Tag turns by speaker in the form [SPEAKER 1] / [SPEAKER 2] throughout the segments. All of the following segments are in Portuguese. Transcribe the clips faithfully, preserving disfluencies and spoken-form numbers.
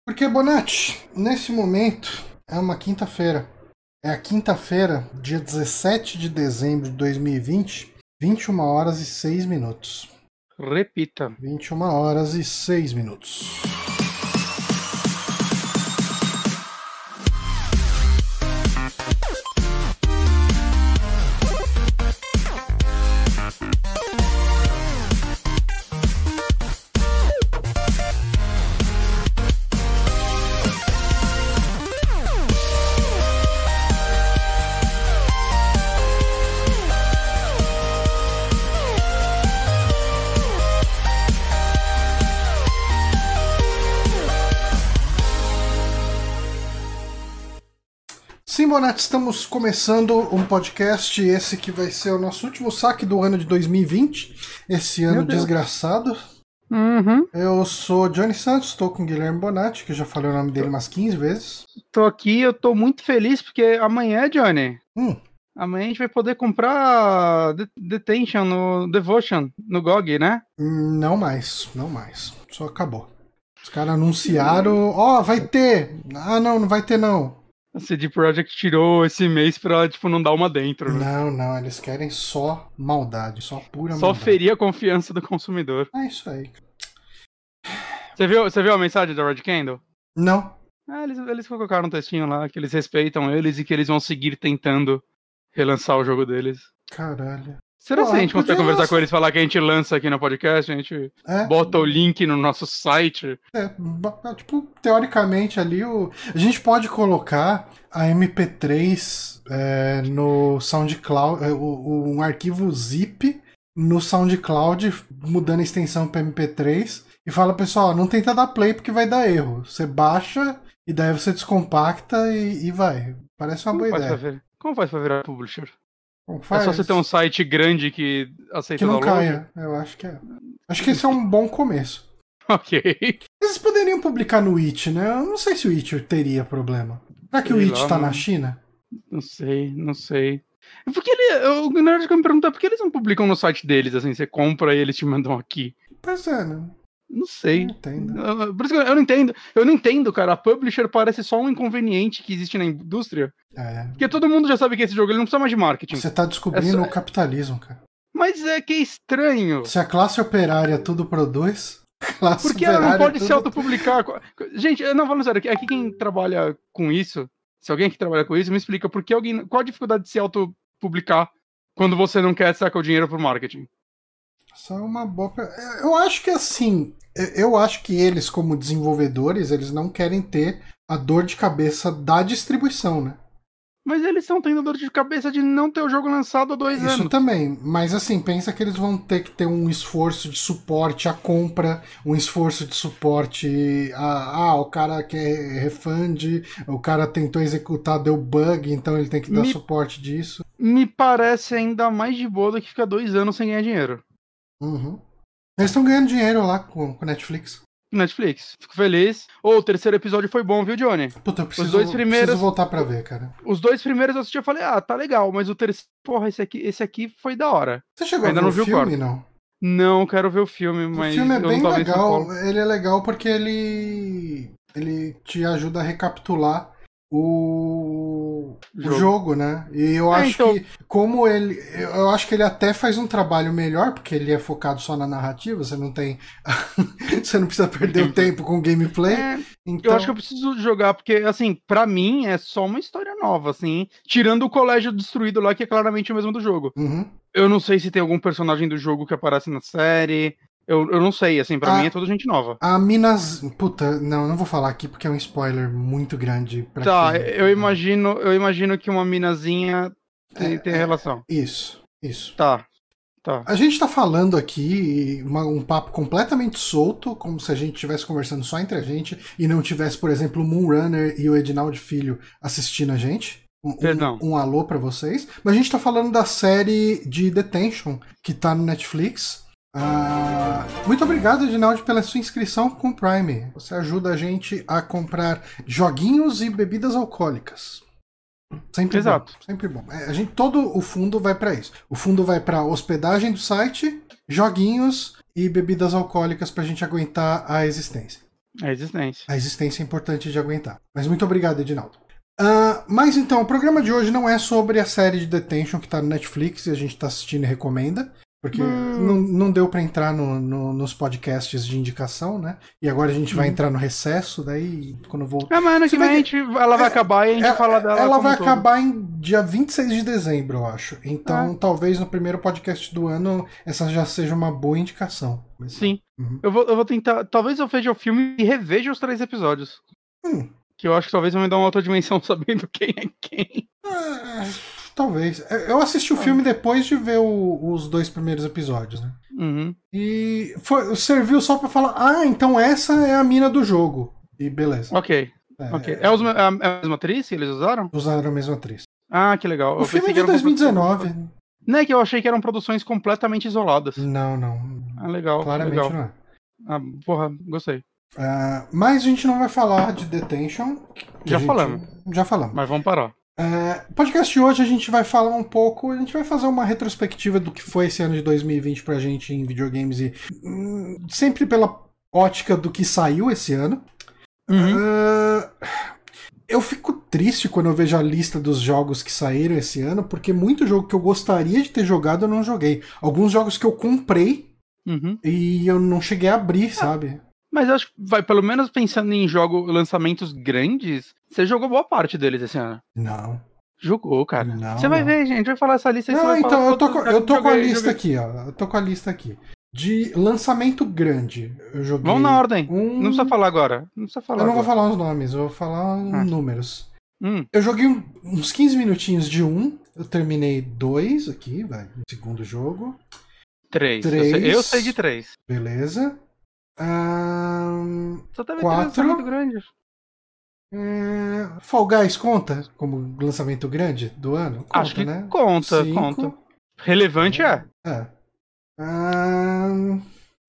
[SPEAKER 1] Porque, Bonatti, nesse momento é uma quinta-feira. É a quinta-feira, dia dezessete de dezembro de dois mil e vinte, vinte e uma horas e seis minutos.
[SPEAKER 2] Repita.
[SPEAKER 1] vinte e uma horas e seis minutos. Sim, Bonatti, estamos começando um podcast, esse que vai ser o nosso último saque do ano de dois mil e vinte, esse ano desgraçado.
[SPEAKER 2] Uhum.
[SPEAKER 1] Eu sou Johnny Santos, estou com o Guilherme Bonatti, que eu já falei o nome dele umas quinze vezes.
[SPEAKER 2] Tô aqui, eu tô muito feliz porque amanhã, Johnny,
[SPEAKER 1] Hum.
[SPEAKER 2] amanhã a gente vai poder comprar The- Detention no Devotion, no G O G, né?
[SPEAKER 1] Não mais, não mais. Só acabou. Os caras anunciaram, ó, oh, vai ter. Ah, não, não vai ter não.
[SPEAKER 2] A C D Projekt tirou esse mês pra, tipo, não dar uma dentro, né?
[SPEAKER 1] Não, não, eles querem só maldade, só pura
[SPEAKER 2] Só
[SPEAKER 1] maldade.
[SPEAKER 2] ferir a confiança do consumidor.
[SPEAKER 1] É isso aí.
[SPEAKER 2] Você viu, você viu a mensagem da Red Candle?
[SPEAKER 1] Não.
[SPEAKER 2] Ah, eles, eles colocaram um textinho lá que eles respeitam eles e que eles vão seguir tentando relançar o jogo deles.
[SPEAKER 1] Caralho.
[SPEAKER 2] Será
[SPEAKER 1] Pô,
[SPEAKER 2] que a gente consegue
[SPEAKER 1] podia
[SPEAKER 2] conversar
[SPEAKER 1] lançar-
[SPEAKER 2] com eles e falar que a gente lança aqui no podcast? A gente
[SPEAKER 1] É.
[SPEAKER 2] bota o link no nosso site.
[SPEAKER 1] É, ba- tipo, teoricamente ali, o... a gente pode colocar a M P três é, no SoundCloud, é, o- o- um arquivo zip no SoundCloud, mudando a extensão para M P três, e fala, pessoal, não tenta dar play porque vai dar erro. Você baixa e daí você descompacta e, e vai. Parece uma
[SPEAKER 2] Como
[SPEAKER 1] boa
[SPEAKER 2] faz, pra
[SPEAKER 1] ideia.
[SPEAKER 2] ver? Como faz pra virar publisher?
[SPEAKER 1] Como
[SPEAKER 2] É
[SPEAKER 1] faz?
[SPEAKER 2] só você ter um site grande que aceita
[SPEAKER 1] Que não
[SPEAKER 2] download?
[SPEAKER 1] caia. Eu acho que é. Acho que esse é um bom começo.
[SPEAKER 2] Ok.
[SPEAKER 1] Eles poderiam publicar no Itch, né? Eu não sei se o Itch teria problema. Será que
[SPEAKER 2] Sei
[SPEAKER 1] o Itch
[SPEAKER 2] lá,
[SPEAKER 1] tá
[SPEAKER 2] mano.
[SPEAKER 1] na China?
[SPEAKER 2] Não sei, não sei. Porque ele, o Nerd quer me perguntar por que eles não publicam no site deles, assim, você compra e eles te mandam aqui.
[SPEAKER 1] Pois é, né?
[SPEAKER 2] Não sei.
[SPEAKER 1] Não entendo.
[SPEAKER 2] Eu- Por isso que eu eu não entendo. Eu não entendo, cara. A publisher parece só um inconveniente que existe na indústria.
[SPEAKER 1] É.
[SPEAKER 2] Porque todo mundo já sabe que esse jogo ele não precisa mais de marketing.
[SPEAKER 1] Você tá descobrindo
[SPEAKER 2] É só-
[SPEAKER 1] o capitalismo, cara.
[SPEAKER 2] Mas é que é estranho.
[SPEAKER 1] Se a classe operária tudo produz, a classe
[SPEAKER 2] Porque ela não
[SPEAKER 1] operária
[SPEAKER 2] pode
[SPEAKER 1] tudo...
[SPEAKER 2] se autopublicar. Gente, eu não falando sério, aqui quem trabalha com isso, se alguém que trabalha com isso, me explica por que alguém. Qual a dificuldade de se autopublicar quando você não quer sacar o dinheiro pro marketing?
[SPEAKER 1] Isso é uma boa... Eu acho que assim, eu acho que eles, como desenvolvedores, eles não querem ter a dor de cabeça da distribuição, né?
[SPEAKER 2] Mas eles estão tendo dor de cabeça de não ter o jogo lançado há dois
[SPEAKER 1] Isso
[SPEAKER 2] anos.
[SPEAKER 1] também, mas assim, pensa que eles vão ter que ter um esforço de suporte à compra, um esforço de suporte a, ah, o cara quer refund, o cara tentou executar, deu bug, então ele tem que dar
[SPEAKER 2] Me-
[SPEAKER 1] suporte disso.
[SPEAKER 2] Me parece ainda mais de boa do que ficar dois anos sem ganhar dinheiro.
[SPEAKER 1] Uhum. Eles estão ganhando dinheiro lá com o Netflix.
[SPEAKER 2] Netflix, fico feliz. Ô, o terceiro episódio foi bom, viu, Johnny?
[SPEAKER 1] Puta, eu preciso,
[SPEAKER 2] dois primeiros-
[SPEAKER 1] preciso voltar pra ver, cara.
[SPEAKER 2] Os dois primeiros eu assisti e falei, ah, tá legal, mas o terceiro, porra, esse aqui, esse aqui foi da hora.
[SPEAKER 1] Você chegou
[SPEAKER 2] Ainda
[SPEAKER 1] a ver
[SPEAKER 2] não
[SPEAKER 1] o
[SPEAKER 2] vi o
[SPEAKER 1] filme,
[SPEAKER 2] quarto.
[SPEAKER 1] não?
[SPEAKER 2] Não, quero ver o filme, mas
[SPEAKER 1] O filme é
[SPEAKER 2] eu
[SPEAKER 1] bem
[SPEAKER 2] não tava em São
[SPEAKER 1] legal.
[SPEAKER 2] Paulo.
[SPEAKER 1] Ele é legal porque ele ele te ajuda a recapitular o, o
[SPEAKER 2] Jogo.
[SPEAKER 1] jogo, né? E eu
[SPEAKER 2] É,
[SPEAKER 1] acho
[SPEAKER 2] então-
[SPEAKER 1] que como ele, eu acho que ele até faz um trabalho melhor porque ele é focado só na narrativa. Você não tem, você não precisa perder o tempo com gameplay.
[SPEAKER 2] É,
[SPEAKER 1] Então,
[SPEAKER 2] eu acho que eu preciso jogar, porque, assim, pra mim é só uma história nova, assim, tirando o colégio destruído lá, que é claramente o mesmo do jogo.
[SPEAKER 1] Uhum.
[SPEAKER 2] Eu não sei se tem algum personagem do jogo que aparece na série. Eu, eu não sei, assim, pra
[SPEAKER 1] Ah.
[SPEAKER 2] mim é tudo gente nova.
[SPEAKER 1] A Minas, puta, não, não vou falar aqui porque é um spoiler muito grande pra
[SPEAKER 2] Tá,
[SPEAKER 1] quem-
[SPEAKER 2] eu imagino, eu imagino que uma minazinha tem,
[SPEAKER 1] É,
[SPEAKER 2] tem
[SPEAKER 1] é.
[SPEAKER 2] relação.
[SPEAKER 1] Isso, isso.
[SPEAKER 2] Tá, tá.
[SPEAKER 1] A gente tá falando aqui uma- um papo completamente solto, como se a gente estivesse conversando só entre a gente e não tivesse, por exemplo, o Moonrunner e o Edinaldo Filho assistindo a gente. Um, um-
[SPEAKER 2] Perdão.
[SPEAKER 1] um alô pra vocês. Mas a gente tá falando da série de Detention, que tá no Netflix. Ah, muito obrigado, Edinaldo, pela sua inscrição com o Prime. Você ajuda a gente a comprar joguinhos e bebidas alcoólicas. Sempre
[SPEAKER 2] Exato.
[SPEAKER 1] bom, sempre bom. É, a gente, todo o fundo vai pra isso. O fundo vai pra hospedagem do site, joguinhos e bebidas alcoólicas pra gente aguentar a existência.
[SPEAKER 2] A existência.
[SPEAKER 1] A existência é importante de aguentar. Mas muito obrigado, Edinaldo. Uh, mas então, o programa de hoje não é sobre a série de Detention que tá no Netflix e a gente tá assistindo e recomenda. Porque hum. não, não deu pra entrar no, no, nos podcasts de indicação, né? E agora a gente hum. vai entrar no recesso, daí quando eu vou...
[SPEAKER 2] É, mas ano que vem a gente, ela vai é, acabar e a gente é, fala dela.
[SPEAKER 1] Ela vai
[SPEAKER 2] todo.
[SPEAKER 1] acabar em dia vinte e seis de dezembro, eu acho. Então é. talvez no primeiro podcast do ano essa já seja uma boa indicação. Mas,
[SPEAKER 2] sim. Uhum. Eu, vou, eu vou tentar... Talvez eu veja o filme e reveja os três episódios.
[SPEAKER 1] Hum.
[SPEAKER 2] Que eu acho que talvez eu me dê uma outra dimensão sabendo quem é quem.
[SPEAKER 1] É, talvez. Eu assisti o ah. filme depois de ver o, os dois primeiros episódios, né?
[SPEAKER 2] Uhum.
[SPEAKER 1] E foi, serviu só pra falar, ah, então essa é a mina do jogo. E beleza.
[SPEAKER 2] Ok. É, okay. é, os, é a mesma atriz que eles usaram?
[SPEAKER 1] Usaram a mesma atriz.
[SPEAKER 2] Ah, que legal.
[SPEAKER 1] O eu filme é de dois mil e dezenove.
[SPEAKER 2] Não é que eu achei que eram produções completamente isoladas.
[SPEAKER 1] Não, não.
[SPEAKER 2] Ah, legal.
[SPEAKER 1] Claramente
[SPEAKER 2] legal.
[SPEAKER 1] não é.
[SPEAKER 2] Ah, porra, gostei.
[SPEAKER 1] Uh, mas a gente não vai falar de Detention.
[SPEAKER 2] Já
[SPEAKER 1] gente...
[SPEAKER 2] falamos.
[SPEAKER 1] Já falamos.
[SPEAKER 2] Mas vamos parar.
[SPEAKER 1] Uh, podcast de hoje a gente vai falar um pouco, a gente vai fazer uma retrospectiva do que foi esse ano de dois mil e vinte pra gente em videogames e hum, sempre pela ótica do que saiu esse ano.
[SPEAKER 2] Uhum.
[SPEAKER 1] Uh, eu fico triste quando eu vejo a lista dos jogos que saíram esse ano, porque muito jogo que eu gostaria de ter jogado eu não joguei. Alguns jogos que eu comprei
[SPEAKER 2] uhum.
[SPEAKER 1] e eu não cheguei a abrir, ah. sabe?
[SPEAKER 2] Mas eu acho que, vai, pelo menos pensando em jogo, lançamentos grandes, você jogou boa parte deles esse ano.
[SPEAKER 1] Não.
[SPEAKER 2] Jogou, cara.
[SPEAKER 1] Não,
[SPEAKER 2] você vai
[SPEAKER 1] não.
[SPEAKER 2] ver, gente. A gente vai falar essa lista e
[SPEAKER 1] não,
[SPEAKER 2] você vai
[SPEAKER 1] então,
[SPEAKER 2] falar...
[SPEAKER 1] eu tô, com, eu tô com a lista
[SPEAKER 2] joguei.
[SPEAKER 1] aqui, ó. Eu tô com a lista aqui. De lançamento grande, eu joguei...
[SPEAKER 2] Vamos na ordem.
[SPEAKER 1] Um...
[SPEAKER 2] Não precisa falar agora. Não precisa falar
[SPEAKER 1] Eu não
[SPEAKER 2] agora.
[SPEAKER 1] vou falar os nomes, eu vou falar ah. números.
[SPEAKER 2] Hum.
[SPEAKER 1] Eu joguei um, uns quinze minutinhos de um, eu terminei dois aqui, vai, no segundo jogo.
[SPEAKER 2] Três.
[SPEAKER 1] Três.
[SPEAKER 2] Eu sei, eu sei de três.
[SPEAKER 1] Beleza. Um,
[SPEAKER 2] Só teve
[SPEAKER 1] quatro.
[SPEAKER 2] lançamento grande.
[SPEAKER 1] É, Fall Guys conta como lançamento grande do ano? Conta,
[SPEAKER 2] acho que
[SPEAKER 1] né?
[SPEAKER 2] conta,
[SPEAKER 1] Cinco.
[SPEAKER 2] conta. Relevante é.
[SPEAKER 1] É. Um,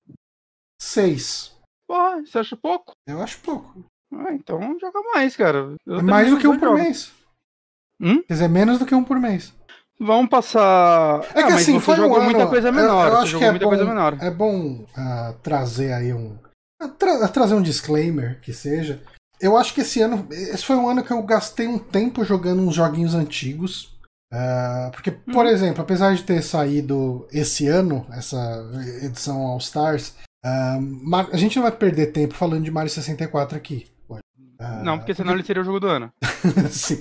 [SPEAKER 1] seis.
[SPEAKER 2] Pô, você acha pouco?
[SPEAKER 1] Eu acho pouco.
[SPEAKER 2] Ah, então joga mais, cara. Eu
[SPEAKER 1] é mais do que um por
[SPEAKER 2] jogos.
[SPEAKER 1] mês.
[SPEAKER 2] Hum?
[SPEAKER 1] Quer dizer, menos do que um por mês.
[SPEAKER 2] Vamos passar...
[SPEAKER 1] É que
[SPEAKER 2] ah,
[SPEAKER 1] assim,
[SPEAKER 2] mas você
[SPEAKER 1] foi
[SPEAKER 2] jogou
[SPEAKER 1] um ano...
[SPEAKER 2] muita coisa menor.
[SPEAKER 1] Eu, eu
[SPEAKER 2] você
[SPEAKER 1] acho
[SPEAKER 2] jogou
[SPEAKER 1] que é
[SPEAKER 2] muita
[SPEAKER 1] bom,
[SPEAKER 2] coisa menor.
[SPEAKER 1] é bom uh, trazer aí um... Tra trazer um disclaimer, que seja. Eu acho que esse ano... Esse foi um ano que eu gastei um tempo jogando uns joguinhos antigos. Uh, porque, hum. por exemplo, apesar de ter saído esse ano, essa edição All Stars, uh, a gente não vai perder tempo falando de Mario sessenta e quatro aqui. Uh,
[SPEAKER 2] não, porque senão porque... ele seria o jogo do ano.
[SPEAKER 1] Sim.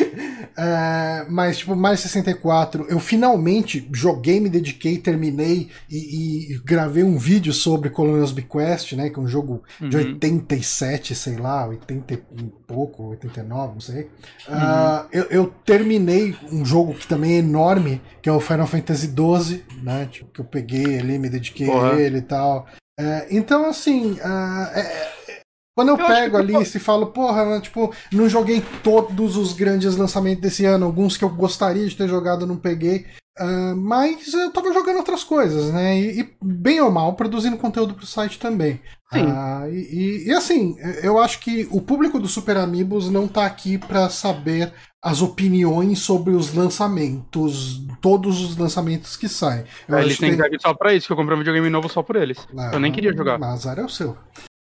[SPEAKER 1] Uh, mas, tipo, Mario sessenta e quatro, eu finalmente joguei, me dediquei, terminei e, e gravei um vídeo sobre Colonials Bequest, né? Que é um jogo uhum. de oitenta e sete, sei lá, oitenta e pouco, oitenta e nove, não sei. Uh, uhum. eu, eu terminei um jogo que também é enorme, que é o Final Fantasy doze, né? Tipo, que eu peguei ali, me dediquei uhum. a ele e tal. Uh, então, assim, uh, é. Quando eu, eu pego ali e falo, porra, tipo, não joguei todos os grandes lançamentos desse ano, alguns que eu gostaria de ter jogado não peguei, uh, mas eu tava jogando outras coisas, né? E, e bem ou mal, produzindo conteúdo pro site também.
[SPEAKER 2] Sim.
[SPEAKER 1] Uh, e, e, e assim, eu acho que o público do Super Amigos não tá aqui pra saber as opiniões sobre os lançamentos, todos os lançamentos que saem.
[SPEAKER 2] Eu é, eles têm que... só pra isso, que eu comprei um videogame novo só por eles. Ah, eu nem queria jogar.
[SPEAKER 1] Mas azar é o seu.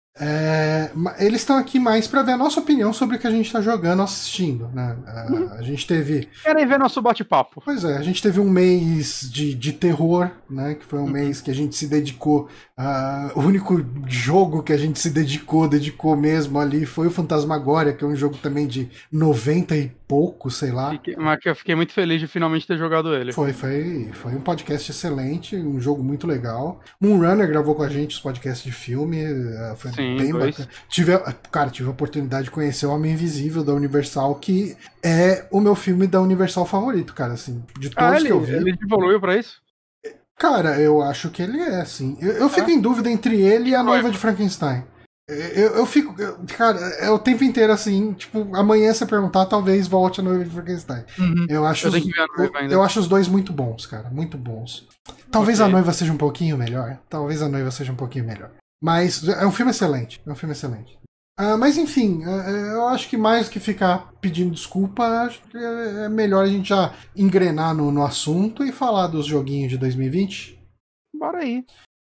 [SPEAKER 1] É, eles estão aqui mais para ver a nossa opinião sobre o que a gente está jogando, assistindo, né? A,
[SPEAKER 2] uhum.
[SPEAKER 1] a gente teve...
[SPEAKER 2] Querem ver nosso bate-papo.
[SPEAKER 1] Pois é, a gente teve um mês de, de terror, né? Que foi um uhum. mês que a gente se dedicou... Uh, o único jogo que a gente se dedicou, dedicou mesmo ali, foi o Fantasmagoria, que é um jogo também de noventa e pouco, sei lá.
[SPEAKER 2] Fiquei, mas eu fiquei muito feliz de finalmente ter jogado ele.
[SPEAKER 1] Foi, foi, foi um podcast excelente, um jogo muito legal. Moonrunner gravou com a gente os podcasts de filme, uh, foi
[SPEAKER 2] Sim,
[SPEAKER 1] bem
[SPEAKER 2] dois.
[SPEAKER 1] bacana. Tive, cara, tive a oportunidade de conhecer o Homem Invisível da Universal, que é o meu filme da Universal favorito, cara, assim, de todos
[SPEAKER 2] ah, ele,
[SPEAKER 1] que eu vi.
[SPEAKER 2] Ele evoluiu pra isso?
[SPEAKER 1] Cara, eu acho que ele é, sim. Eu, eu fico é. em dúvida entre ele e a Noiva de Frankenstein. Eu, eu fico, eu, cara, é o tempo inteiro assim, tipo, amanhã você perguntar, talvez volte a Noiva de Frankenstein.
[SPEAKER 2] Uhum.
[SPEAKER 1] Eu acho,
[SPEAKER 2] eu,
[SPEAKER 1] os, eu, eu acho os dois muito bons, cara, muito bons. Talvez okay. a Noiva seja um pouquinho melhor, talvez a Noiva seja um pouquinho melhor. Mas é um filme excelente, é um filme excelente. Uh, mas enfim, uh, eu acho que mais do que ficar pedindo desculpa, acho que é melhor a gente já engrenar no, no assunto e falar dos joguinhos de dois mil e vinte.
[SPEAKER 2] Bora aí.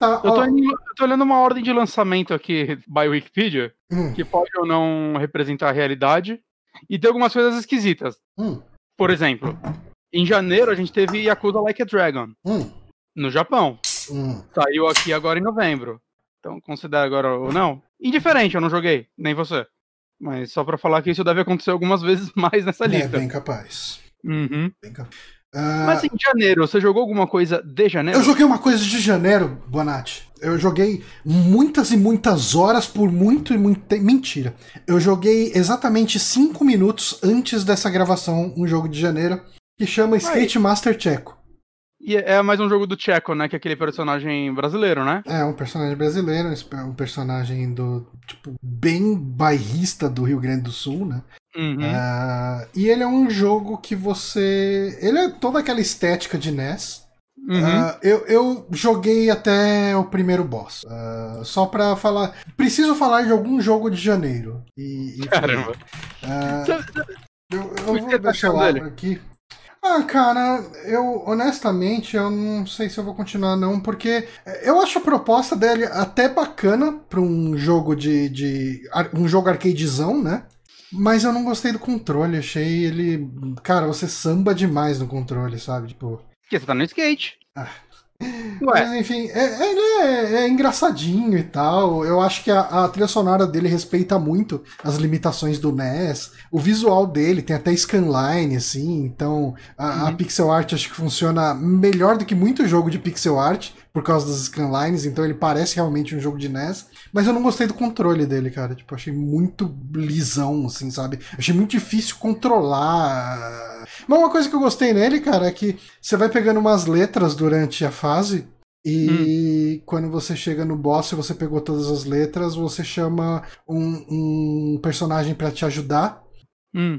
[SPEAKER 1] Tá,
[SPEAKER 2] Eu tô,
[SPEAKER 1] ó,
[SPEAKER 2] indo- eu tô olhando uma ordem de lançamento aqui by Wikipedia,
[SPEAKER 1] hum,
[SPEAKER 2] que pode ou não representar a realidade, e tem algumas coisas esquisitas.
[SPEAKER 1] hum,
[SPEAKER 2] Por exemplo, em janeiro a gente teve Yakuza Like a Dragon,
[SPEAKER 1] hum,
[SPEAKER 2] no Japão.
[SPEAKER 1] hum.
[SPEAKER 2] Saiu aqui agora em novembro. Então considera agora ou não. Indiferente, eu não joguei, nem você. Mas só pra falar que isso deve acontecer algumas vezes mais nessa
[SPEAKER 1] É
[SPEAKER 2] lista.
[SPEAKER 1] bem capaz.
[SPEAKER 2] Uhum.
[SPEAKER 1] Bem capaz.
[SPEAKER 2] Mas
[SPEAKER 1] Ah,
[SPEAKER 2] em janeiro, você jogou alguma coisa de janeiro?
[SPEAKER 1] eu joguei uma coisa de janeiro, Bonatti. Eu joguei muitas e muitas horas por muito e muito tempo. Mentira. Eu joguei exatamente cinco minutos antes dessa gravação um jogo de janeiro que chama Skate Master Checo.
[SPEAKER 2] E é mais um jogo do Checo, né? Que é aquele personagem brasileiro, né?
[SPEAKER 1] É um personagem brasileiro, um personagem do tipo bem bairrista do Rio Grande do Sul, né?
[SPEAKER 2] Uhum.
[SPEAKER 1] Uh, e ele é um jogo que você. Ele é toda aquela estética de N E S.
[SPEAKER 2] Uhum.
[SPEAKER 1] Uh, eu, eu joguei até o primeiro boss. Uh, só pra falar. Preciso falar de algum jogo de janeiro. E, e
[SPEAKER 2] Caramba.
[SPEAKER 1] Uh, eu, eu
[SPEAKER 2] O que
[SPEAKER 1] vou
[SPEAKER 2] você tá
[SPEAKER 1] ver se eu
[SPEAKER 2] achando
[SPEAKER 1] abro
[SPEAKER 2] dele?
[SPEAKER 1] aqui. Ah, cara, eu honestamente eu não sei se eu vou continuar não, porque eu acho a proposta dele até bacana pra um jogo de, de um jogo arcadezão, né? Mas eu não gostei do controle, achei ele, cara, você samba demais no controle, sabe? Tipo,
[SPEAKER 2] Porque você tá no skate.
[SPEAKER 1] ah.
[SPEAKER 2] Ué.
[SPEAKER 1] Mas enfim, é, ele é, é engraçadinho e tal. Eu acho que a, a trilha sonora dele respeita muito as limitações do N E S. O visual dele tem até scanline, assim. Então a,
[SPEAKER 2] Uhum.
[SPEAKER 1] a pixel art acho que funciona melhor do que muito jogo de pixel art por causa das scanlines. Então ele parece realmente um jogo de N E S. Mas eu não gostei do controle dele, cara. Tipo, achei muito lisão, assim, sabe? Achei muito difícil controlar. Mas uma coisa que eu gostei nele, cara, é que você vai pegando umas letras durante a fase. E hum. quando você chega no boss, se você pegou todas as letras, você chama um, um personagem para te ajudar.
[SPEAKER 2] Hum.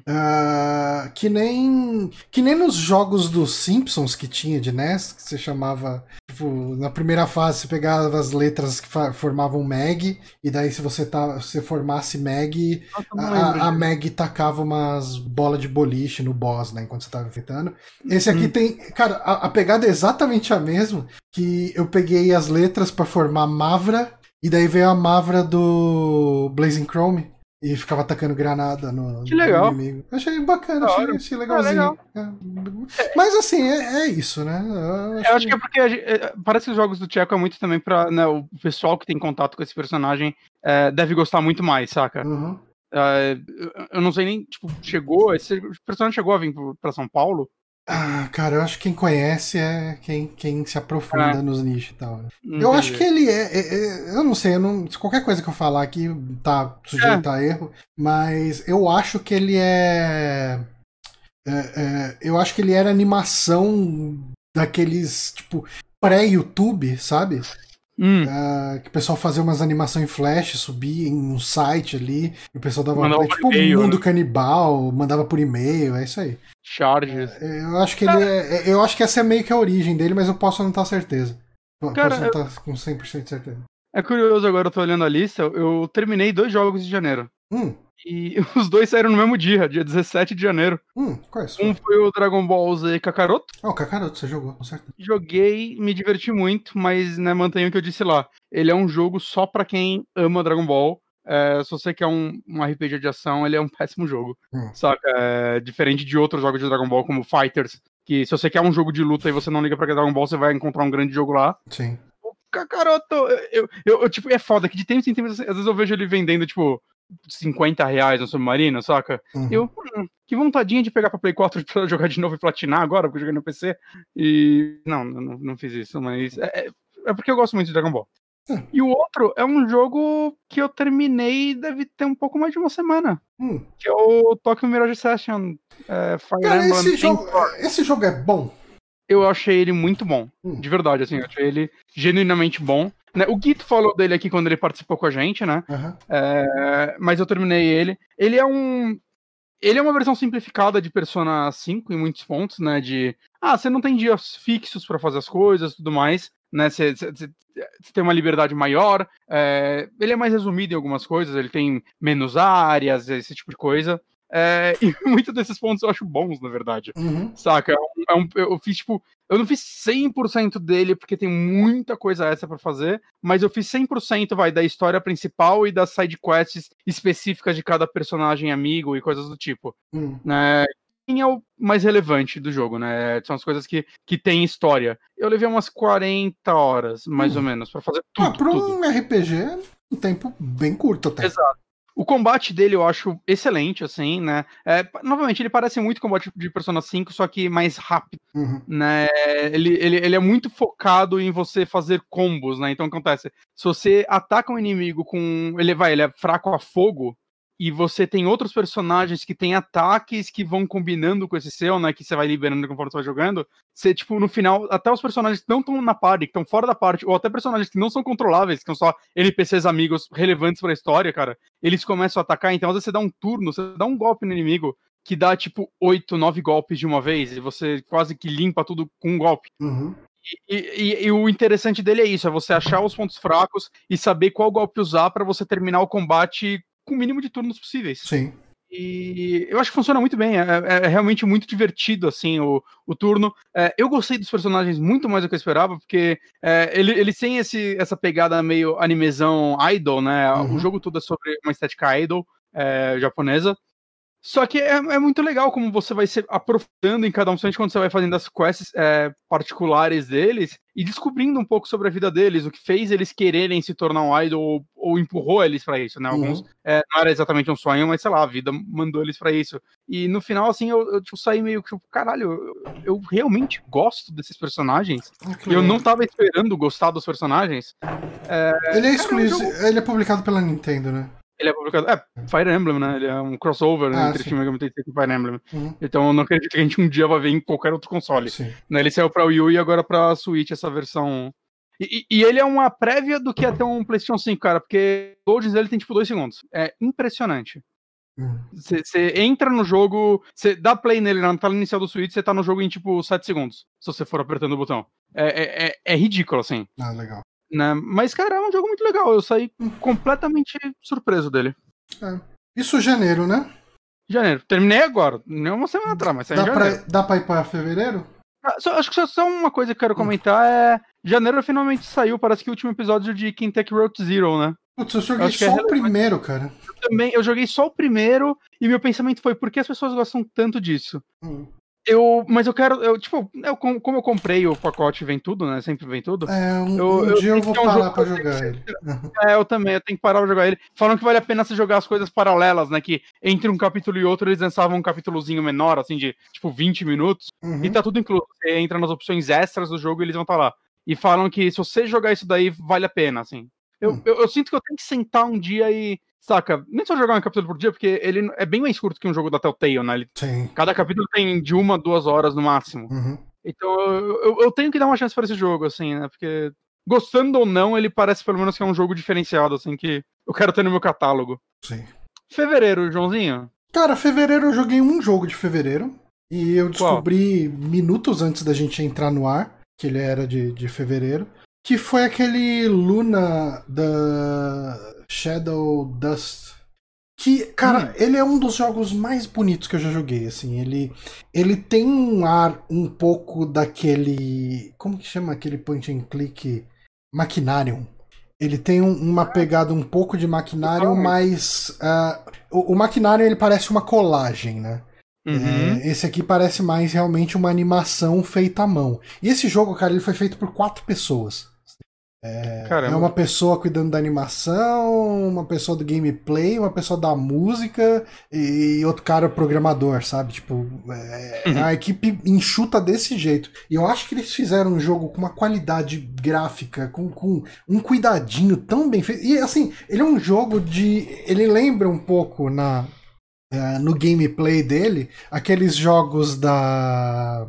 [SPEAKER 1] Uh, que nem que nem nos jogos dos Simpsons que tinha de N E S, que você chamava, tipo, na primeira fase você pegava as letras que formavam Mag, e daí se você tá, se formasse Mag, a, a Mag tacava umas bolas de boliche no boss, né, enquanto você tava enfrentando. Esse aqui hum. tem, cara, a, a pegada é exatamente a mesma, que eu peguei as letras para formar Mavra, e daí veio a Mavra do Blazing Chrome. E ficava atacando granada no,
[SPEAKER 2] que legal.
[SPEAKER 1] no inimigo. Achei bacana, achei, achei legalzinho. Ah, legal. é. Mas assim, é, é isso, né?
[SPEAKER 2] Eu acho, eu acho que... que é porque gente, parece que os jogos do Checo é muito também pra, né, o pessoal que tem contato com esse personagem é, deve gostar muito mais, saca?
[SPEAKER 1] Uhum.
[SPEAKER 2] É, eu não sei nem, tipo, chegou, esse personagem chegou a vir pra São Paulo?
[SPEAKER 1] Ah, cara, eu acho que quem conhece é quem, quem se aprofunda é. nos nichos e tal. Né?
[SPEAKER 2] Entendi.
[SPEAKER 1] Eu acho que ele é, é, é. Eu não sei, eu não, qualquer coisa que eu falar aqui tá sujeito é. a erro, mas eu acho que ele é, é, é. Eu acho que ele era animação daqueles, tipo, pré-YouTube, sabe?
[SPEAKER 2] Hum.
[SPEAKER 1] Uh, que o pessoal fazia umas animações em flash, subia em um site ali, e o pessoal dava
[SPEAKER 2] mandava
[SPEAKER 1] play, tipo
[SPEAKER 2] e-mail,
[SPEAKER 1] Mundo
[SPEAKER 2] né?
[SPEAKER 1] Canibal, mandava por e-mail, é isso aí.
[SPEAKER 2] Charges.
[SPEAKER 1] Uh, eu acho que ele é, eu acho que essa é meio que a origem dele, mas eu posso não estar certeza.
[SPEAKER 2] Cara,
[SPEAKER 1] posso não estar eu... com cem por cento de certeza.
[SPEAKER 2] É curioso, agora eu tô olhando a lista, eu terminei dois jogos de janeiro.
[SPEAKER 1] Hum.
[SPEAKER 2] E os dois saíram no mesmo dia, dia dezessete de janeiro.
[SPEAKER 1] Hum, quais
[SPEAKER 2] um foi o Dragon Ball Z Kakaroto.
[SPEAKER 1] Ah, oh, o Kakaroto, você jogou, com certeza.
[SPEAKER 2] Joguei, me diverti muito, mas né, mantenho o que eu disse lá. Ele é um jogo só pra quem ama Dragon Ball. É, se você quer um, um R P G de ação, ele é um péssimo jogo.
[SPEAKER 1] Hum.
[SPEAKER 2] Saca? É, diferente de outros jogos de Dragon Ball, como Fighters, que se você quer um jogo de luta e você não liga pra Dragon Ball, você vai encontrar um grande jogo lá.
[SPEAKER 1] Sim.
[SPEAKER 2] O Kakaroto, eu, eu, eu, tipo, é foda que de tempo em tempo, às vezes eu vejo ele vendendo, tipo, cinquenta reais no Submarino, saca?
[SPEAKER 1] Uhum.
[SPEAKER 2] Eu, hum, que vontadinha de pegar pra Play quatro pra jogar de novo e platinar agora, porque eu joguei no P C. E não, não, não fiz isso, mas é, é porque eu gosto muito de Dragon Ball.
[SPEAKER 1] Hum.
[SPEAKER 2] E o outro é um jogo que eu terminei, deve ter um pouco mais de uma semana.
[SPEAKER 1] Hum.
[SPEAKER 2] Que é o Tokyo Mirage Session. É, Fire
[SPEAKER 1] Cara,
[SPEAKER 2] Emblem
[SPEAKER 1] esse jogo, esse jogo é bom?
[SPEAKER 2] Eu achei ele muito bom.
[SPEAKER 1] Hum.
[SPEAKER 2] De verdade, assim, eu achei ele genuinamente bom. Né? O Guito falou dele aqui quando ele participou com a gente, né?
[SPEAKER 1] Uhum.
[SPEAKER 2] É, mas eu terminei ele. Ele é um... Ele é uma versão simplificada de Persona cinco em muitos pontos, né? De, ah, você não tem dias fixos pra fazer as coisas e tudo mais, né? Você, você, você tem uma liberdade maior. É, ele é mais resumido em algumas coisas, ele tem menos áreas, esse tipo de coisa. É, e muitos desses pontos eu acho bons, na verdade.
[SPEAKER 1] Uhum.
[SPEAKER 2] Saca? É um, é um, eu fiz, tipo, eu não fiz cem por cento dele, porque tem muita coisa extra pra fazer, mas eu fiz cem por cento, vai, da história principal e das side quests específicas de cada personagem amigo e coisas do tipo.
[SPEAKER 1] Uhum.
[SPEAKER 2] Né? Quem é o mais relevante do jogo, né? São as coisas que, que tem história. Eu levei umas quarenta horas, mais
[SPEAKER 1] Hum.
[SPEAKER 2] ou menos, pra fazer tudo.
[SPEAKER 1] Ah, pra
[SPEAKER 2] tudo.
[SPEAKER 1] um R P G é um tempo bem curto até.
[SPEAKER 2] Exato. O combate dele eu acho excelente, assim, né? É, novamente, ele parece muito combate de Persona cinco, só que mais rápido,
[SPEAKER 1] Uhum.
[SPEAKER 2] né? Ele, ele, ele é muito focado em você fazer combos, né? Então, acontece, se você ataca um inimigo com... Ele vai, ele é fraco a fogo, e você tem outros personagens que têm ataques que vão combinando com esse seu, né? Que você vai liberando conforme você vai jogando. Você, tipo, no final, até os personagens que não estão na party, que estão fora da party, ou até personagens que não são controláveis, que são só N P Cs amigos relevantes pra história, cara, eles começam a atacar. Então, às vezes você dá um turno, você dá um golpe no inimigo que dá, tipo, oito, nove golpes de uma vez, e você quase que limpa tudo com um golpe.
[SPEAKER 1] Uhum.
[SPEAKER 2] E, e, e o interessante dele é isso, é você achar os pontos fracos e saber qual golpe usar pra você terminar o combate com o mínimo de turnos possíveis.
[SPEAKER 1] Sim.
[SPEAKER 2] E eu acho que funciona muito bem, é, é realmente muito divertido, assim, o, o turno. É, eu gostei dos personagens muito mais do que eu esperava, porque é, ele, eles têm esse, essa pegada meio animezão idol, né?
[SPEAKER 1] Uhum.
[SPEAKER 2] O jogo todo é sobre uma estética idol é, japonesa. Só que é, é muito legal como você vai se aprofundando em cada um, quando você vai fazendo as quests é, particulares deles e descobrindo um pouco sobre a vida deles, o que fez eles quererem se tornar um idol ou, ou empurrou eles pra isso, né? Alguns
[SPEAKER 1] Uhum.
[SPEAKER 2] é, não era exatamente um sonho, mas sei lá, a vida mandou eles pra isso. E no final, assim, eu, eu tipo, saí meio que, tipo, caralho, eu, eu realmente gosto desses personagens.
[SPEAKER 1] Ah, que
[SPEAKER 2] E eu
[SPEAKER 1] legal.
[SPEAKER 2] não tava esperando gostar dos personagens. É,
[SPEAKER 1] Ele é
[SPEAKER 2] cara, é um
[SPEAKER 1] exclusivo.
[SPEAKER 2] jogo-
[SPEAKER 1] Ele é publicado pela Nintendo, né?
[SPEAKER 2] Ele é publicado. É, Fire Emblem, né? Ele é um crossover
[SPEAKER 1] Ah,
[SPEAKER 2] entre
[SPEAKER 1] sim.
[SPEAKER 2] Shin Megami Tensei e Fire Emblem.
[SPEAKER 1] Uhum.
[SPEAKER 2] Então eu não acredito que a gente um dia vai ver em qualquer outro console.
[SPEAKER 1] Sim.
[SPEAKER 2] Né? Ele saiu pra Wii U e agora pra Switch essa versão. E, e- e ele é uma prévia do que ia ter um PlayStation cinco, cara, porque o loading dele tem tipo dois segundos. É impressionante.
[SPEAKER 1] Uhum.
[SPEAKER 2] Você entra no jogo, você dá play nele na tela inicial do Switch, você tá no jogo em tipo sete segundos, se você for apertando o botão. É, é, é, é ridículo, assim.
[SPEAKER 1] Ah, legal.
[SPEAKER 2] Né? Mas, cara, é um jogo muito legal. Eu saí completamente surpreso dele.
[SPEAKER 1] É. Isso janeiro, né?
[SPEAKER 2] Janeiro. Terminei agora. Nem uma semana atrás, mas saiu em
[SPEAKER 1] Dá
[SPEAKER 2] janeiro.
[SPEAKER 1] pra, dá pra ir pra fevereiro?
[SPEAKER 2] Ah, só- acho que só, só uma coisa que eu quero comentar é... Janeiro finalmente saiu, parece que o último episódio de Kentucky Road Zero, né?
[SPEAKER 1] Putz, eu joguei
[SPEAKER 2] Acho que é
[SPEAKER 1] só o
[SPEAKER 2] relevante.
[SPEAKER 1] primeiro, cara.
[SPEAKER 2] Eu também, eu joguei só o primeiro e meu pensamento foi, por que as pessoas gostam tanto disso?
[SPEAKER 1] Hum.
[SPEAKER 2] Eu, mas eu quero, eu, tipo, eu, com- como eu comprei o pacote Vem Tudo, né? Sempre Vem Tudo.
[SPEAKER 1] É, um,
[SPEAKER 2] Eu-
[SPEAKER 1] um
[SPEAKER 2] eu
[SPEAKER 1] dia eu
[SPEAKER 2] tenho
[SPEAKER 1] vou
[SPEAKER 2] que ter um
[SPEAKER 1] parar
[SPEAKER 2] jogo
[SPEAKER 1] pra
[SPEAKER 2] que eu
[SPEAKER 1] jogar
[SPEAKER 2] tenho
[SPEAKER 1] ele.
[SPEAKER 2] É, eu também, eu tenho que parar pra jogar ele. Falam que vale a pena você jogar as coisas paralelas, né? Que entre um capítulo e outro eles lançavam um capítulozinho menor, assim, de tipo vinte minutos.
[SPEAKER 1] Uhum.
[SPEAKER 2] E tá tudo incluso. Você entra nas opções extras do jogo e eles vão estar lá. E falam que se você jogar isso daí, vale a pena, assim. Eu,
[SPEAKER 1] Hum.
[SPEAKER 2] eu, eu sinto que eu tenho que sentar um dia e. Saca? Nem só jogar um capítulo por dia, porque ele é bem mais curto que um jogo da Telltale, né? Ele,
[SPEAKER 1] Sim.
[SPEAKER 2] cada capítulo tem de uma, duas horas no máximo.
[SPEAKER 1] Uhum.
[SPEAKER 2] Então eu, eu, eu tenho que dar uma chance pra esse jogo, assim, né? Porque, gostando ou não, ele parece pelo menos que é um jogo diferenciado, assim, que eu quero ter no meu catálogo.
[SPEAKER 1] Sim.
[SPEAKER 2] Fevereiro, Joãozinho?
[SPEAKER 1] Cara, fevereiro eu joguei um jogo de fevereiro. E eu
[SPEAKER 2] Qual?
[SPEAKER 1] descobri minutos antes da gente entrar no ar, que ele era de, de fevereiro. Que foi aquele Luna da Shadow Dust. Que, cara,
[SPEAKER 2] Hum.
[SPEAKER 1] ele é um dos jogos mais bonitos que eu já joguei, assim. Ele, ele tem um ar um pouco daquele... Como que chama aquele point and click? Machinarium. Ele tem um- uma pegada um pouco de Machinarium,
[SPEAKER 2] Totalmente.
[SPEAKER 1] mas... ah, o, o Machinarium, ele parece uma colagem, né?
[SPEAKER 2] Uhum.
[SPEAKER 1] É, esse aqui parece mais realmente uma animação feita à mão. E esse jogo, cara, ele foi feito por quatro pessoas.
[SPEAKER 2] Caramba.
[SPEAKER 1] É uma pessoa cuidando da animação, uma pessoa do gameplay, uma pessoa da música e outro cara programador, sabe? Tipo, é,
[SPEAKER 2] Uhum.
[SPEAKER 1] a equipe enxuta desse jeito. E eu acho que eles fizeram um jogo com uma qualidade gráfica, com, com um cuidadinho tão bem feito. E assim, ele é um jogo de. Ele lembra um pouco na, é, no gameplay dele aqueles jogos da.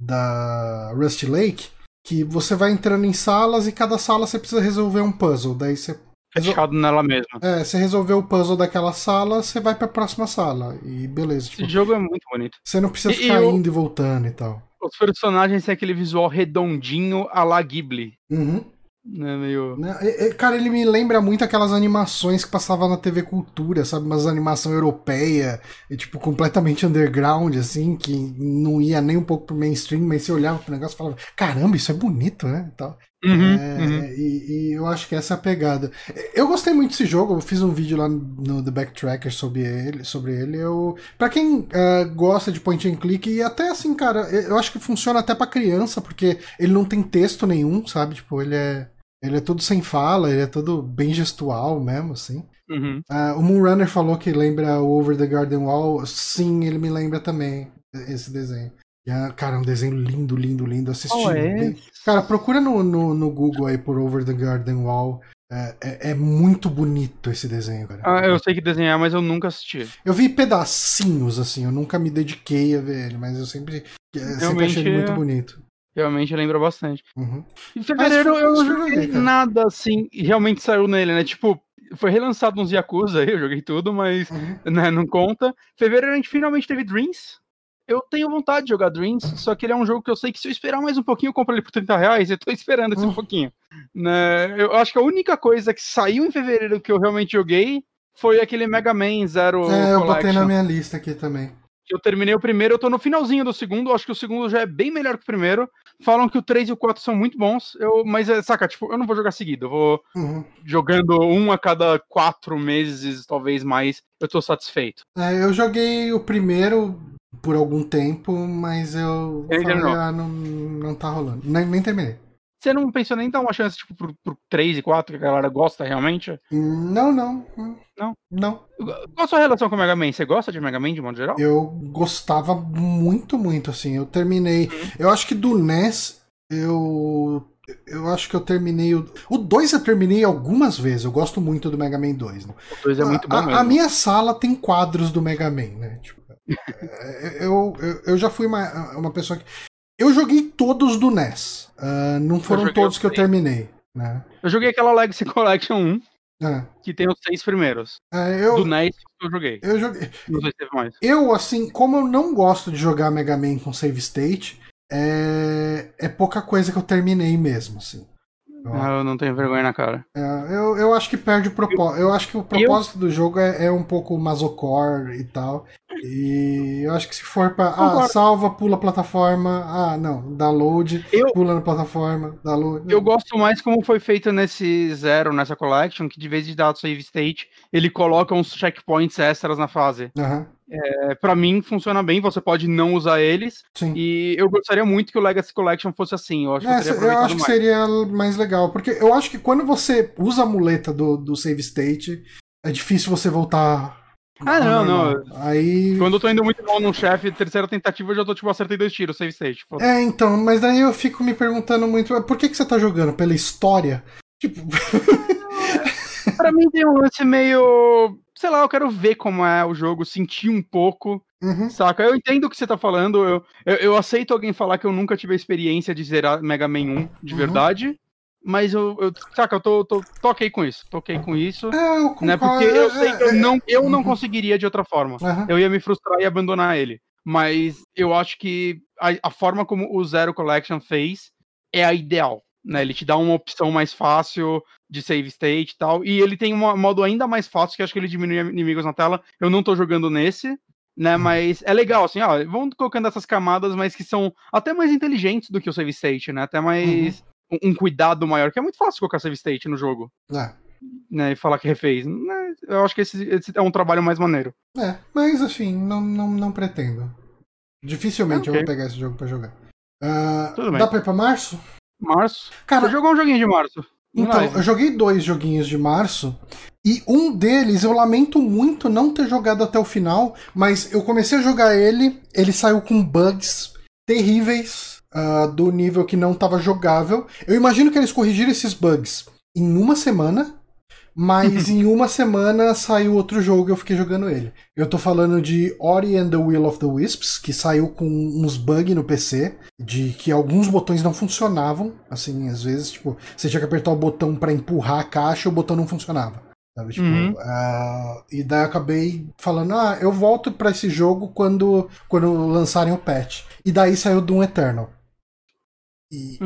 [SPEAKER 1] da Rusty Lake. Que você vai entrando em salas e cada sala você precisa resolver um puzzle. Daí você.
[SPEAKER 2] Fechado nela mesma.
[SPEAKER 1] É, você resolveu o puzzle daquela sala, você vai pra próxima sala. E beleza.
[SPEAKER 2] Esse
[SPEAKER 1] Tipo,
[SPEAKER 2] jogo é muito bonito.
[SPEAKER 1] você não precisa
[SPEAKER 2] E-
[SPEAKER 1] ficar
[SPEAKER 2] e o-
[SPEAKER 1] indo e voltando e tal.
[SPEAKER 2] Os personagens têm aquele visual redondinho à la Ghibli.
[SPEAKER 1] Uhum.
[SPEAKER 2] né, meio...
[SPEAKER 1] Né? E- e, Cara, ele me lembra muito aquelas animações que passavam na T V Cultura, sabe? Umas animação europeia, e, tipo, completamente underground, assim, que não ia nem um pouco pro mainstream, mas você olhava pro negócio e falava, caramba, isso é bonito, né? E tal.
[SPEAKER 2] Uhum, uhum.
[SPEAKER 1] É, e, e eu acho que essa é a pegada. Eu gostei muito desse jogo, eu fiz um vídeo lá no The Backtracker sobre ele. Sobre ele eu, pra quem ah, gosta de point and click, e até assim, cara, eu acho que funciona até pra criança, porque ele não tem texto nenhum, sabe? Tipo, ele é, ele é todo sem fala, ele é todo bem gestual mesmo, assim.
[SPEAKER 2] Uhum.
[SPEAKER 1] Ah, o Moonrunner falou que lembra o Over the Garden Wall. Sim, ele me lembra também esse desenho. E, ah, cara, é um desenho lindo, lindo, lindo.
[SPEAKER 2] Qual
[SPEAKER 1] Assisti
[SPEAKER 2] é?
[SPEAKER 1] bem. Cara, procura no, no, no Google aí por Over the Garden Wall. É, é, é muito bonito esse desenho, cara.
[SPEAKER 2] Ah, eu sei que desenhar, mas eu nunca assisti.
[SPEAKER 1] Eu vi pedacinhos, assim, eu nunca me dediquei a ver ele, mas eu sempre, eh, sempre achei
[SPEAKER 2] Realmente,
[SPEAKER 1] ele muito bonito.
[SPEAKER 2] realmente lembra bastante.
[SPEAKER 1] Uhum.
[SPEAKER 2] Em
[SPEAKER 1] Mas
[SPEAKER 2] fevereiro
[SPEAKER 1] foi
[SPEAKER 2] eu
[SPEAKER 1] isso
[SPEAKER 2] não
[SPEAKER 1] que eu joguei,
[SPEAKER 2] joguei
[SPEAKER 1] cara.
[SPEAKER 2] nada assim, e realmente saiu nele, né? Tipo, foi relançado uns Yakuza aí, eu joguei tudo, mas
[SPEAKER 1] Uhum.
[SPEAKER 2] né, não conta. Fevereiro a gente finalmente teve Dreams. Eu tenho vontade de jogar Dreams, só que ele é um jogo que eu sei que se eu esperar mais um pouquinho, eu compro ele por trinta reais, eu tô esperando esse
[SPEAKER 1] Uhum.
[SPEAKER 2] pouquinho. Né? Eu acho que a única coisa que saiu em fevereiro que eu realmente joguei foi aquele Mega Man Zero
[SPEAKER 1] É, eu botei na
[SPEAKER 2] Collection.
[SPEAKER 1] minha lista aqui também.
[SPEAKER 2] Eu terminei o primeiro, eu tô no finalzinho do segundo, acho que o segundo já é bem melhor que o primeiro. Falam que o três e o quatro são muito bons, eu, mas, é, saca, tipo, eu não vou jogar seguido, eu vou
[SPEAKER 1] Uhum.
[SPEAKER 2] jogando um a cada quatro meses, talvez mais, eu tô satisfeito.
[SPEAKER 1] É, eu joguei o primeiro por algum tempo, mas eu
[SPEAKER 2] Ele
[SPEAKER 1] falei,
[SPEAKER 2] terminou.
[SPEAKER 1] ah, não, não tá rolando. Nem, nem terminei.
[SPEAKER 2] Você não pensou nem em dar uma chance, tipo, pro, pro três e quatro, que a galera gosta realmente?
[SPEAKER 1] Não, não.
[SPEAKER 2] Não.
[SPEAKER 1] Não.
[SPEAKER 2] Qual a sua relação com o Mega Man? Você gosta de Mega Man de modo geral?
[SPEAKER 1] Eu gostava muito, muito, assim. Eu terminei.
[SPEAKER 2] Uhum.
[SPEAKER 1] Eu acho que do N E S, eu. Eu acho que eu terminei. O, o dois eu terminei algumas vezes. Eu gosto muito do Mega Man dois. Né?
[SPEAKER 2] O dois é muito bom
[SPEAKER 1] A, a, a
[SPEAKER 2] mesmo.
[SPEAKER 1] minha sala tem quadros do Mega Man, né? Tipo, eu, eu, eu já fui uma, uma pessoa que. Eu joguei todos do N E S. Uh, não foram todos que eu terminei. Né?
[SPEAKER 2] Eu joguei aquela Legacy Collection um,
[SPEAKER 1] é.
[SPEAKER 2] que tem os seis primeiros.
[SPEAKER 1] É, eu,
[SPEAKER 2] do N E S eu joguei.
[SPEAKER 1] Eu joguei.
[SPEAKER 2] Não sei se teve mais.
[SPEAKER 1] Eu, assim, como eu não gosto de jogar Mega Man com save state, é, é pouca coisa que eu terminei mesmo, assim.
[SPEAKER 2] Ah, eu não tenho vergonha na cara.
[SPEAKER 1] É, eu, eu acho que perde o propósito. Eu acho que o propósito eu... do jogo é, é um pouco masocore e tal. E eu acho que se for pra. Ah, salva, pula a plataforma. Ah, não, download, eu... pula na plataforma, download.
[SPEAKER 2] Eu gosto mais como foi feito nesse Zero, nessa Collection, que de vez de dar o save state, ele coloca uns checkpoints extras na fase.
[SPEAKER 1] Uhum.
[SPEAKER 2] É, pra mim funciona bem, você pode não usar eles.
[SPEAKER 1] Sim.
[SPEAKER 2] E eu gostaria muito que o Legacy Collection fosse assim. Eu acho,
[SPEAKER 1] é,
[SPEAKER 2] que, eu
[SPEAKER 1] eu acho que
[SPEAKER 2] mais.
[SPEAKER 1] seria mais legal. Porque eu acho que quando você usa a muleta do, do save state, é difícil você voltar.
[SPEAKER 2] Ah, não, normal. não.
[SPEAKER 1] Aí...
[SPEAKER 2] Quando eu tô indo muito mal num chefe, terceira tentativa, eu já tô tipo, acertei dois tiros, save state. Foda.
[SPEAKER 1] É, então, mas daí eu fico me perguntando muito, por que, que você tá jogando? Pela história? Tipo.
[SPEAKER 2] Pra mim tem um lance meio. Sei lá, eu quero ver como é o jogo, sentir um pouco.
[SPEAKER 1] Uhum.
[SPEAKER 2] Saca? Eu entendo o que você tá falando. Eu, eu, eu aceito alguém falar que eu nunca tive a experiência de zerar Mega Man um de uhum. verdade. Mas eu, eu. Saca, eu tô, tô, tô ok com isso. Tô ok com isso.
[SPEAKER 1] É, eu
[SPEAKER 2] né? Porque eu sei que eu não, eu não conseguiria de outra forma.
[SPEAKER 1] Uhum.
[SPEAKER 2] Eu ia me frustrar e abandonar ele. Mas eu acho que a, a forma como o Zero Collection fez é a ideal. Né? Ele te dá uma opção mais fácil de save state e tal. E ele tem um modo ainda mais fácil, que acho que ele diminui inimigos na tela. Eu não tô jogando nesse, né? Uhum. Mas é legal, assim, ó. Vão colocando essas camadas, mas que são até mais inteligentes do que o save state, né? Até mais. Uhum. Um, um cuidado maior, que é muito fácil colocar save state no jogo.
[SPEAKER 1] É.
[SPEAKER 2] Né, e falar que refez. Eu acho que esse, esse é um trabalho mais maneiro.
[SPEAKER 1] É, mas assim, não, não, não pretendo. Dificilmente é, okay. eu vou pegar esse jogo pra jogar. Uh,
[SPEAKER 2] Tudo bem.
[SPEAKER 1] Dá pra ir pra março?
[SPEAKER 2] Março?
[SPEAKER 1] Cara,
[SPEAKER 2] você jogou um joguinho de março?
[SPEAKER 1] Então, eu joguei dois joguinhos de março. E um deles, eu lamento muito não ter jogado até o final. Mas eu comecei a jogar ele. Ele saiu com bugs terríveis. Uh, do nível que não tava jogável. Eu imagino que eles corrigiram esses bugs em uma semana. Mas em uma semana saiu outro jogo e eu fiquei jogando ele. Eu tô falando de Ori and the Will of the Wisps, que saiu com uns bugs no P C, de que alguns botões não funcionavam. Assim, às vezes, tipo, você tinha que apertar o botão pra empurrar a caixa e o botão não funcionava. Sabe? Tipo, uhum. uh, e daí eu acabei falando, ah, eu volto pra esse jogo quando, quando lançarem o patch. E daí saiu Doom Eternal. E...
[SPEAKER 2] Hum.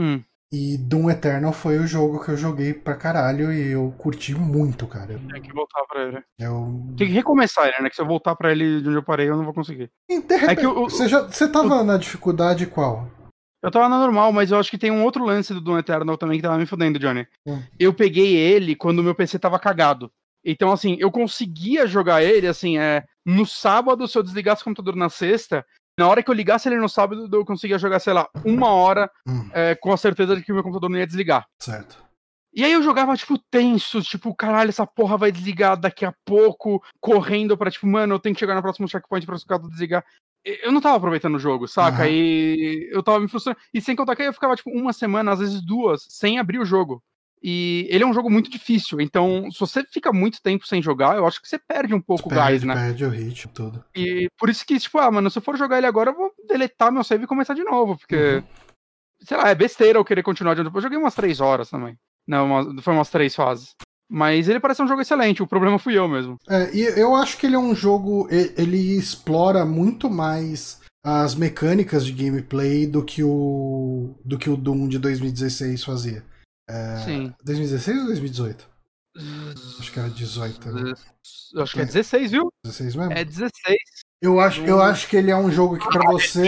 [SPEAKER 1] E Doom Eternal foi o jogo que eu joguei pra caralho e eu curti muito, cara.
[SPEAKER 2] Tem que voltar pra ele.
[SPEAKER 1] Eu...
[SPEAKER 2] Tem que recomeçar ele, né? Que se eu voltar pra ele de onde eu parei, eu não vou conseguir.
[SPEAKER 1] E de repente,
[SPEAKER 2] é que eu,
[SPEAKER 1] você, já, você tava eu, na dificuldade qual?
[SPEAKER 2] Eu tava na normal, mas eu acho que tem um outro lance do Doom Eternal também que tava me fudendo, Johnny.
[SPEAKER 1] Hum.
[SPEAKER 2] Eu peguei ele quando o meu P C tava cagado. Então, assim, eu conseguia jogar ele, assim, é, no sábado, se eu desligasse o computador na sexta, na hora que eu ligasse ele no sábado, eu conseguia jogar, sei lá, uma hora,
[SPEAKER 1] hum.
[SPEAKER 2] é, com a certeza de que o meu computador não ia desligar.
[SPEAKER 1] Certo.
[SPEAKER 2] E aí eu jogava, tipo, tenso, tipo, caralho, essa porra vai desligar daqui a pouco, correndo pra, tipo, mano, eu tenho que chegar no próximo checkpoint pra esse cara desligar. Eu não tava aproveitando o jogo, saca?
[SPEAKER 1] Uhum.
[SPEAKER 2] E eu tava me frustrando. E sem contar que eu ficava, tipo, uma semana, às vezes duas, sem abrir o jogo. E ele é um jogo muito difícil, então se você fica muito tempo sem jogar, eu acho que você perde um pouco o gás, né?
[SPEAKER 1] Perde o ritmo, tudo.
[SPEAKER 2] E por isso que, tipo, ah, mano, se eu for jogar ele agora, eu vou deletar meu save e começar de novo, porque, uhum. sei lá, é besteira eu querer continuar de novo. Eu joguei umas três horas também. Não, uma, foi umas três fases. Mas ele parece um jogo excelente, o problema fui eu mesmo.
[SPEAKER 1] É, e eu acho que ele é um jogo, ele explora muito mais as mecânicas de gameplay do que o, do que o Doom de dois mil e dezesseis fazia. É,
[SPEAKER 2] Sim.
[SPEAKER 1] dois mil e dezesseis ou dois mil e dezoito? Acho que era dezoito. Né?
[SPEAKER 2] Acho que é dezesseis, viu?
[SPEAKER 1] dezesseis mesmo?
[SPEAKER 2] É dezesseis.
[SPEAKER 1] Eu acho, eu acho que ele é um jogo que pra você...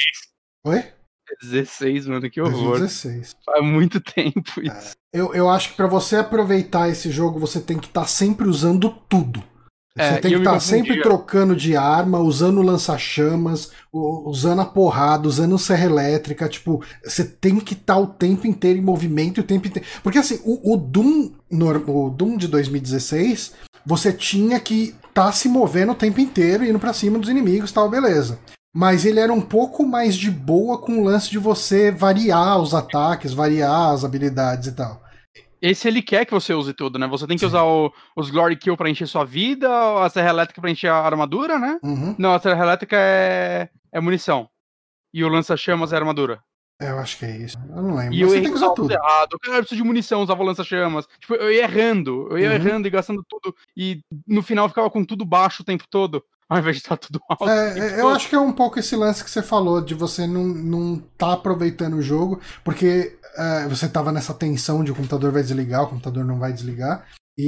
[SPEAKER 1] Oi?
[SPEAKER 2] É dezesseis, mano, que horror.
[SPEAKER 1] dois mil e dezesseis.
[SPEAKER 2] Faz muito tempo isso.
[SPEAKER 1] É, eu, eu acho que pra você aproveitar esse jogo, você tem que estar tá sempre usando tudo. Você
[SPEAKER 2] é,
[SPEAKER 1] tem que estar tá sempre trocando de arma, usando lança-chamas, usando a porrada, usando serra elétrica. Tipo, você tem que estar tá o tempo inteiro em movimento e o tempo inteiro. Porque assim, o, o, Doom, o Doom de dois mil e dezesseis, você tinha que estar tá se movendo o tempo inteiro, indo pra cima dos inimigos e tal, beleza. Mas ele era um pouco mais de boa com o lance de você variar os ataques, variar as habilidades e tal.
[SPEAKER 2] Esse ele quer que você use tudo, né? Você tem que Sim. usar o, os Glory Kill pra encher sua vida, a serra elétrica pra encher a armadura, né?
[SPEAKER 1] Uhum.
[SPEAKER 2] Não, a serra elétrica é, é munição. E o lança-chamas é armadura.
[SPEAKER 1] É, eu acho que é isso. Eu não lembro.
[SPEAKER 2] E
[SPEAKER 1] Mas
[SPEAKER 2] eu
[SPEAKER 1] você tem que usar tudo.
[SPEAKER 2] Errado. Eu preciso de munição, usava lança-chamas. Tipo, eu ia errando. Eu ia uhum. errando e gastando tudo. E no final eu ficava com tudo baixo o tempo todo. Ao invés de estar tudo alto.
[SPEAKER 1] É, eu todo. acho que é um pouco esse lance que você falou, de você não, não tá aproveitando o jogo, porque é, você tava nessa tensão de o computador vai desligar, o computador não vai desligar.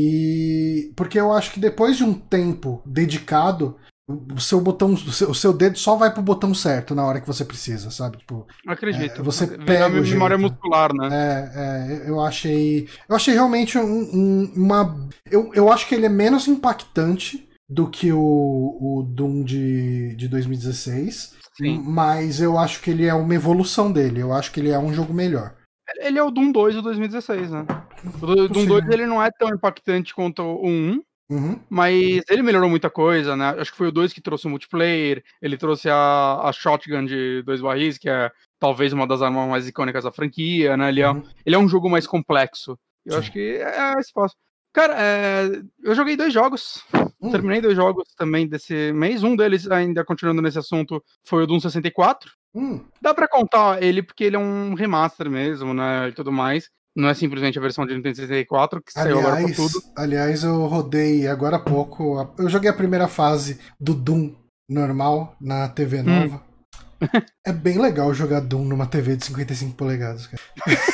[SPEAKER 1] E porque eu acho que depois de um tempo dedicado, o seu botão, o seu, o seu dedo só vai pro botão certo na hora que você precisa, sabe? Tipo,
[SPEAKER 2] acredito.
[SPEAKER 1] É, você pega
[SPEAKER 2] a memória muscular, né?
[SPEAKER 1] É, é, eu achei, eu achei realmente um, um, uma, eu, eu acho que ele é menos impactante do que o, o Doom de, de dois mil e dezesseis,
[SPEAKER 2] Sim.
[SPEAKER 1] Mas eu acho que ele é uma evolução dele, eu acho que ele é um jogo melhor.
[SPEAKER 2] Ele é o Doom dois de dois mil e dezesseis, né? O Doom dois ele não é tão impactante quanto o um,
[SPEAKER 1] uhum.
[SPEAKER 2] mas ele melhorou muita coisa, né? Acho que foi o dois que trouxe o multiplayer, ele trouxe a, a Shotgun de dois barris, que é talvez uma das armas mais icônicas da franquia, né? Ele, uhum. é, ele é um jogo mais complexo. Eu Sim. acho que é esse passo. Cara, é, eu joguei dois jogos, hum. terminei dois jogos também desse mês. Um deles, ainda continuando nesse assunto, foi o Doom sessenta e quatro.
[SPEAKER 1] Hum.
[SPEAKER 2] Dá pra contar ele porque ele é um remaster mesmo, né, e tudo mais. Não é simplesmente a versão de Nintendo sessenta e quatro, que
[SPEAKER 1] aliás,
[SPEAKER 2] saiu agora pra tudo.
[SPEAKER 1] Aliás, eu rodei agora há pouco, eu joguei a primeira fase do Doom normal na T V nova. Hum. É bem legal jogar Doom numa T V de cinquenta e cinco polegadas, cara.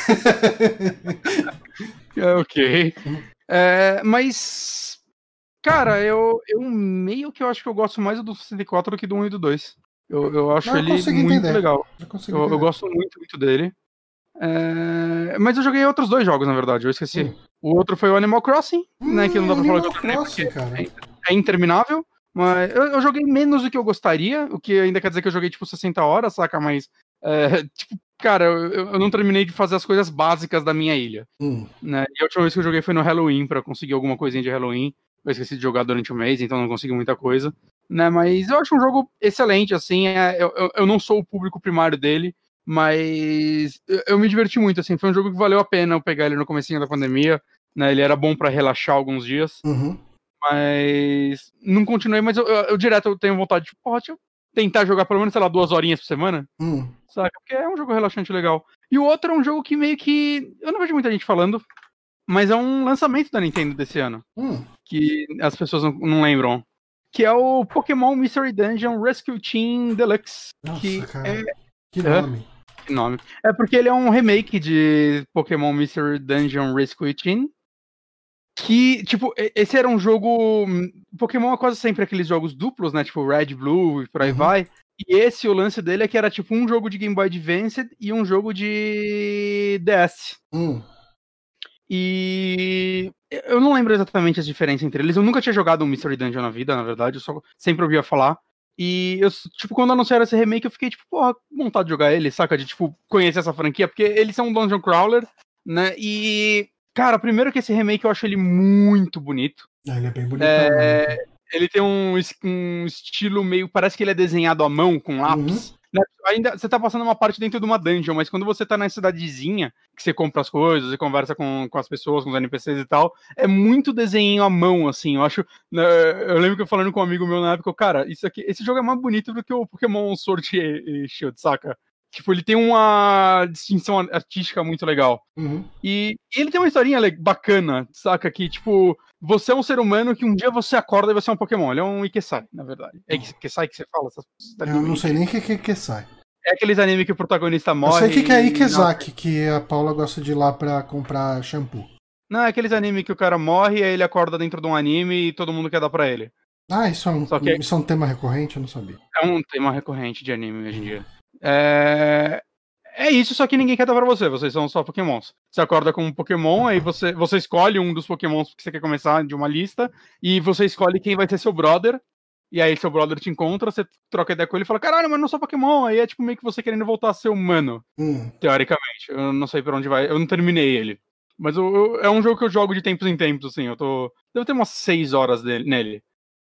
[SPEAKER 2] É, ok. Hum. É, mas, cara, eu, eu meio que eu acho que eu gosto mais do sessenta e quatro do que do um e do dois. Eu, eu acho
[SPEAKER 1] Não, eu
[SPEAKER 2] ele muito
[SPEAKER 1] entender.
[SPEAKER 2] legal.
[SPEAKER 1] Eu,
[SPEAKER 2] eu, eu gosto muito, muito dele. É, mas eu joguei outros dois jogos, na verdade, eu esqueci. Hum. O outro foi o Animal Crossing, hum, né? Que não dá pra
[SPEAKER 1] Animal
[SPEAKER 2] falar que eu
[SPEAKER 1] Crossing, cara.
[SPEAKER 2] É, é interminável. Mas eu, eu joguei menos do que eu gostaria, o que ainda quer dizer que eu joguei tipo sessenta horas, saca? Mas, é, tipo, cara, eu, eu não terminei de fazer as coisas básicas da minha ilha.
[SPEAKER 1] Hum.
[SPEAKER 2] Né? E a última vez que eu joguei foi no Halloween, pra conseguir alguma coisinha de Halloween. Eu esqueci de jogar durante o mês, então não consegui muita coisa. Né? Mas eu acho um jogo excelente, assim. É, eu, eu, eu não sou o público primário dele, mas eu, eu me diverti muito, assim. Foi um jogo que valeu a pena eu pegar ele no comecinho da pandemia. Né? Ele era bom pra relaxar alguns dias.
[SPEAKER 1] Uhum.
[SPEAKER 2] Mas não continuei, mas eu, eu, eu direto eu tenho vontade de, porra, deixa eu tentar jogar pelo menos, sei lá, duas horinhas por semana.
[SPEAKER 1] Hum.
[SPEAKER 2] Saca? Porque é um jogo relaxante legal. E o outro é um jogo que meio que... Eu não vejo muita gente falando, mas é um lançamento da Nintendo desse ano.
[SPEAKER 1] Hum.
[SPEAKER 2] Que as pessoas não, não lembram. Que é o Pokémon Mystery Dungeon Rescue Team Deluxe.
[SPEAKER 1] Nossa,
[SPEAKER 2] que
[SPEAKER 1] cara.
[SPEAKER 2] É...
[SPEAKER 1] Que nome.
[SPEAKER 2] esse nome. É porque ele é um remake de Pokémon Mystery Dungeon Rescue Team. Que, tipo, esse era um jogo... Pokémon é quase sempre aqueles jogos duplos, né? Tipo, Red, Blue e por aí uhum. vai. E esse, o lance dele é que era tipo um jogo de Game Boy Advance e um jogo de D S.
[SPEAKER 1] Hum.
[SPEAKER 2] E eu não lembro exatamente as diferenças entre eles. Eu nunca tinha jogado um Mystery Dungeon na vida, na verdade. Eu só sempre ouvia falar. E eu, tipo, quando anunciaram esse remake, eu fiquei, tipo, porra, vontade de jogar ele, saca? De, tipo, conhecer essa franquia. Porque eles são um Dungeon Crawler, né? E... Cara, primeiro que esse remake eu acho ele muito bonito.
[SPEAKER 1] Ele é bem bonito.
[SPEAKER 2] É... Ele tem um, um estilo meio... Parece que ele é desenhado à mão, com lápis. Uhum. Né? Ainda, você tá passando uma parte dentro de uma dungeon, mas quando você tá na cidadezinha, que você compra as coisas e conversa com, com as pessoas, com os N P Cs e tal, é muito desenho à mão, assim. Eu acho... Né, eu lembro que eu falando com um amigo meu na época, cara, isso aqui, esse jogo é mais bonito do que o Pokémon Sword e, e Shield, saca? Tipo, ele tem uma distinção artística muito legal.
[SPEAKER 1] Uhum.
[SPEAKER 2] E, e ele tem uma historinha bacana, saca? Que, tipo, você é um ser humano que um dia você acorda e você é um Pokémon. Ele é um Ikesai, na verdade. É Ikesai que você fala? Essas...
[SPEAKER 1] Eu não sei nem o que é Ikesai.
[SPEAKER 2] É aqueles anime que o protagonista morre...
[SPEAKER 1] Eu sei o que é Ikezaki, que a Paula gosta de ir lá pra comprar shampoo.
[SPEAKER 2] Não, é aqueles anime que o cara morre e aí ele acorda dentro de um anime e todo mundo quer dar pra ele.
[SPEAKER 1] Ah, isso é um,
[SPEAKER 2] Só que...
[SPEAKER 1] isso é um tema recorrente? Eu não sabia.
[SPEAKER 2] É um tema recorrente de anime hoje em dia. É... é isso, só que ninguém quer dar pra você, vocês são só Pokémons. Você acorda com um Pokémon, aí você, você escolhe um dos Pokémons que você quer começar de uma lista, e você escolhe quem vai ser seu brother, e aí seu brother te encontra, você troca ideia com ele e fala, caralho, mas não sou Pokémon, aí é tipo meio que você querendo voltar a ser humano,
[SPEAKER 1] hum.
[SPEAKER 2] teoricamente. Eu não sei pra onde vai, eu não terminei ele. Mas eu, eu, é um jogo que eu jogo de tempos em tempos, assim, eu tô... Devo ter umas seis horas dele, nele.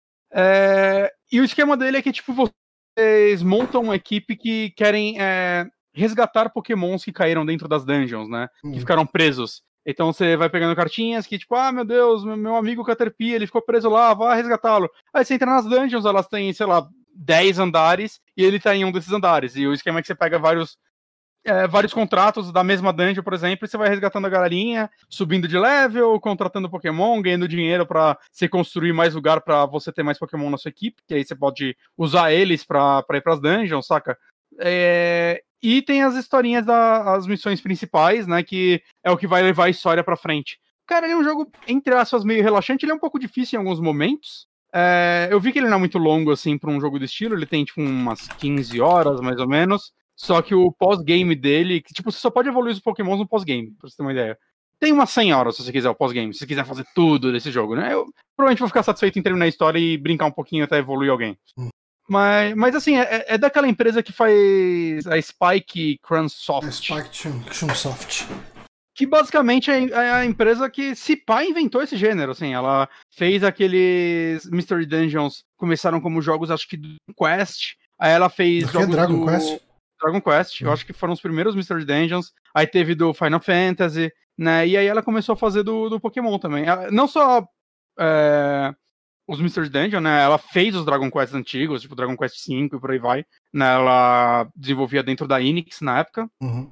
[SPEAKER 2] É, e o esquema dele é que, tipo, vocês montam uma equipe que querem é, resgatar Pokémons que caíram dentro das dungeons, né? Hum. Que ficaram presos. Então você vai pegando cartinhas que, tipo, ah, meu Deus, meu, meu amigo Caterpie, ele ficou preso lá, vá resgatá-lo. Aí você entra nas dungeons, elas têm, sei lá, dez andares, e ele tá em um desses andares. E o esquema é que você pega vários... É, vários contratos da mesma dungeon, por exemplo, e você vai resgatando a galerinha, subindo de level, contratando Pokémon, ganhando dinheiro pra você construir mais lugar pra você ter mais Pokémon na sua equipe, que aí você pode usar eles pra, pra ir pras dungeons, saca? É, e tem as historinhas das missões principais, né, que é o que vai levar a história pra frente. Cara, ele é um jogo, entre aspas, meio relaxante, ele é um pouco difícil em alguns momentos. É, eu vi que ele não é muito longo, assim, pra um jogo do estilo, ele tem, tipo, umas quinze horas, mais ou menos. Só que o pós-game dele, que, tipo, você só pode evoluir os Pokémons no pós-game, pra você ter uma ideia. Tem umas cem horas, se você quiser, o pós-game, se você quiser fazer tudo desse jogo, né? Eu provavelmente vou ficar satisfeito em terminar a história e brincar um pouquinho até evoluir alguém. Hum. Mas, mas, assim, é, é daquela empresa que faz a Spike Chunsoft.
[SPEAKER 1] A Spike Chunsoft.
[SPEAKER 2] Que basicamente é a empresa que, se pá, inventou esse gênero, assim. Ela fez aqueles Mystery Dungeons, começaram como jogos, acho que do Quest. Aí ela fez
[SPEAKER 1] do
[SPEAKER 2] jogos
[SPEAKER 1] que? Dragon
[SPEAKER 2] do...
[SPEAKER 1] Quest?
[SPEAKER 2] Dragon Quest, eu acho que foram os primeiros Mystery Dungeons, aí teve do Final Fantasy, né, e aí ela começou a fazer do, do Pokémon também. Ela, não só é, os Mystery Dungeons, né, ela fez os Dragon Quest antigos, tipo Dragon Quest cinco e por aí vai, né, ela desenvolvia dentro da Enix na época.
[SPEAKER 1] Uhum.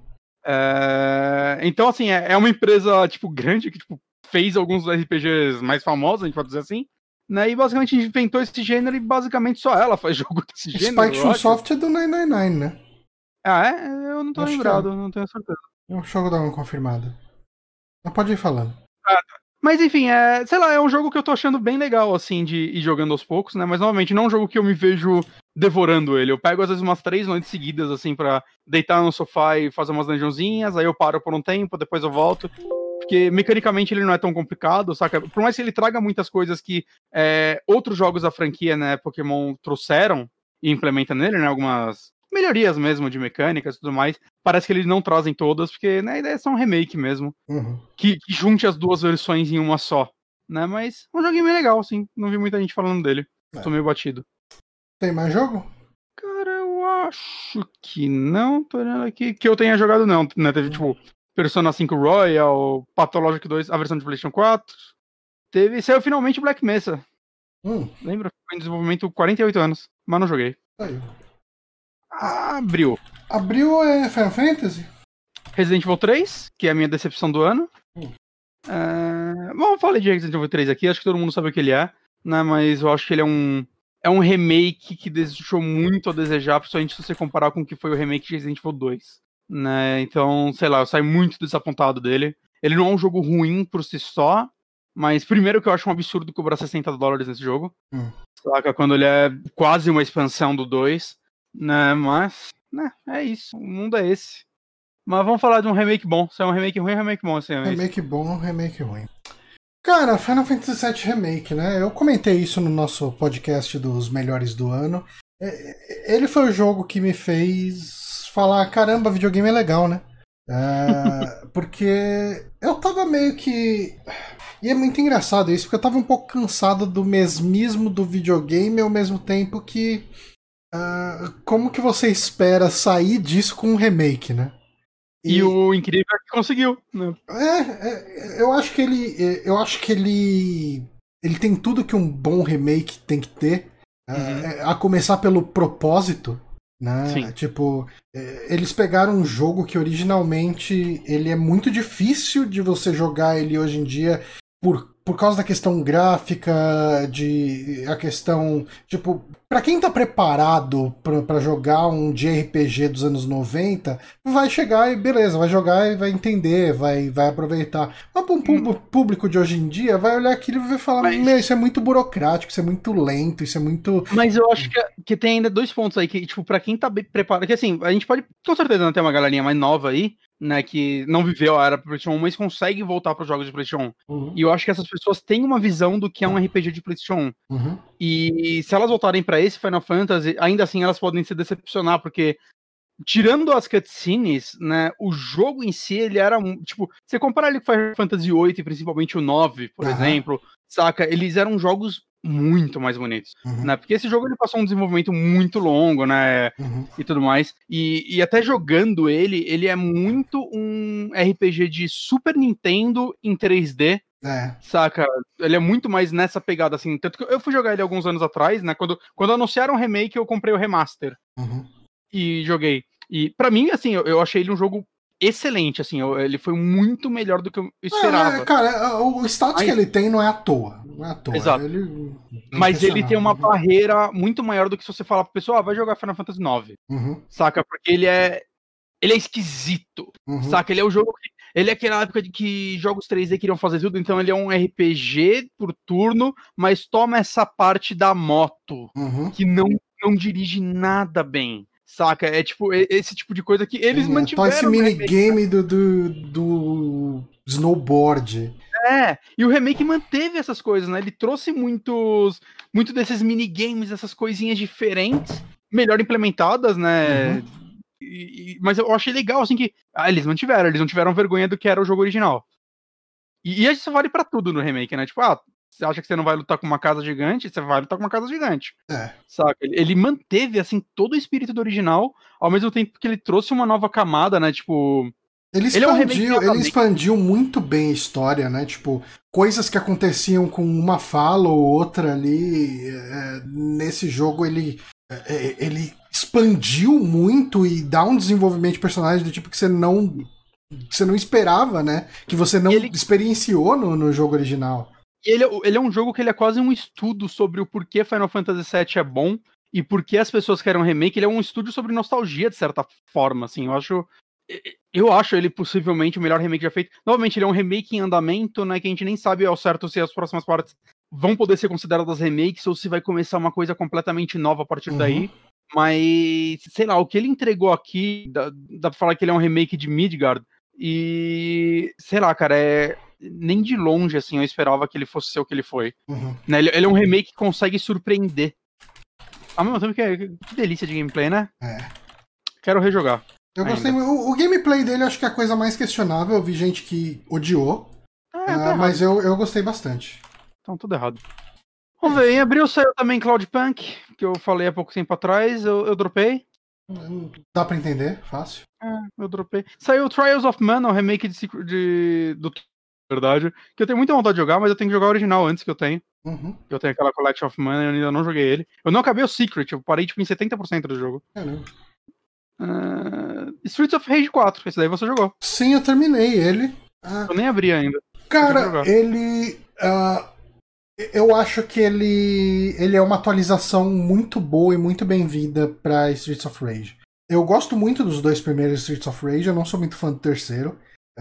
[SPEAKER 2] É, então, assim, é, é uma empresa, tipo, grande, que, tipo, fez alguns R P Gs mais famosos, a gente pode dizer assim, né, e basicamente inventou esse gênero e basicamente só ela faz jogo desse gênero.
[SPEAKER 1] Spike Chunsoft é do nove nove nove, né?
[SPEAKER 2] Ah, é? Eu não tô acho lembrado, é. Não tenho certeza.
[SPEAKER 1] É um jogo da uma confirmada. Mas pode ir falando.
[SPEAKER 2] Ah, tá. Mas enfim, é, sei lá, é um jogo que eu tô achando bem legal, assim, de ir jogando aos poucos, né? Mas novamente, não é um jogo que eu me vejo devorando ele. Eu pego às vezes umas três noites seguidas, assim, pra deitar no sofá e fazer umas dungeonzinhas, aí eu paro por um tempo, depois eu volto. Porque mecanicamente ele não é tão complicado, saca? Por mais que ele traga muitas coisas que é, outros jogos da franquia, né, Pokémon trouxeram e implementa nele, né? Algumas melhorias mesmo de mecânicas e tudo mais. Parece que eles não trazem todas, porque né, a ideia é só um remake mesmo.
[SPEAKER 1] Uhum.
[SPEAKER 2] Que, que junte as duas versões em uma só. Né? Mas um joguinho bem legal, assim. Não vi muita gente falando dele. É. Tô meio batido.
[SPEAKER 1] Tem mais jogo?
[SPEAKER 2] Cara, eu acho que não. Tô olhando aqui. Que eu tenha jogado, não. Né? Teve, tipo, Persona cinco Royal, Pathologic dois, a versão de PlayStation quatro. Teve. Saiu finalmente Black Mesa.
[SPEAKER 1] Hum.
[SPEAKER 2] Lembra? Foi em desenvolvimento quarenta e oito anos. Mas não joguei.
[SPEAKER 1] Aí.
[SPEAKER 2] Abril.
[SPEAKER 1] Abril é Final Fantasy?
[SPEAKER 2] Resident Evil três, que é a minha decepção do ano.
[SPEAKER 1] Hum.
[SPEAKER 2] É... Bom, eu falei de Resident Evil três aqui, acho que todo mundo sabe o que ele é, né? Mas eu acho que ele é um, é um remake que deixou muito a desejar, principalmente se você comparar com o que foi o remake de Resident Evil dois. né? Então, sei lá, eu saio muito desapontado dele. Ele não é um jogo ruim por si só, mas primeiro que eu acho um absurdo cobrar sessenta dólares nesse jogo.
[SPEAKER 1] Hum.
[SPEAKER 2] Saca? Quando ele é quase uma expansão do dois, né? Mas, né, é isso. O mundo é esse. Mas vamos falar de um remake bom. Se é um remake ruim, é um remake bom. Assim, é
[SPEAKER 1] remake isso. Bom, remake ruim. Cara, Final Fantasy sete Remake, né? Eu comentei isso no nosso podcast dos melhores do ano. Ele foi o jogo que me fez falar, caramba, videogame é legal, né? É, porque eu tava meio que... E é muito engraçado isso, porque eu tava um pouco cansado do mesmismo do videogame ao mesmo tempo que... Uh, como que você espera sair disso com um remake, né?
[SPEAKER 2] E, e o incrível é que conseguiu, né?
[SPEAKER 1] É, é, eu acho que ele. Eu acho que ele. Ele tem tudo que um bom remake tem que ter. Uhum. É, a começar pelo propósito, né?
[SPEAKER 2] Sim.
[SPEAKER 1] Tipo, é, eles pegaram um jogo que originalmente ele é muito difícil de você jogar ele hoje em dia por, por causa da questão gráfica, de a questão, tipo, pra quem tá preparado pra, pra jogar um J R P G dos anos noventa, vai chegar e beleza, vai jogar e vai entender, vai, vai aproveitar. Mas pra um hum. público de hoje em dia, vai olhar aquilo e vai falar, Mas... meu, isso é muito burocrático, isso é muito lento, isso é muito...
[SPEAKER 2] Mas eu acho que, que tem ainda dois pontos aí, que, tipo, pra quem tá bem preparado, que assim, a gente pode, com certeza, não ter uma galerinha mais nova aí, né, que não viveu a era do PlayStation um, mas consegue voltar para os jogos de PlayStation um. Uhum. E eu acho que essas pessoas têm uma visão do que é um R P G de PlayStation um.
[SPEAKER 1] Uhum.
[SPEAKER 2] E se elas voltarem para esse Final Fantasy, ainda assim elas podem se decepcionar, porque tirando as cutscenes, né, o jogo em si, ele era, tipo, você comparar ele com Final Fantasy oito e principalmente o nove, por uhum. exemplo, saca? Eles eram jogos muito mais bonitos, uhum. né? Porque esse jogo ele passou um desenvolvimento muito longo, né?
[SPEAKER 1] Uhum.
[SPEAKER 2] E tudo mais. E, e até jogando ele, ele é muito um R P G de Super Nintendo em três D.
[SPEAKER 1] É.
[SPEAKER 2] Saca? Ele é muito mais nessa pegada, assim. Tanto que eu fui jogar ele alguns anos atrás, né? Quando, quando anunciaram o remake, eu comprei o remaster.
[SPEAKER 1] Uhum.
[SPEAKER 2] E joguei. E pra mim, assim, eu, eu achei ele um jogo excelente, assim, eu, ele foi muito melhor do que eu esperava.
[SPEAKER 1] É, cara, o status Mas... que ele tem não é à toa. Não é à toa.
[SPEAKER 2] Exato.
[SPEAKER 1] Ele...
[SPEAKER 2] Mas ele tem uma barreira muito maior do que se você falar pro pessoal, ah, vai jogar Final Fantasy nove.
[SPEAKER 1] Uhum.
[SPEAKER 2] Saca? Porque ele é. Ele é esquisito.
[SPEAKER 1] Uhum.
[SPEAKER 2] Saca? Ele é o jogo que. Ele é aquela época de que jogos três D queriam fazer tudo, então ele é um R P G por turno, mas toma essa parte da moto,
[SPEAKER 1] uhum.
[SPEAKER 2] que não, não dirige nada bem. Saca? É tipo, esse tipo de coisa que eles
[SPEAKER 1] Sim,
[SPEAKER 2] mantiveram.
[SPEAKER 1] Então esse minigame do, do, do snowboard.
[SPEAKER 2] É, e o remake manteve essas coisas, né? Ele trouxe muitos, muito desses minigames, essas coisinhas diferentes, melhor implementadas, né?
[SPEAKER 1] Uhum.
[SPEAKER 2] E, e, mas eu achei legal, assim, que ah, eles mantiveram, eles não tiveram vergonha do que era o jogo original. E, e isso vale pra tudo no remake, né? Tipo, ah, você acha que você não vai lutar com uma casa gigante? Você vai lutar com uma casa gigante.
[SPEAKER 1] É.
[SPEAKER 2] Saca? Ele, ele manteve, assim, todo o espírito do original, ao mesmo tempo que ele trouxe uma nova camada, né? Tipo...
[SPEAKER 1] Ele expandiu, ele, é um ele expandiu muito bem a história, né? Tipo, coisas que aconteciam com uma fala ou outra ali. É, nesse jogo, ele, é, ele expandiu muito e dá um desenvolvimento de personagem do tipo que você não, que você não esperava, né? Que você não ele... experienciou no, no jogo original.
[SPEAKER 2] E ele, ele é um jogo que ele é quase um estudo sobre o porquê Final Fantasy sete é bom e por que as pessoas querem um remake. Ele é um estudo sobre nostalgia, de certa forma, assim. Eu acho... Eu acho ele possivelmente o melhor remake já feito. Novamente, ele é um remake em andamento, né? Que a gente nem sabe ao certo se as próximas partes vão poder ser consideradas remakes ou se vai começar uma coisa completamente nova a partir
[SPEAKER 1] uhum.
[SPEAKER 2] daí. Mas, sei lá, o que ele entregou aqui, dá, dá pra falar que ele é um remake de Midgard. E, sei lá, cara, é... nem de longe, assim, eu esperava que ele fosse ser o que ele foi.
[SPEAKER 1] Uhum.
[SPEAKER 2] Né? Ele, ele é um remake que consegue surpreender. Ao mesmo tempo que, é, que delícia de gameplay, né?
[SPEAKER 1] É.
[SPEAKER 2] Quero rejogar.
[SPEAKER 1] Eu gostei muito. O, o gameplay dele acho que é a coisa mais questionável. Eu vi gente que odiou.
[SPEAKER 2] Ah, tá
[SPEAKER 1] uh, mas eu, eu gostei bastante.
[SPEAKER 2] Então, tudo errado. Vamos ver, em abril saiu também Cloudpunk, que eu falei há pouco tempo atrás, eu, eu dropei.
[SPEAKER 1] Dá pra entender, fácil.
[SPEAKER 2] É, eu dropei. Saiu Trials of Mana, o remake de, de, do verdade, que eu tenho muita vontade de jogar, mas eu tenho que jogar o original antes que eu tenho.
[SPEAKER 1] Uhum.
[SPEAKER 2] Eu tenho aquela Collection of Mana e eu ainda não joguei ele. Eu não acabei o Secret, eu parei tipo em setenta por cento do jogo.
[SPEAKER 1] É, não.
[SPEAKER 2] Uh, Streets of Rage quatro, esse daí você jogou.
[SPEAKER 1] Sim, eu terminei ele.
[SPEAKER 2] Uh, eu nem abri ainda.
[SPEAKER 1] Cara, ele... Uh, eu acho que ele, ele é uma atualização muito boa e muito bem-vinda pra Streets of Rage. eu gosto muito dos dois primeiros Streets of Rage, eu não sou muito fã do terceiro.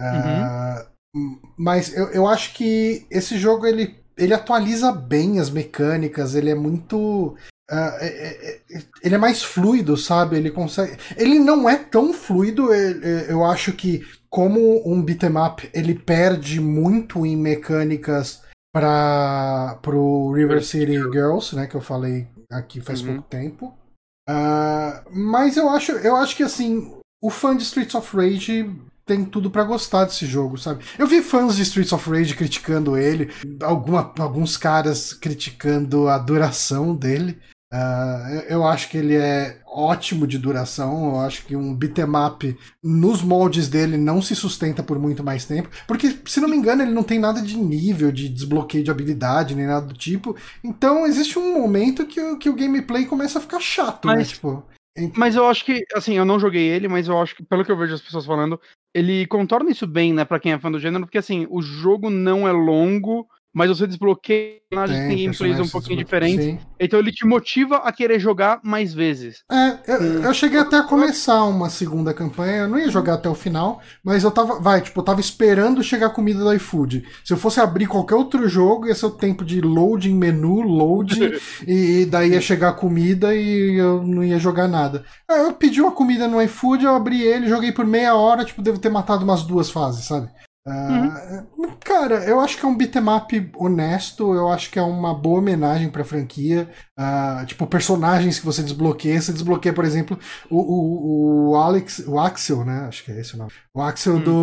[SPEAKER 2] Uhum.
[SPEAKER 1] Uh, mas eu, eu acho que esse jogo ele, ele atualiza bem as mecânicas, ele é muito. Uh, é, é, ele é mais fluido, sabe? Ele consegue. Ele não é tão fluido, eu acho que, como um beat'em up, ele perde muito em mecânicas para pro River City Girls, né? Que eu falei aqui faz uhum. pouco tempo. Uh, mas eu acho, eu acho que assim, o fã de Streets of Rage tem tudo pra gostar desse jogo, sabe? Eu vi fãs de Streets of Rage criticando ele, alguma, alguns caras criticando a duração dele. Uh, eu acho que ele é ótimo de duração. Eu acho que um beat'em up nos moldes dele não se sustenta por muito mais tempo, porque, se não me engano, ele não tem nada de nível de desbloqueio de habilidade nem nada do tipo. Então existe um momento que, o, que o gameplay começa a ficar chato,
[SPEAKER 2] mas,
[SPEAKER 1] né? Tipo,
[SPEAKER 2] mas eu acho que, assim, eu não joguei ele, mas eu acho que, pelo que eu vejo as pessoas falando, ele contorna isso bem, né, pra quem é fã do gênero, porque, assim, o jogo não é longo, mas você desbloqueia personagens, tem gameplays um pouquinho diferentes, sim. Então ele te motiva a querer jogar mais vezes.
[SPEAKER 1] É, eu, hum. eu cheguei até a começar uma segunda campanha, eu não ia jogar até o final, mas eu tava, vai, tipo, eu tava esperando chegar a comida do iFood. Se eu fosse abrir qualquer outro jogo, ia ser o tempo de loading, menu, loading, e daí ia chegar a comida e eu não ia jogar nada. Eu pedi uma comida no iFood, eu abri ele, joguei por meia hora, tipo, devo ter matado umas duas fases, sabe? Uh, uhum. Cara, eu acho que é um beat'em up honesto, eu acho que é uma boa homenagem pra franquia. Uh, tipo, personagens que você desbloqueia. Você desbloqueia, por exemplo, o, o, o Alex, o Axel, né? Acho que é esse o nome. O Axel uhum.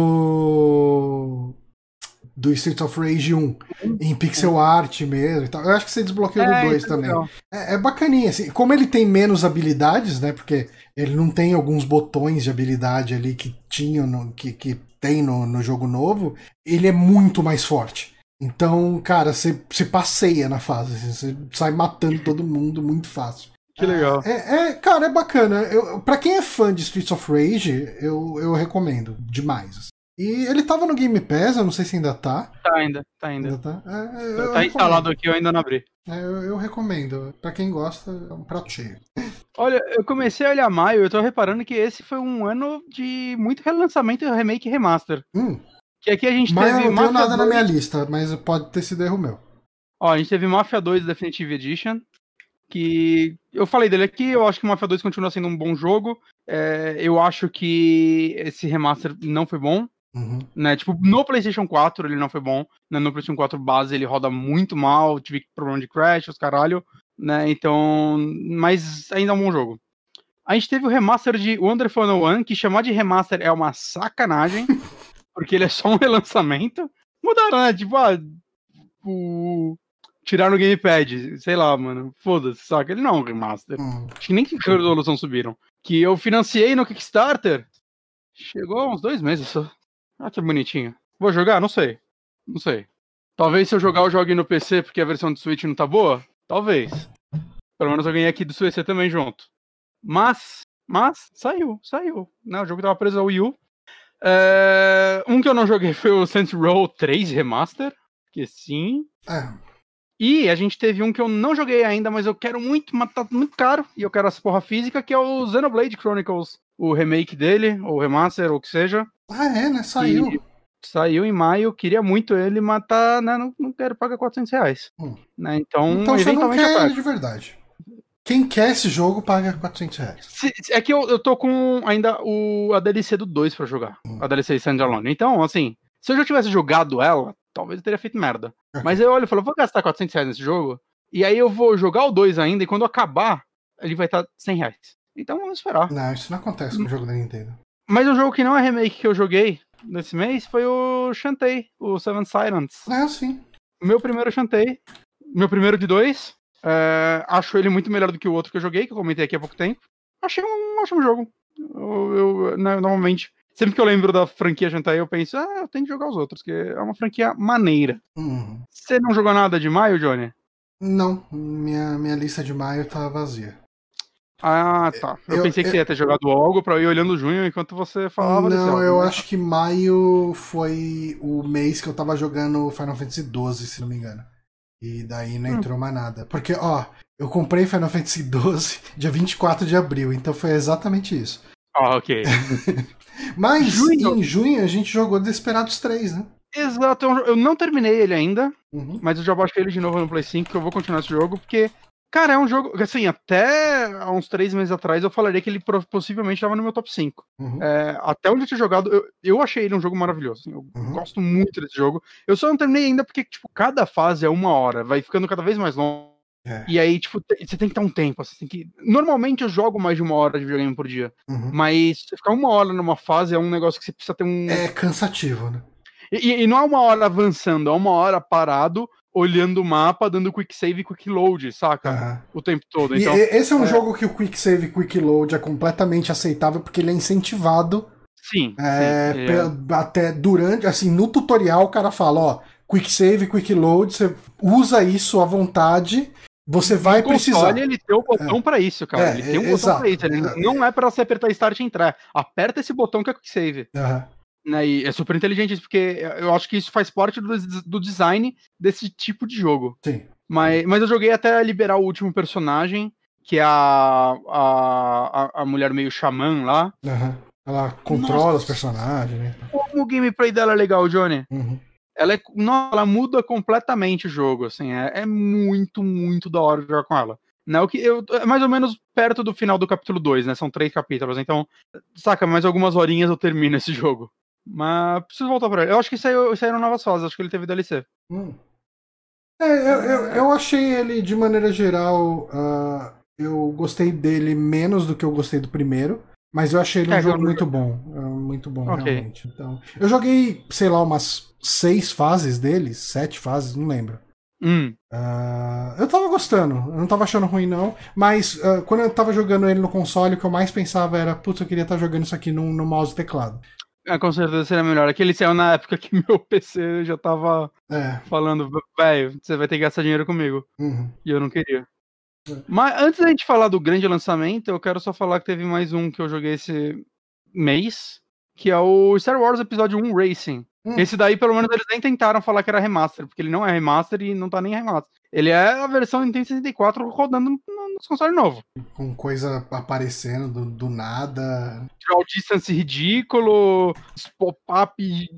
[SPEAKER 1] do. Do Streets of Rage um, em pixel art mesmo e tal. Eu acho que você desbloqueou é, do dois também. É, é bacaninha, assim. Como ele tem menos habilidades, né? Porque ele não tem alguns botões de habilidade ali que tinham, no, que, que tem no, no jogo novo, ele é muito mais forte. Então, cara, você, você passeia na fase, você sai matando todo mundo muito fácil.
[SPEAKER 2] Que legal.
[SPEAKER 1] É, é, cara, é bacana. Eu, pra quem é fã de Streets of Rage, eu, eu recomendo demais. E ele tava no Game Pass, eu não sei se ainda tá.
[SPEAKER 2] Tá ainda, tá ainda.
[SPEAKER 1] ainda tá é,
[SPEAKER 2] tá instalado aqui, eu ainda não abri.
[SPEAKER 1] É, eu, eu recomendo. Pra quem gosta, é um prato cheio.
[SPEAKER 2] Olha, eu comecei a olhar maio, eu tô reparando que esse foi um ano de muito relançamento, remake e remaster.
[SPEAKER 1] Hum.
[SPEAKER 2] Que aqui a gente
[SPEAKER 1] mas
[SPEAKER 2] teve
[SPEAKER 1] eu não tenho nada
[SPEAKER 2] dois...
[SPEAKER 1] na minha lista, mas pode ter sido erro meu.
[SPEAKER 2] Ó, a gente teve Mafia dois Definitive Edition, que eu falei dele aqui, eu acho que o Mafia dois continua sendo um bom jogo. É, eu acho que esse remaster não foi bom.
[SPEAKER 1] Uhum.
[SPEAKER 2] Né, tipo, no PlayStation quatro ele não foi bom, né, no PlayStation quatro base ele roda muito mal, tive problema de crash, os caralho, né, então, mas ainda é um bom jogo. A gente teve o remaster de Wonderful cento e um, que chamar de remaster é uma sacanagem, porque ele é só um relançamento. Mudaram, né, tipo, ah, o... tiraram o gamepad, sei lá, mano, foda-se, saca, ele não é um remaster.
[SPEAKER 1] Uhum.
[SPEAKER 2] Acho que nem que a resolução subiram. Que eu financiei no Kickstarter, chegou há uns dois meses só. Ah, que bonitinho. Vou jogar? Não sei. Não sei. Talvez se eu jogar eu jogue no P C porque a versão do Switch não tá boa? Talvez. Pelo menos eu ganhei aqui do P C também junto. Mas, mas, saiu, saiu. Né? O jogo tava preso ao Wii U. É... Um que eu não joguei foi o Saints Row três Remaster. Que sim.
[SPEAKER 1] É.
[SPEAKER 2] E a gente teve um que eu não joguei ainda, mas eu quero muito, mas tá muito caro. E eu quero essa porra física, que é o Xenoblade Chronicles. O remake dele, ou remaster, ou o que seja.
[SPEAKER 1] Ah, é, né? Saiu.
[SPEAKER 2] E saiu em maio, queria muito ele, mas tá, né, não, não quero pagar quatrocentos reais.
[SPEAKER 1] Hum.
[SPEAKER 2] Né, então,
[SPEAKER 1] então você não quer
[SPEAKER 2] eu
[SPEAKER 1] ele de verdade. Quem quer esse jogo paga quatrocentos reais.
[SPEAKER 2] Se, é que eu, eu tô com ainda o, a D L C do dois pra jogar. Hum. A D L C Standalone. Então, assim, se eu já tivesse jogado ela, talvez eu teria feito merda. Okay. Mas eu olho e falo, vou gastar quatrocentos reais nesse jogo, e aí eu vou jogar o dois ainda, e quando acabar, ele vai estar cem reais. Então vamos esperar.
[SPEAKER 1] Não, isso não acontece com o jogo da Nintendo.
[SPEAKER 2] Mas o jogo que não é remake que eu joguei nesse mês foi o Shantae, o Seven Silence.
[SPEAKER 1] É, sim.
[SPEAKER 2] Meu primeiro Shantae, meu primeiro de dois. É, acho ele muito melhor do que o outro que eu joguei, que eu comentei aqui há pouco tempo. Achei um ótimo jogo. Eu, eu né, normalmente, sempre que eu lembro da franquia Shantae, eu penso, ah, eu tenho que jogar os outros, que é uma franquia maneira.
[SPEAKER 1] Uhum.
[SPEAKER 2] Você não jogou nada de maio, Johnny?
[SPEAKER 1] Não, minha, minha lista de maio tá vazia.
[SPEAKER 2] Ah, tá. Eu, eu pensei que eu, você ia ter jogado algo pra eu ir olhando junho enquanto você falava
[SPEAKER 1] não,
[SPEAKER 2] desse algo.
[SPEAKER 1] Não, eu acho que maio foi o mês que eu tava jogando Final Fantasy doze, se não me engano. E daí não entrou hum. mais nada. Porque, ó, eu comprei Final Fantasy doze dia vinte e quatro de abril, então foi exatamente isso.
[SPEAKER 2] Ah, ok.
[SPEAKER 1] Mas
[SPEAKER 2] Junho.
[SPEAKER 1] em junho a gente jogou Desperados três, né?
[SPEAKER 2] Exato, eu eu não terminei ele ainda,
[SPEAKER 1] Uhum.
[SPEAKER 2] mas eu já baixei ele de novo no Play cinco, que eu vou continuar esse jogo, porque, cara, é um jogo, assim, até há uns três meses atrás eu falaria que ele pro- possivelmente estava no meu top cinco.
[SPEAKER 1] Uhum.
[SPEAKER 2] É, até onde eu tinha jogado, eu, eu achei ele um jogo maravilhoso, assim, eu
[SPEAKER 1] Uhum.
[SPEAKER 2] gosto muito desse jogo. Eu só não terminei ainda porque, tipo, cada fase é uma hora, vai ficando cada vez mais longo.
[SPEAKER 1] É.
[SPEAKER 2] E aí, tipo, te- você tem que ter um tempo, assim, tem que... Normalmente eu jogo mais de uma hora de videogame por dia,
[SPEAKER 1] Uhum.
[SPEAKER 2] mas você ficar uma hora numa fase é um negócio que você precisa ter um...
[SPEAKER 1] É cansativo, né?
[SPEAKER 2] E, e não é uma hora avançando, é uma hora parado, olhando o mapa, dando quick save e quick load, saca?
[SPEAKER 1] Uhum.
[SPEAKER 2] O tempo todo.
[SPEAKER 1] E
[SPEAKER 2] Então,
[SPEAKER 1] esse é um
[SPEAKER 2] é...
[SPEAKER 1] jogo que o Quick Save e Quick Load é completamente aceitável porque ele é incentivado.
[SPEAKER 2] Sim,
[SPEAKER 1] É,
[SPEAKER 2] sim. É...
[SPEAKER 1] até durante, assim, no tutorial o cara fala, ó, Quick Save, Quick Load, você usa isso à vontade, você vai
[SPEAKER 2] o console,
[SPEAKER 1] precisar.
[SPEAKER 2] ele tem o botão
[SPEAKER 1] É,
[SPEAKER 2] pra isso, cara.
[SPEAKER 1] é,
[SPEAKER 2] Ele tem um
[SPEAKER 1] é,
[SPEAKER 2] botão pra
[SPEAKER 1] exato.
[SPEAKER 2] isso. Ele não é pra você apertar Start e entrar. Aperta esse botão que é quick save.
[SPEAKER 1] Uhum.
[SPEAKER 2] Né? E é super inteligente isso, porque eu acho que isso faz parte do, do design desse tipo de jogo.
[SPEAKER 1] Sim.
[SPEAKER 2] Mas, mas eu joguei até liberar o último personagem, que é a, a, a mulher meio xamã lá.
[SPEAKER 1] Uhum. Ela controla
[SPEAKER 2] Nossa,
[SPEAKER 1] os personagens, né?
[SPEAKER 2] como o gameplay dela é legal, Johnny.
[SPEAKER 1] Uhum.
[SPEAKER 2] Ela, é, não, ela muda completamente o jogo, assim, é, é muito, muito da hora jogar com ela. Né, o que eu, é mais ou menos perto do final do capítulo dois, né? São três capítulos, então, saca, mais algumas horinhas eu termino esse jogo. Mas preciso voltar pra ele. Eu acho que saiu, saíram novas fases, acho que ele teve D L C.
[SPEAKER 1] Hum. É, eu, eu, eu achei ele, de maneira geral, uh, eu gostei dele menos do que eu gostei do primeiro, mas eu achei ele um
[SPEAKER 2] É,
[SPEAKER 1] jogo
[SPEAKER 2] eu...
[SPEAKER 1] muito bom, é muito bom,
[SPEAKER 2] Ok.
[SPEAKER 1] realmente. Então, eu joguei, sei lá, umas seis fases dele, sete fases, não lembro.
[SPEAKER 2] Hum.
[SPEAKER 1] Uh, eu tava gostando, eu não tava achando ruim não, mas uh, quando eu tava jogando ele no console, o que eu mais pensava era, putz, eu queria estar jogando isso aqui no, no mouse e teclado.
[SPEAKER 2] É, com certeza seria melhor. Aquele saiu na época que meu P C já tava
[SPEAKER 1] É.
[SPEAKER 2] falando, velho, você vai ter que gastar dinheiro comigo.
[SPEAKER 1] Uhum.
[SPEAKER 2] E eu não queria. É. Mas antes da gente falar do grande lançamento, eu quero só falar que teve mais um que eu joguei esse mês, que é o Star Wars Episódio um Racing.
[SPEAKER 1] Hum.
[SPEAKER 2] Esse daí, pelo menos, eles nem tentaram falar que era remaster, porque ele não é remaster e não tá nem remaster. Ele é a versão Nintendo sessenta e quatro rodando no, nos consoles novos.
[SPEAKER 1] Com coisa aparecendo do, do nada.
[SPEAKER 2] Draw distance ridículo, pop-up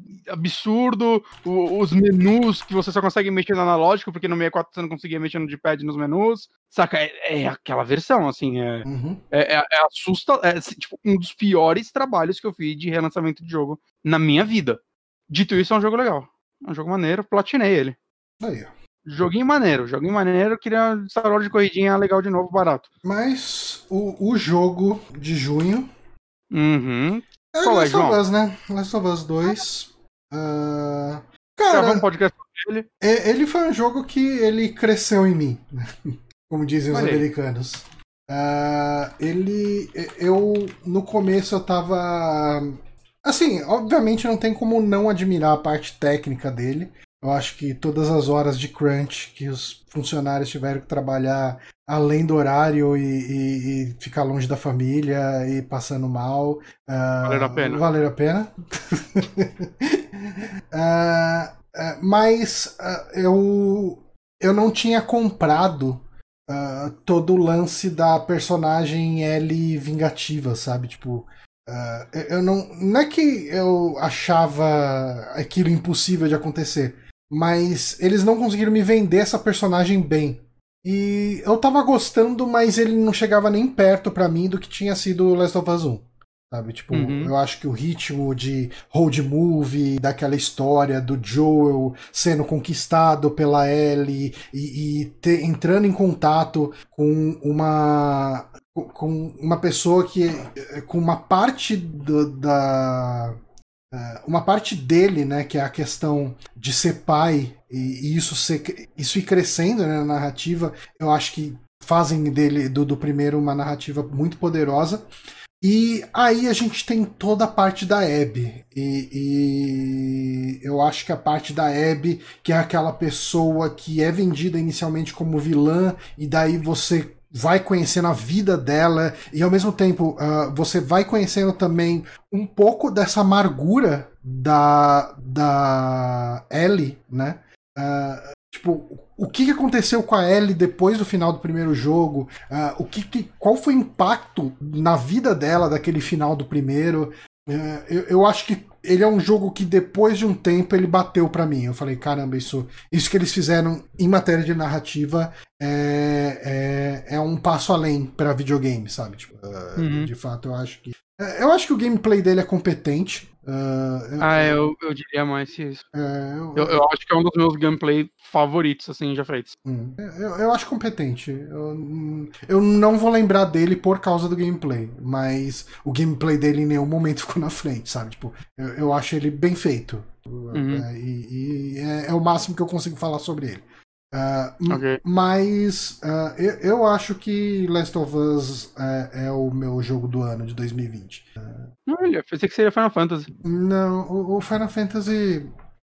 [SPEAKER 2] absurdo, o, os menus que você só consegue mexer no analógico, porque no sessenta e quatro você não conseguia mexer no D-pad nos menus. Saca? É, é aquela versão, assim, é,
[SPEAKER 1] Uhum.
[SPEAKER 2] é, é, é assusta, é tipo, um dos piores trabalhos que eu fiz de relançamento de jogo na minha vida. Dito isso, é um jogo legal. É um jogo maneiro, platinei ele.
[SPEAKER 1] Aí, ó.
[SPEAKER 2] Joguinho maneiro, joguinho maneiro, queria Star Wars de corridinha legal de novo, barato.
[SPEAKER 1] Mas o, o jogo de junho
[SPEAKER 2] Uhum.
[SPEAKER 1] é
[SPEAKER 2] Qual é,
[SPEAKER 1] Last of
[SPEAKER 2] João?
[SPEAKER 1] Us, né? Last of Us dois. Uh,
[SPEAKER 2] Gravamos um
[SPEAKER 1] cara,
[SPEAKER 2] podcast sobre ele.
[SPEAKER 1] é- ele foi um jogo que ele cresceu em mim, né? Como dizem os
[SPEAKER 2] Olha aí.
[SPEAKER 1] americanos. Uh, ele. Eu. No começo eu tava. Assim, obviamente não tem como não admirar a parte técnica dele. Eu acho que todas as horas de crunch que os funcionários tiveram que trabalhar além do horário e, e, e ficar longe da família e passando mal. Uh,
[SPEAKER 2] Valeu a pena.
[SPEAKER 1] Valeu a pena. uh, uh, mas uh, eu, eu não tinha comprado uh, todo o lance da personagem Ellie vingativa, sabe? Tipo. Uh, eu não, não é que eu achava aquilo impossível de acontecer, mas eles não conseguiram me vender essa personagem bem. E eu tava gostando, mas ele não chegava nem perto pra mim do que tinha sido Last of Us um. Sabe? Tipo,
[SPEAKER 2] Uhum.
[SPEAKER 1] eu acho que o ritmo de road movie, daquela história do Joel sendo conquistado pela Ellie e, e ter, entrando em contato com uma com uma pessoa que com uma parte do, da uma parte dele, né, que é a questão de ser pai e, e isso ser, isso ir crescendo, né, na narrativa, eu acho que fazem dele do, do primeiro uma narrativa muito poderosa. E aí a gente tem toda a parte da Abby. E, e eu acho que a parte da Abby, que é aquela pessoa que é vendida inicialmente como vilã, e daí você vai conhecendo a vida dela, e ao mesmo tempo uh, você vai conhecendo também um pouco dessa amargura da, da Ellie, né? Uh, Tipo, o que aconteceu com a Ellie depois do final do primeiro jogo? Uh, o que, que, qual foi o impacto na vida dela daquele final do primeiro? Uh, eu, eu acho que ele é um jogo que depois de um tempo ele bateu pra mim. Eu falei, caramba, isso, isso que eles fizeram em matéria de narrativa é, é, é um passo além pra videogame, sabe? Tipo, uh,
[SPEAKER 2] Uhum.
[SPEAKER 1] De fato, eu acho que. Eu acho que o gameplay dele é competente. Uh, eu,
[SPEAKER 2] ah, eu, eu diria mais isso.
[SPEAKER 1] É, eu,
[SPEAKER 2] Eu, eu acho que é um dos meus gameplay favoritos, assim, já feitos.
[SPEAKER 1] Hum, eu, eu acho competente. Eu, eu não vou lembrar dele por causa do gameplay, mas o gameplay dele em nenhum momento ficou na frente, sabe? Tipo, eu, eu acho ele bem feito.
[SPEAKER 2] Uhum.
[SPEAKER 1] É, e, e é, é o máximo que eu consigo falar sobre ele. Uh,
[SPEAKER 2] okay.
[SPEAKER 1] Mas uh, eu, eu acho que Last of Us é, é o meu jogo do ano de dois mil e vinte. Uh,
[SPEAKER 2] Olha, pensei que seria Final Fantasy.
[SPEAKER 1] Não, o, o Final Fantasy.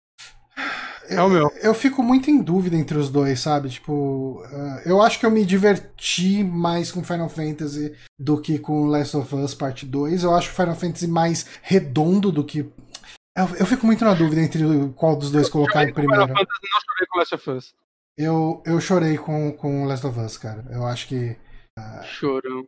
[SPEAKER 2] É o meu.
[SPEAKER 1] Eu fico muito em dúvida entre os dois, sabe? Tipo, uh, eu acho que eu me diverti mais com Final Fantasy do que com Last of Us Parte dois. Eu acho o Final Fantasy mais redondo do que. Eu, eu fico muito na dúvida entre qual dos dois colocar em primeiro.
[SPEAKER 2] Final Fantasy, não chorei com Last of Us.
[SPEAKER 1] Eu, eu chorei com, com Last of Us, cara. Eu acho que.
[SPEAKER 2] Uh... Chorão.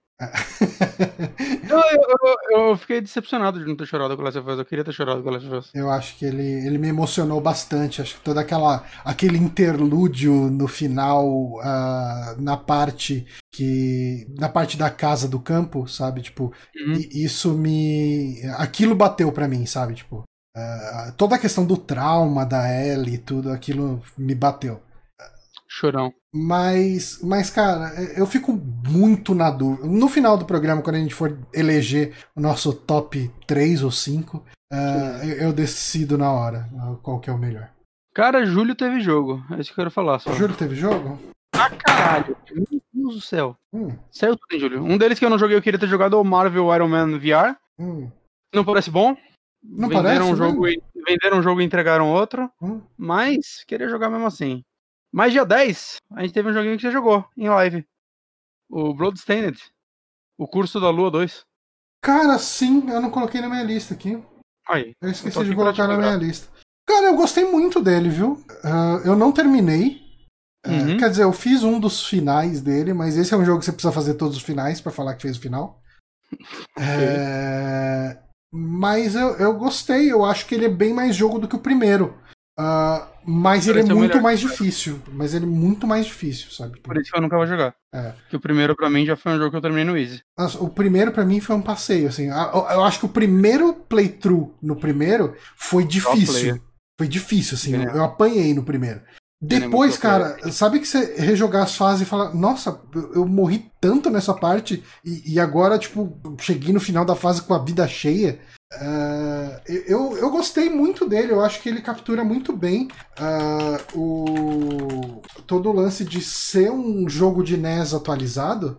[SPEAKER 2] eu, eu, eu fiquei decepcionado de não ter chorado com Last of Us. Eu queria ter chorado com Last of Us.
[SPEAKER 1] Eu acho que ele, ele me emocionou bastante. Acho que todo aquela, aquele interlúdio no final, uh, na parte que. Na parte da casa do campo, sabe? Tipo, uhum. Isso me. Aquilo bateu pra mim, sabe? Tipo, uh, toda a questão do trauma da Ellie e tudo, aquilo me bateu.
[SPEAKER 2] Chorão.
[SPEAKER 1] Mas, mas, cara, eu fico muito na dúvida. No final do programa, quando a gente for eleger o nosso top três ou cinco, uh, eu, eu decido na hora qual que é o melhor.
[SPEAKER 2] Cara, Júlio teve jogo. É isso que eu quero falar só.
[SPEAKER 1] Júlio teve jogo?
[SPEAKER 2] Ah, caralho. Meu Deus do céu.
[SPEAKER 1] Hum.
[SPEAKER 2] Saiu tudo, hein, Júlio? Um deles que eu não joguei, eu queria ter jogado o Marvel Iron Man V R.
[SPEAKER 1] Hum.
[SPEAKER 2] Não parece bom.
[SPEAKER 1] Não
[SPEAKER 2] venderam
[SPEAKER 1] parece?
[SPEAKER 2] Um jogo e, venderam um jogo e entregaram outro.
[SPEAKER 1] Hum.
[SPEAKER 2] Mas queria jogar mesmo assim. Mas dia dez, a gente teve um joguinho que você jogou em live. O Bloodstained. O Curso da Lua dois.
[SPEAKER 1] Cara, sim, eu não coloquei na minha lista aqui.
[SPEAKER 2] Aí,
[SPEAKER 1] eu esqueci eu de colocar na minha lista. Cara, eu gostei muito dele, viu? Uh, eu não terminei.
[SPEAKER 2] Uhum.
[SPEAKER 1] Uh, quer dizer, eu fiz um dos finais dele, mas esse é um jogo que você precisa fazer todos os finais pra falar que fez o final. okay. é... Mas eu, eu gostei, eu acho que ele é bem mais jogo do que o primeiro. Uh, mas ele é muito mais difícil. Mas ele é muito mais difícil, sabe?
[SPEAKER 2] Por isso que eu nunca vou jogar.
[SPEAKER 1] É.
[SPEAKER 2] Porque o primeiro pra mim já foi um jogo que eu terminei no Easy.
[SPEAKER 1] Nossa, o primeiro pra mim foi um passeio, assim. Eu acho que o primeiro playthrough no primeiro foi difícil. Foi difícil, assim. É. Eu apanhei no primeiro. Depois, cara, player. Sabe que você rejogar as fases e falar, nossa, eu morri tanto nessa parte e, e agora, tipo, cheguei no final da fase com a vida cheia. Uh, eu, eu gostei muito dele, eu acho que ele captura muito bem uh, o, todo o lance de ser um jogo de N E S atualizado.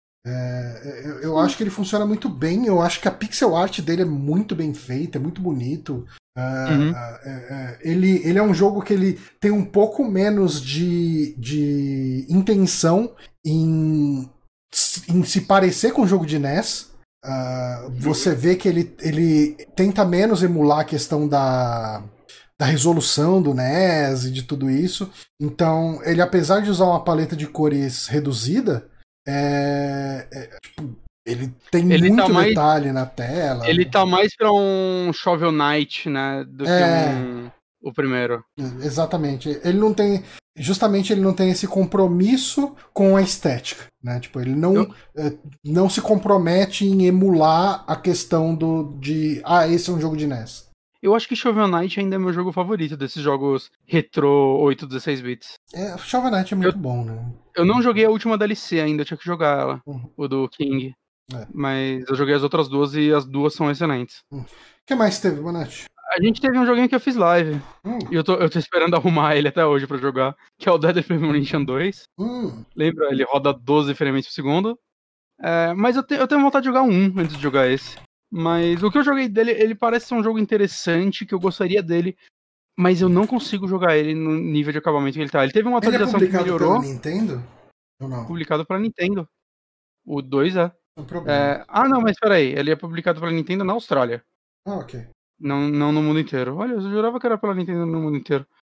[SPEAKER 1] É, eu, eu acho que ele funciona muito bem, eu acho que a pixel art dele é muito bem feita, é muito bonito. Uh,
[SPEAKER 2] uhum.
[SPEAKER 1] uh, uh, ele, ele é um jogo que ele tem um pouco menos de, de intenção em, em se parecer com um jogo de N E S. Uh, você vê que ele, ele tenta menos emular a questão da, da resolução do N E S e de tudo isso. Então, ele, apesar de usar uma paleta de cores reduzida, é, é, tipo, ele tem ele muito tá mais, detalhe na tela.
[SPEAKER 2] Ele tá mais pra um Shovel Knight, né, do é, que um, o primeiro.
[SPEAKER 1] Exatamente. Ele não tem... Justamente ele não tem esse compromisso com a estética, né? Tipo, ele não, Eu... não se compromete em emular a questão do de ah, esse é um jogo de N E S.
[SPEAKER 2] Eu acho que Shovel Knight ainda é meu jogo favorito desses jogos retrô oito, dezesseis bits.
[SPEAKER 1] É, Shovel Knight é muito eu, bom, né?
[SPEAKER 2] Eu não joguei a última D L C ainda, eu tinha que jogar ela, uhum. o do King. É. Mas eu joguei as outras duas e as duas são excelentes.
[SPEAKER 1] O hum. que mais teve, Bonatti?
[SPEAKER 2] A gente teve um joguinho que eu fiz live. Hum. E eu tô, eu tô esperando arrumar ele até hoje pra jogar. Que é o Dead Premonition dois.
[SPEAKER 1] Hum.
[SPEAKER 2] Lembra? Ele roda doze frames por segundo. É, mas eu, te, eu tenho vontade de jogar um antes de jogar esse. Mas o que eu joguei dele, ele parece ser um jogo interessante, que eu gostaria dele. Mas eu não consigo jogar ele no nível de acabamento que ele tá. Ele teve uma atualização
[SPEAKER 1] ele é
[SPEAKER 2] que melhorou.
[SPEAKER 1] Pela Nintendo? Ou não?
[SPEAKER 2] Publicado pela Nintendo. O dois é.
[SPEAKER 1] Não problema.
[SPEAKER 2] é. Ah, não, mas peraí. Ele é publicado pela Nintendo na Austrália.
[SPEAKER 1] Ah, ok.
[SPEAKER 2] Não, não no mundo inteiro. Olha, eu jurava que era pela Nintendo no mundo inteiro.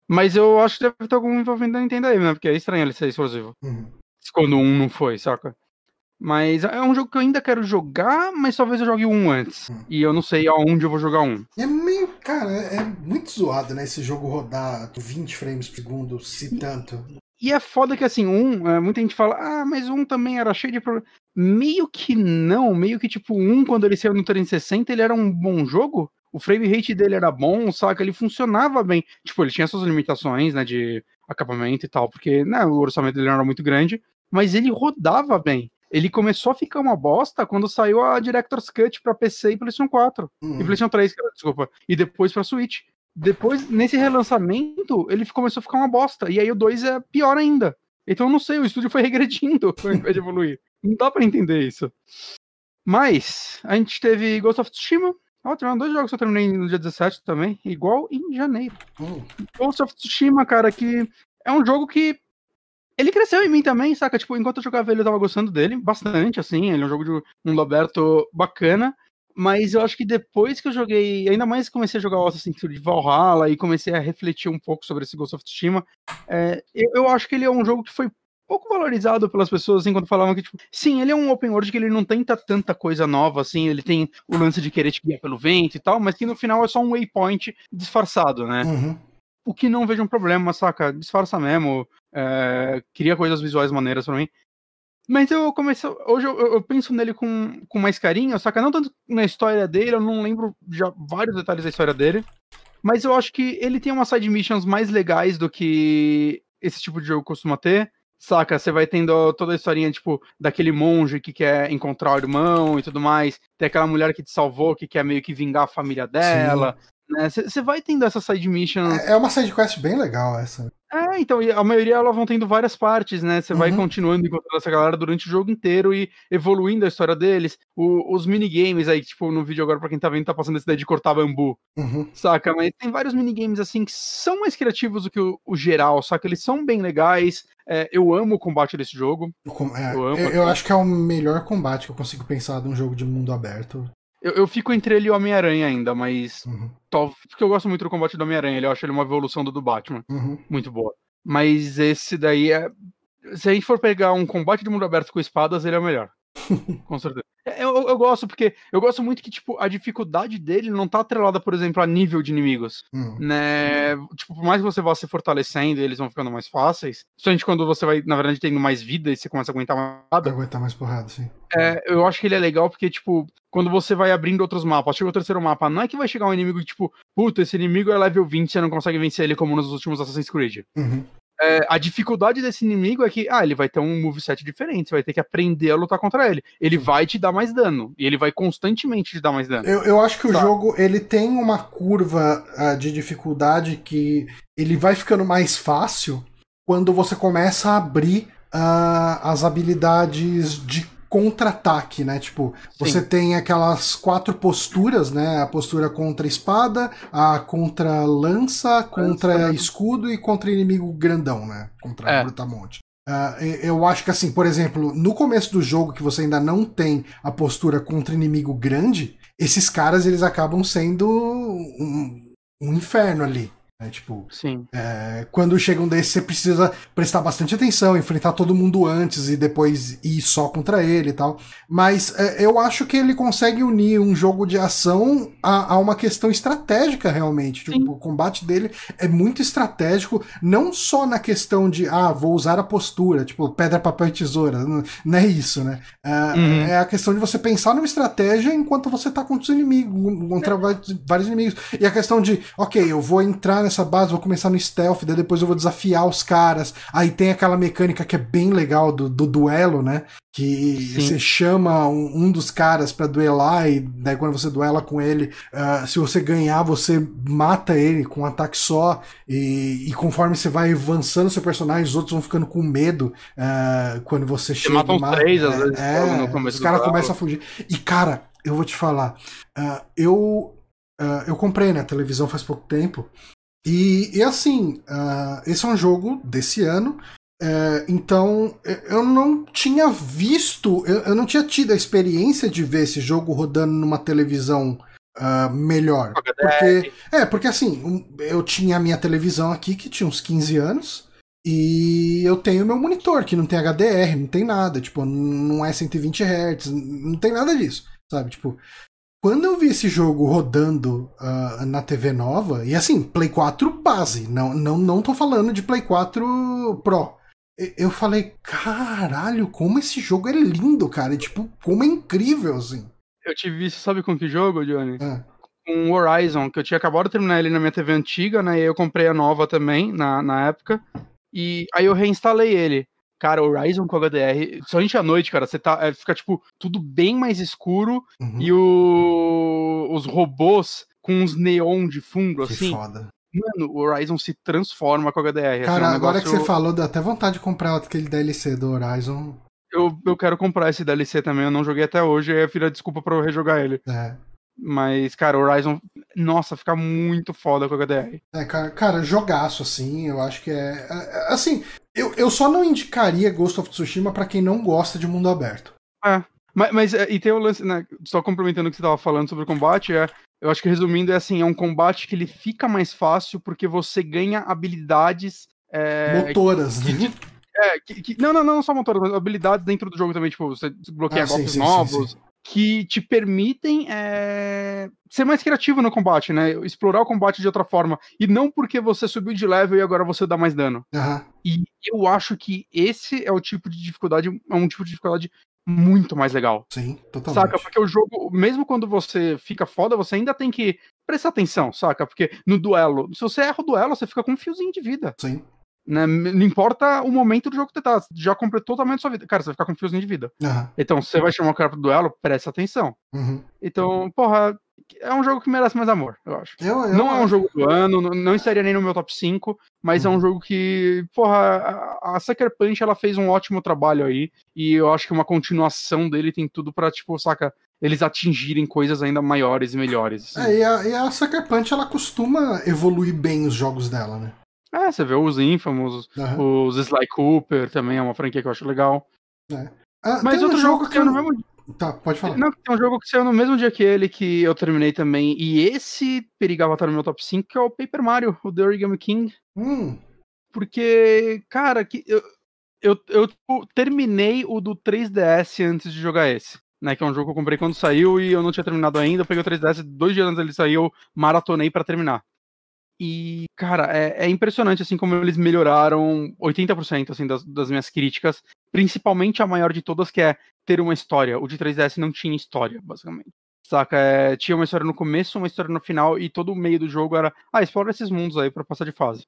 [SPEAKER 2] Mas eu acho que deve ter algum envolvimento da Nintendo aí, né? Porque é estranho ele ser exclusivo.
[SPEAKER 1] Uhum.
[SPEAKER 2] Quando um não foi, saca? Mas é um jogo que eu ainda quero jogar, mas talvez eu jogue um antes.
[SPEAKER 1] Hum.
[SPEAKER 2] E eu não sei aonde eu vou jogar um.
[SPEAKER 1] É meio, cara, é muito zoado, né? Esse jogo rodar vinte frames por segundo, se tanto.
[SPEAKER 2] E é foda que, assim, um, é, muita gente fala, ah, mas um também era cheio de problemas. Meio que não, meio que, tipo, um, quando ele saiu no trezentos e sessenta, ele era um bom jogo. O frame rate dele era bom, saca? Ele funcionava bem. Tipo, ele tinha suas limitações, né, de acabamento e tal, porque, né, o orçamento dele não era muito grande, mas ele rodava bem. Ele começou a ficar uma bosta quando saiu a Director's Cut pra P C e PlayStation quatro.
[SPEAKER 1] Hum.
[SPEAKER 2] E PlayStation três, desculpa. E depois pra Switch. Depois, nesse relançamento, ele começou a ficar uma bosta. E aí o dois é pior ainda. Então eu não sei, o estúdio foi regredindo ao invés de evoluir. Não dá pra entender isso. Mas, a gente teve Ghost of Tsushima. Ó, tiveram dois jogos que eu terminei no dia dezessete também, igual em janeiro.
[SPEAKER 1] Hum.
[SPEAKER 2] Ghost of Tsushima, cara, que é um jogo que ele cresceu em mim também, saca? Tipo, enquanto eu jogava ele, eu tava gostando dele bastante, assim. Ele é um jogo de mundo aberto bacana. Mas eu acho que depois que eu joguei, ainda mais comecei a jogar o Assassin's Creed Valhalla e comecei a refletir um pouco sobre esse Ghost of Tsushima, é, eu, eu acho que ele é um jogo que foi pouco valorizado pelas pessoas, assim, quando falavam que, tipo, sim, ele é um open world que ele não tenta tanta coisa nova, assim, ele tem o lance de querer te guiar pelo vento e tal, mas que no final é só um waypoint disfarçado, né?
[SPEAKER 1] Uhum.
[SPEAKER 2] O que não vejo um problema, saca? Disfarça mesmo, é, cria coisas visuais maneiras pra mim. Mas eu comecei. Hoje eu, eu penso nele com, com mais carinho, saca? Não tanto na história dele, eu não lembro já vários detalhes da história dele. Mas eu acho que ele tem umas side missions mais legais do que esse tipo de jogo costuma ter. Saca? Você vai tendo toda a historinha, tipo, daquele monge que quer encontrar o irmão e tudo mais. Tem aquela mulher que te salvou, que quer meio que vingar a família dela. Você né? vai tendo essas side missions.
[SPEAKER 1] É uma side quest bem legal essa.
[SPEAKER 2] É, então, e a maioria elas vão tendo várias partes, né? Você
[SPEAKER 1] Uhum.
[SPEAKER 2] vai continuando encontrando essa galera durante o jogo inteiro e evoluindo a história deles. O, os minigames aí, tipo, no vídeo agora, pra quem tá vendo, tá passando essa ideia de cortar bambu.
[SPEAKER 1] Uhum.
[SPEAKER 2] Saca? Mas tem vários minigames, assim, que são mais criativos do que o, o geral, saca? Eles são bem legais. É, eu amo o combate desse jogo.
[SPEAKER 1] É,
[SPEAKER 2] eu amo.
[SPEAKER 1] Eu, eu acho que é o melhor combate que eu consigo pensar de um jogo de mundo aberto.
[SPEAKER 2] Eu, eu fico entre ele e o Homem-Aranha ainda, mas.
[SPEAKER 1] Uhum.
[SPEAKER 2] Tô, porque eu gosto muito do combate do Homem-Aranha. Eu acho ele uma evolução do do Batman.
[SPEAKER 1] Uhum.
[SPEAKER 2] Muito boa. Mas esse daí é. Se a gente for pegar um combate de mundo aberto com espadas, ele é o melhor. Com certeza. Eu, eu gosto, porque eu gosto muito que, tipo, a dificuldade dele não tá atrelada, por exemplo, a nível de inimigos.
[SPEAKER 1] Uhum.
[SPEAKER 2] Né? Tipo, por mais que você vá se fortalecendo, eles vão ficando mais fáceis. Principalmente quando você vai, na verdade, tendo mais vida e você começa a aguentar mais porrada.
[SPEAKER 1] Aguentar mais porrada, sim.
[SPEAKER 2] É, eu acho que ele é legal porque, tipo, quando você vai abrindo outros mapas, chega o terceiro mapa, não é que vai chegar um inimigo que, tipo, puta, esse inimigo é level vinte, você não consegue vencer ele como nos últimos Assassin's Creed.
[SPEAKER 1] Uhum.
[SPEAKER 2] É, a dificuldade desse inimigo é que, ah, ele vai ter um moveset diferente, você vai ter que aprender a lutar contra ele. Ele vai te dar mais dano, e ele vai constantemente te dar mais dano.
[SPEAKER 1] Eu, eu acho que Sabe? o jogo, ele tem uma curva uh, de dificuldade que ele vai ficando mais fácil quando você começa a abrir uh, as habilidades de contra-ataque, né? Tipo, você Sim. tem aquelas quatro posturas, né? A postura contra espada, a contra lança, contra lança, escudo e contra inimigo grandão, né? Contra é. brutamonte. Uh, eu acho que assim, por exemplo, no começo do jogo que você ainda não tem a postura contra inimigo grande, esses caras eles acabam sendo um, um inferno ali. É, tipo,
[SPEAKER 2] Sim.
[SPEAKER 1] É, quando chega um desses, você precisa prestar bastante atenção, enfrentar todo mundo antes e depois ir só contra ele e tal. Mas é, eu acho que ele consegue unir um jogo de ação a, a uma questão estratégica, realmente. Tipo, o combate dele é muito estratégico, não só na questão de, ah, vou usar a postura, tipo, pedra, papel e tesoura. Não, não é isso, né? É, uhum. é a questão de você pensar numa estratégia enquanto você tá contra os inimigos, contra é. vários inimigos. E a questão de, ok, eu vou entrar nessa base, vou começar no stealth, daí depois eu vou desafiar os caras. Aí tem aquela mecânica que é bem legal do, do duelo, né? Que Sim. você chama um, um dos caras pra duelar e daí quando você duela com ele, uh, se você ganhar, você mata ele com um ataque só e, e conforme você vai avançando seu personagem, os outros vão ficando com medo uh, quando você, você chega.
[SPEAKER 2] Mata uns
[SPEAKER 1] mata,
[SPEAKER 2] três,
[SPEAKER 1] é,
[SPEAKER 2] às vezes,
[SPEAKER 1] é,
[SPEAKER 2] no começo
[SPEAKER 1] os caras
[SPEAKER 2] do
[SPEAKER 1] começam a fugir. E cara, eu vou te falar, uh, eu Uh, eu comprei, né, a televisão faz pouco tempo. E, e assim, uh, esse é um jogo desse ano. Uh, então, eu não tinha visto, eu, eu não tinha tido a experiência de ver esse jogo rodando numa televisão uh, melhor. Porque, é, porque assim, um, eu tinha a minha televisão aqui que tinha uns quinze anos e eu tenho meu monitor que não tem H D R, não tem nada, tipo, não é cento e vinte hertz, não tem nada disso, sabe? Tipo, quando eu vi esse jogo rodando uh, na T V nova, e assim, Play quatro base, não, não, não tô falando de Play quatro Pro. Eu falei, caralho, como esse jogo é lindo, cara. E, tipo, como é incrível, assim.
[SPEAKER 2] Eu tive isso, sabe com que jogo, Johnny?
[SPEAKER 1] Ah.
[SPEAKER 2] Com Horizon, que eu tinha acabado de terminar ele na minha T V antiga, né? E eu comprei a nova também, na, na época. E aí eu reinstalei ele. Cara, Horizon com H D R, somente à noite, cara, você tá, fica, tipo, tudo bem mais escuro. Uhum. E o, os robôs com uns neon de fundo,
[SPEAKER 1] que
[SPEAKER 2] assim.
[SPEAKER 1] Foda.
[SPEAKER 2] Mano, o Horizon se transforma com H D R.
[SPEAKER 1] Cara,
[SPEAKER 2] assim, é um
[SPEAKER 1] agora
[SPEAKER 2] negócio...
[SPEAKER 1] que você falou, dá até vontade de comprar aquele D L C do Horizon.
[SPEAKER 2] Eu, eu quero comprar esse D L C também, eu não joguei até hoje, aí eu fiz a desculpa pra eu rejogar ele.
[SPEAKER 1] É.
[SPEAKER 2] Mas, cara, Horizon, nossa, fica muito foda com H D R.
[SPEAKER 1] É, cara, cara, jogaço, assim, eu acho que é... é assim, eu, eu só não indicaria Ghost of Tsushima pra quem não gosta de mundo aberto.
[SPEAKER 2] É, mas, mas e tem o lance, né, só complementando o que você tava falando sobre o combate, é, eu acho que resumindo é assim, é um combate que ele fica mais fácil porque você ganha habilidades... É,
[SPEAKER 1] motoras,
[SPEAKER 2] que,
[SPEAKER 1] né?
[SPEAKER 2] É, que, que, não, não, não só motoras, mas habilidades dentro do jogo também, tipo, você bloqueia ah, golpes sim, sim, novos, sim, sim. que te permitem é, ser mais criativo no combate, né? Explorar o combate de outra forma. E não porque você subiu de level e agora você dá mais dano.
[SPEAKER 1] Uhum.
[SPEAKER 2] E eu acho que esse é o tipo de dificuldade, é um tipo de dificuldade muito mais legal.
[SPEAKER 1] Sim, totalmente.
[SPEAKER 2] Saca? Porque o jogo, mesmo quando você fica foda, você ainda tem que prestar atenção, saca? Porque no duelo, se você erra o duelo, você fica com um fiozinho de vida.
[SPEAKER 1] Sim.
[SPEAKER 2] Né? Não importa o momento do jogo que você tá, já completou totalmente a sua vida. Cara, você vai ficar com um fiozinho de vida.
[SPEAKER 1] Uhum.
[SPEAKER 2] Então, se você vai chamar o cara pro duelo, presta atenção.
[SPEAKER 1] Uhum.
[SPEAKER 2] Então, porra, é um jogo que merece mais amor, eu acho.
[SPEAKER 1] Eu, eu
[SPEAKER 2] não
[SPEAKER 1] acho.
[SPEAKER 2] é um jogo do ano, não, não estaria nem no meu top cinco, mas uhum. é um jogo que, porra, a, a Sucker Punch, ela fez um ótimo trabalho aí, e eu acho que uma continuação dele tem tudo pra, tipo, saca, eles atingirem coisas ainda maiores e melhores.
[SPEAKER 1] Assim. É, e a, e a Sucker Punch, ela costuma evoluir bem os jogos dela, né?
[SPEAKER 2] É, você vê os Infamous, uhum. os Sly Cooper também é uma franquia que eu acho legal.
[SPEAKER 1] É. Ah,
[SPEAKER 2] mas outro um jogo, jogo que eu no mesmo
[SPEAKER 1] Tá, pode falar.
[SPEAKER 2] Não, tem um jogo que saiu no mesmo dia que ele, que eu terminei também, e esse perigava estar no meu top cinco, que é o Paper Mario, o The Origami King.
[SPEAKER 1] Hum.
[SPEAKER 2] Porque, cara, que eu, eu, eu terminei o do três D S antes de jogar esse. Né, que é um jogo que eu comprei quando saiu e eu não tinha terminado ainda. Eu peguei o três D S dois dias antes dele sair, eu maratonei pra terminar. E, cara, é, é impressionante, assim, como eles melhoraram oitenta por cento, assim, das, das minhas críticas. Principalmente a maior de todas, que é ter uma história. O de três D S não tinha história, basicamente. Saca? É, tinha uma história no começo, uma história no final, e todo o meio do jogo era, ah, explora esses mundos aí pra passar de fase.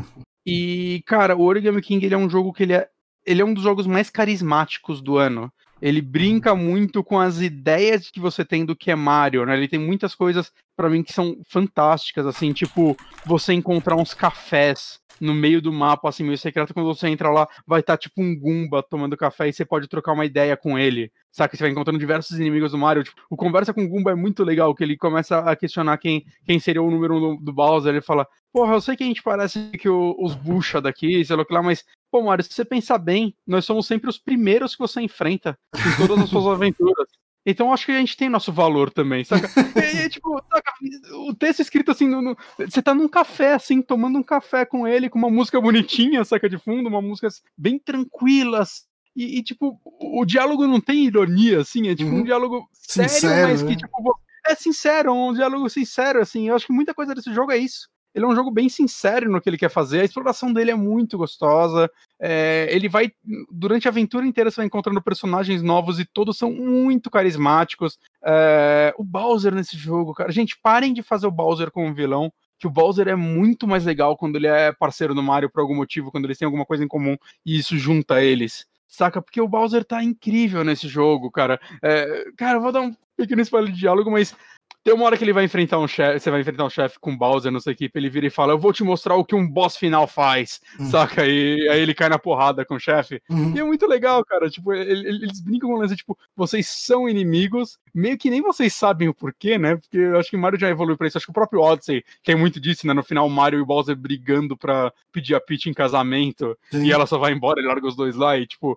[SPEAKER 2] E, cara, o Origami King, ele é um jogo que ele é, ele é um dos jogos mais carismáticos do ano. Ele brinca muito com as ideias que você tem do que é Mario, né? Ele tem muitas coisas, pra mim, que são fantásticas, assim, tipo, você encontrar uns cafés no meio do mapa, assim, meio secreto, quando você entra lá, vai estar, tá, tipo, um Goomba tomando café e você pode trocar uma ideia com ele, saca? Você vai encontrando diversos inimigos do Mario, tipo, o Conversa com o Goomba é muito legal, que ele começa a questionar quem, quem seria o número um do, do Bowser, ele fala, porra, eu sei que a gente parece que o, os bucha daqui, sei lá o que lá, mas, pô, Mario, se você pensar bem, nós somos sempre os primeiros que você enfrenta em todas as suas aventuras. Então acho que a gente tem nosso valor também, saca? E, tipo, saca, o texto escrito assim, no, no, você tá num café, assim, tomando um café com ele, com uma música bonitinha, saca, de fundo, uma música bem tranquila, e, e tipo, o, o diálogo não tem ironia, assim, é tipo uhum. um diálogo sério, sincero, mas que, né? tipo, é sincero, um diálogo sincero, assim, eu acho que muita coisa desse jogo é isso. Ele é um jogo bem sincero no que ele quer fazer, a exploração dele é muito gostosa, é, ele vai, durante a aventura inteira você vai encontrando personagens novos e todos são muito carismáticos, é, o Bowser nesse jogo, cara, gente, parem de fazer o Bowser como vilão, que o Bowser é muito mais legal quando ele é parceiro do Mario por algum motivo, quando eles têm alguma coisa em comum e isso junta eles. Saca? Porque o Bowser tá incrível nesse jogo, cara. É, cara, eu vou dar um pequeno spoiler de diálogo, mas tem uma hora que ele vai enfrentar um chefe, você vai enfrentar um chefe com Bowser na sua equipe, ele vira e fala, eu vou te mostrar o que um boss final faz, uhum. saca? E aí ele cai na porrada com o chefe. Uhum. E é muito legal, cara, tipo, eles brincam com o lance, tipo, vocês são inimigos, meio que nem vocês sabem o porquê, né? Porque eu acho que o Mario já evoluiu pra isso, acho que o próprio Odyssey tem muito disso, né? No final, o Mario e o Bowser brigando pra pedir a Peach em casamento, Sim. e ela só vai embora, ele larga os dois lá, e tipo,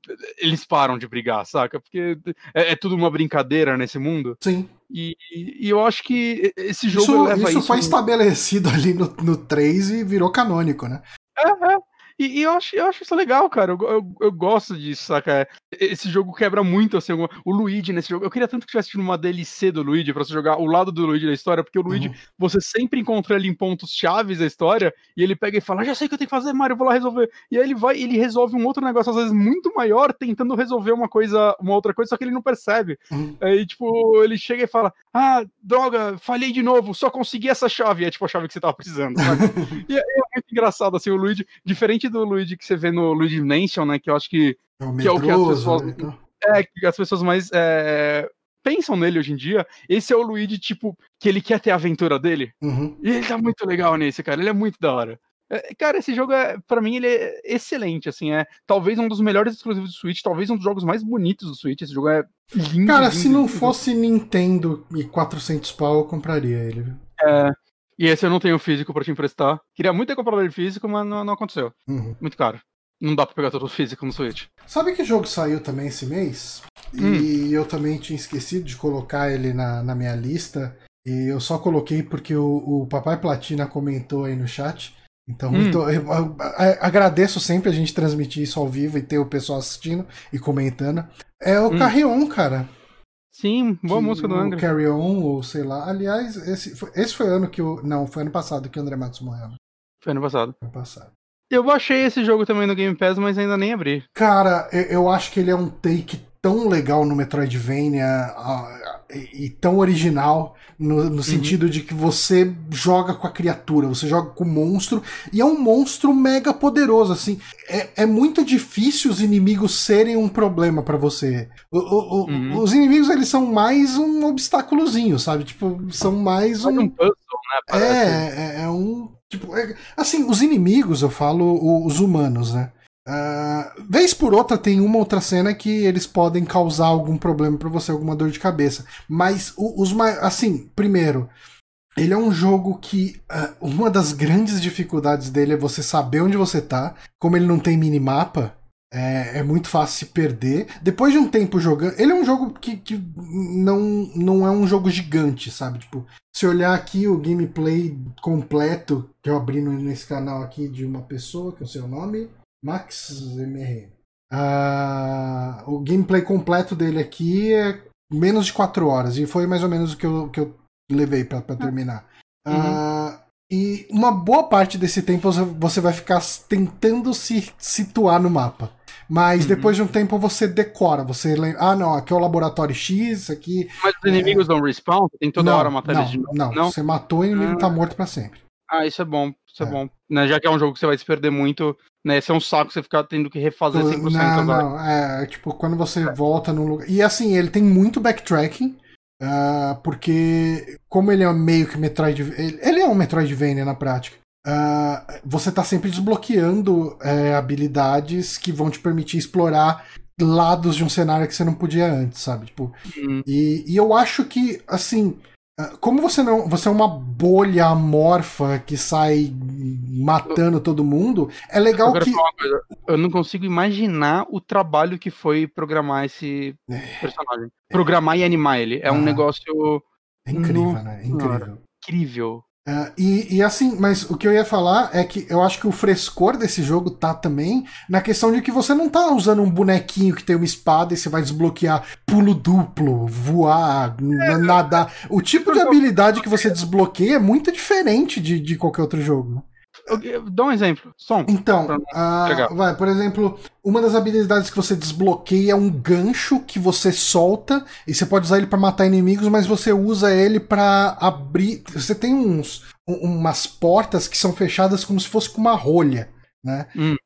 [SPEAKER 2] eles param de brigar, saca? Porque é, é tudo uma brincadeira nesse mundo.
[SPEAKER 1] Sim.
[SPEAKER 2] E, e eu acho que esse jogo
[SPEAKER 1] isso,
[SPEAKER 2] leva
[SPEAKER 1] isso
[SPEAKER 2] isso...
[SPEAKER 1] foi estabelecido ali no, no três e virou canônico, né?
[SPEAKER 2] É, é. E, e eu, acho, eu acho isso legal, cara. Eu, eu, eu gosto disso, saca? Esse jogo quebra muito, assim, o Luigi nesse jogo. Eu queria tanto que tivesse tido uma D L C do Luigi pra você jogar o lado do Luigi da história, porque o Luigi, uhum. você sempre encontra ele em pontos chaves da história, e ele pega e fala, já sei o que eu tenho que fazer, Mario, eu vou lá resolver. E aí ele vai ele resolve um outro negócio, às vezes, muito maior, tentando resolver uma coisa, uma outra coisa, só que ele não percebe. Uhum. Aí, tipo, ele chega e fala, ah, droga, falhei de novo, só consegui essa chave. E é tipo a chave que você tava precisando, sabe? E é, é muito engraçado, assim, o Luigi, diferente do Luigi que você vê no Luigi Mansion, né, que eu acho que
[SPEAKER 1] é o,
[SPEAKER 2] que, é o que as pessoas
[SPEAKER 1] né, então.
[SPEAKER 2] é, que as pessoas mais é, pensam nele hoje em dia. Esse é o Luigi, tipo, que ele quer ter a aventura dele.
[SPEAKER 1] Uhum.
[SPEAKER 2] E ele tá muito legal nesse, cara, ele é muito da hora. É, cara, esse jogo, é, pra mim, ele é excelente, assim, é talvez um dos melhores exclusivos do Switch, talvez um dos jogos mais bonitos do Switch. Esse jogo é lindo.
[SPEAKER 1] Cara,
[SPEAKER 2] lindo,
[SPEAKER 1] se não
[SPEAKER 2] lindo.
[SPEAKER 1] fosse Nintendo e quatrocentos pau, eu compraria ele.
[SPEAKER 2] É, e esse eu não tenho físico pra te emprestar. Queria muito ter comprado ele físico, mas não, não aconteceu.
[SPEAKER 1] Uhum.
[SPEAKER 2] Muito caro. Não dá pra pegar todo o físico no Switch.
[SPEAKER 1] Sabe que jogo saiu também esse mês? Hum. E eu também tinha esquecido de colocar ele na, na minha lista. E eu só coloquei porque o, o Papai Platina comentou aí no chat. Então, hum. então eu, eu, eu, eu agradeço sempre a gente transmitir isso ao vivo e ter o pessoal assistindo e comentando. É o hum. Carry On, cara.
[SPEAKER 2] Sim, boa que, música do Angra.
[SPEAKER 1] Carry On, ou sei lá. Aliás, esse foi, esse foi ano que o. Não, foi ano passado que o André Matos morreu.
[SPEAKER 2] Foi ano passado.
[SPEAKER 1] Ano passado.
[SPEAKER 2] Eu baixei esse jogo também no Game Pass, mas ainda nem abri.
[SPEAKER 1] Cara, eu, eu acho que ele é um take tão legal no Metroidvania uh, e, e tão original no, no uhum. sentido de que você joga com a criatura, você joga com o monstro e é um monstro mega poderoso, assim. É, é muito difícil os inimigos serem um problema pra você. O, o, uhum. Os inimigos, eles são mais um obstáculozinho, sabe? Tipo, são mais um...
[SPEAKER 2] um puzzle, né? Parece.
[SPEAKER 1] É, é, é um... Tipo, é, assim, os inimigos, eu falo os humanos, né? Uh, vez por outra tem uma outra cena que eles podem causar algum problema pra você, alguma dor de cabeça. Mas os mais. Assim, primeiro, ele é um jogo que uh, uma das grandes dificuldades dele é você saber onde você tá. Como ele não tem minimapa, é, é muito fácil se perder. Depois de um tempo jogando. Ele é um jogo que, que não, não é um jogo gigante, sabe? Tipo, se olhar aqui o gameplay completo que eu abri nesse canal aqui de uma pessoa, que é o seu nome. Max M R. Uh, o gameplay completo dele aqui é menos de quatro horas. E foi mais ou menos o que eu, que eu levei pra, pra terminar. Uhum. Uh, e uma boa parte desse tempo você vai ficar tentando se situar no mapa. Mas uhum. depois de um tempo você decora. Você lembra, ah, não, aqui é o laboratório X, aqui...
[SPEAKER 2] Mas os inimigos é... não respawn? Tem toda
[SPEAKER 1] não,
[SPEAKER 2] hora matar
[SPEAKER 1] não,
[SPEAKER 2] eles de novo?
[SPEAKER 1] Não, não, você matou e o inimigo ah. tá morto pra sempre.
[SPEAKER 2] Ah, isso é bom, isso é, é bom. Né, já que é um jogo que você vai se perder muito, né? Esse é um saco você ficar tendo que refazer cem por cento.
[SPEAKER 1] Não, não, é tipo, quando você é. volta num lugar... E assim, ele tem muito backtracking, uh, porque como ele é meio que Metroid... Ele é um Metroidvania na prática. Uh, você tá sempre desbloqueando é, habilidades que vão te permitir explorar lados de um cenário que você não podia antes, sabe? Tipo, hum. e, e eu acho que, assim... Como você não, você é uma bolha amorfa que sai matando todo mundo, é legal
[SPEAKER 2] eu
[SPEAKER 1] que...
[SPEAKER 2] Eu não consigo imaginar o trabalho que foi programar esse é, personagem. Programar é. e animar ele. É ah, um negócio...
[SPEAKER 1] É incrível, no... né? É incrível.
[SPEAKER 2] Incrível.
[SPEAKER 1] Uh, e, e assim, mas o que eu ia falar é que eu acho que o frescor desse jogo tá também na questão de que você não tá usando um bonequinho que tem uma espada e você vai desbloquear pulo duplo, voar, é, nadar. O tipo de habilidade que você desbloqueia é muito diferente de, de qualquer outro jogo.
[SPEAKER 2] Dá um exemplo, som.
[SPEAKER 1] Então, uh, vai, por exemplo, uma das habilidades que você desbloqueia é um gancho que você solta e você pode usar ele para matar inimigos, mas você usa ele para abrir. Você tem uns umas portas que são fechadas como se fosse com uma rolha, né? Hum.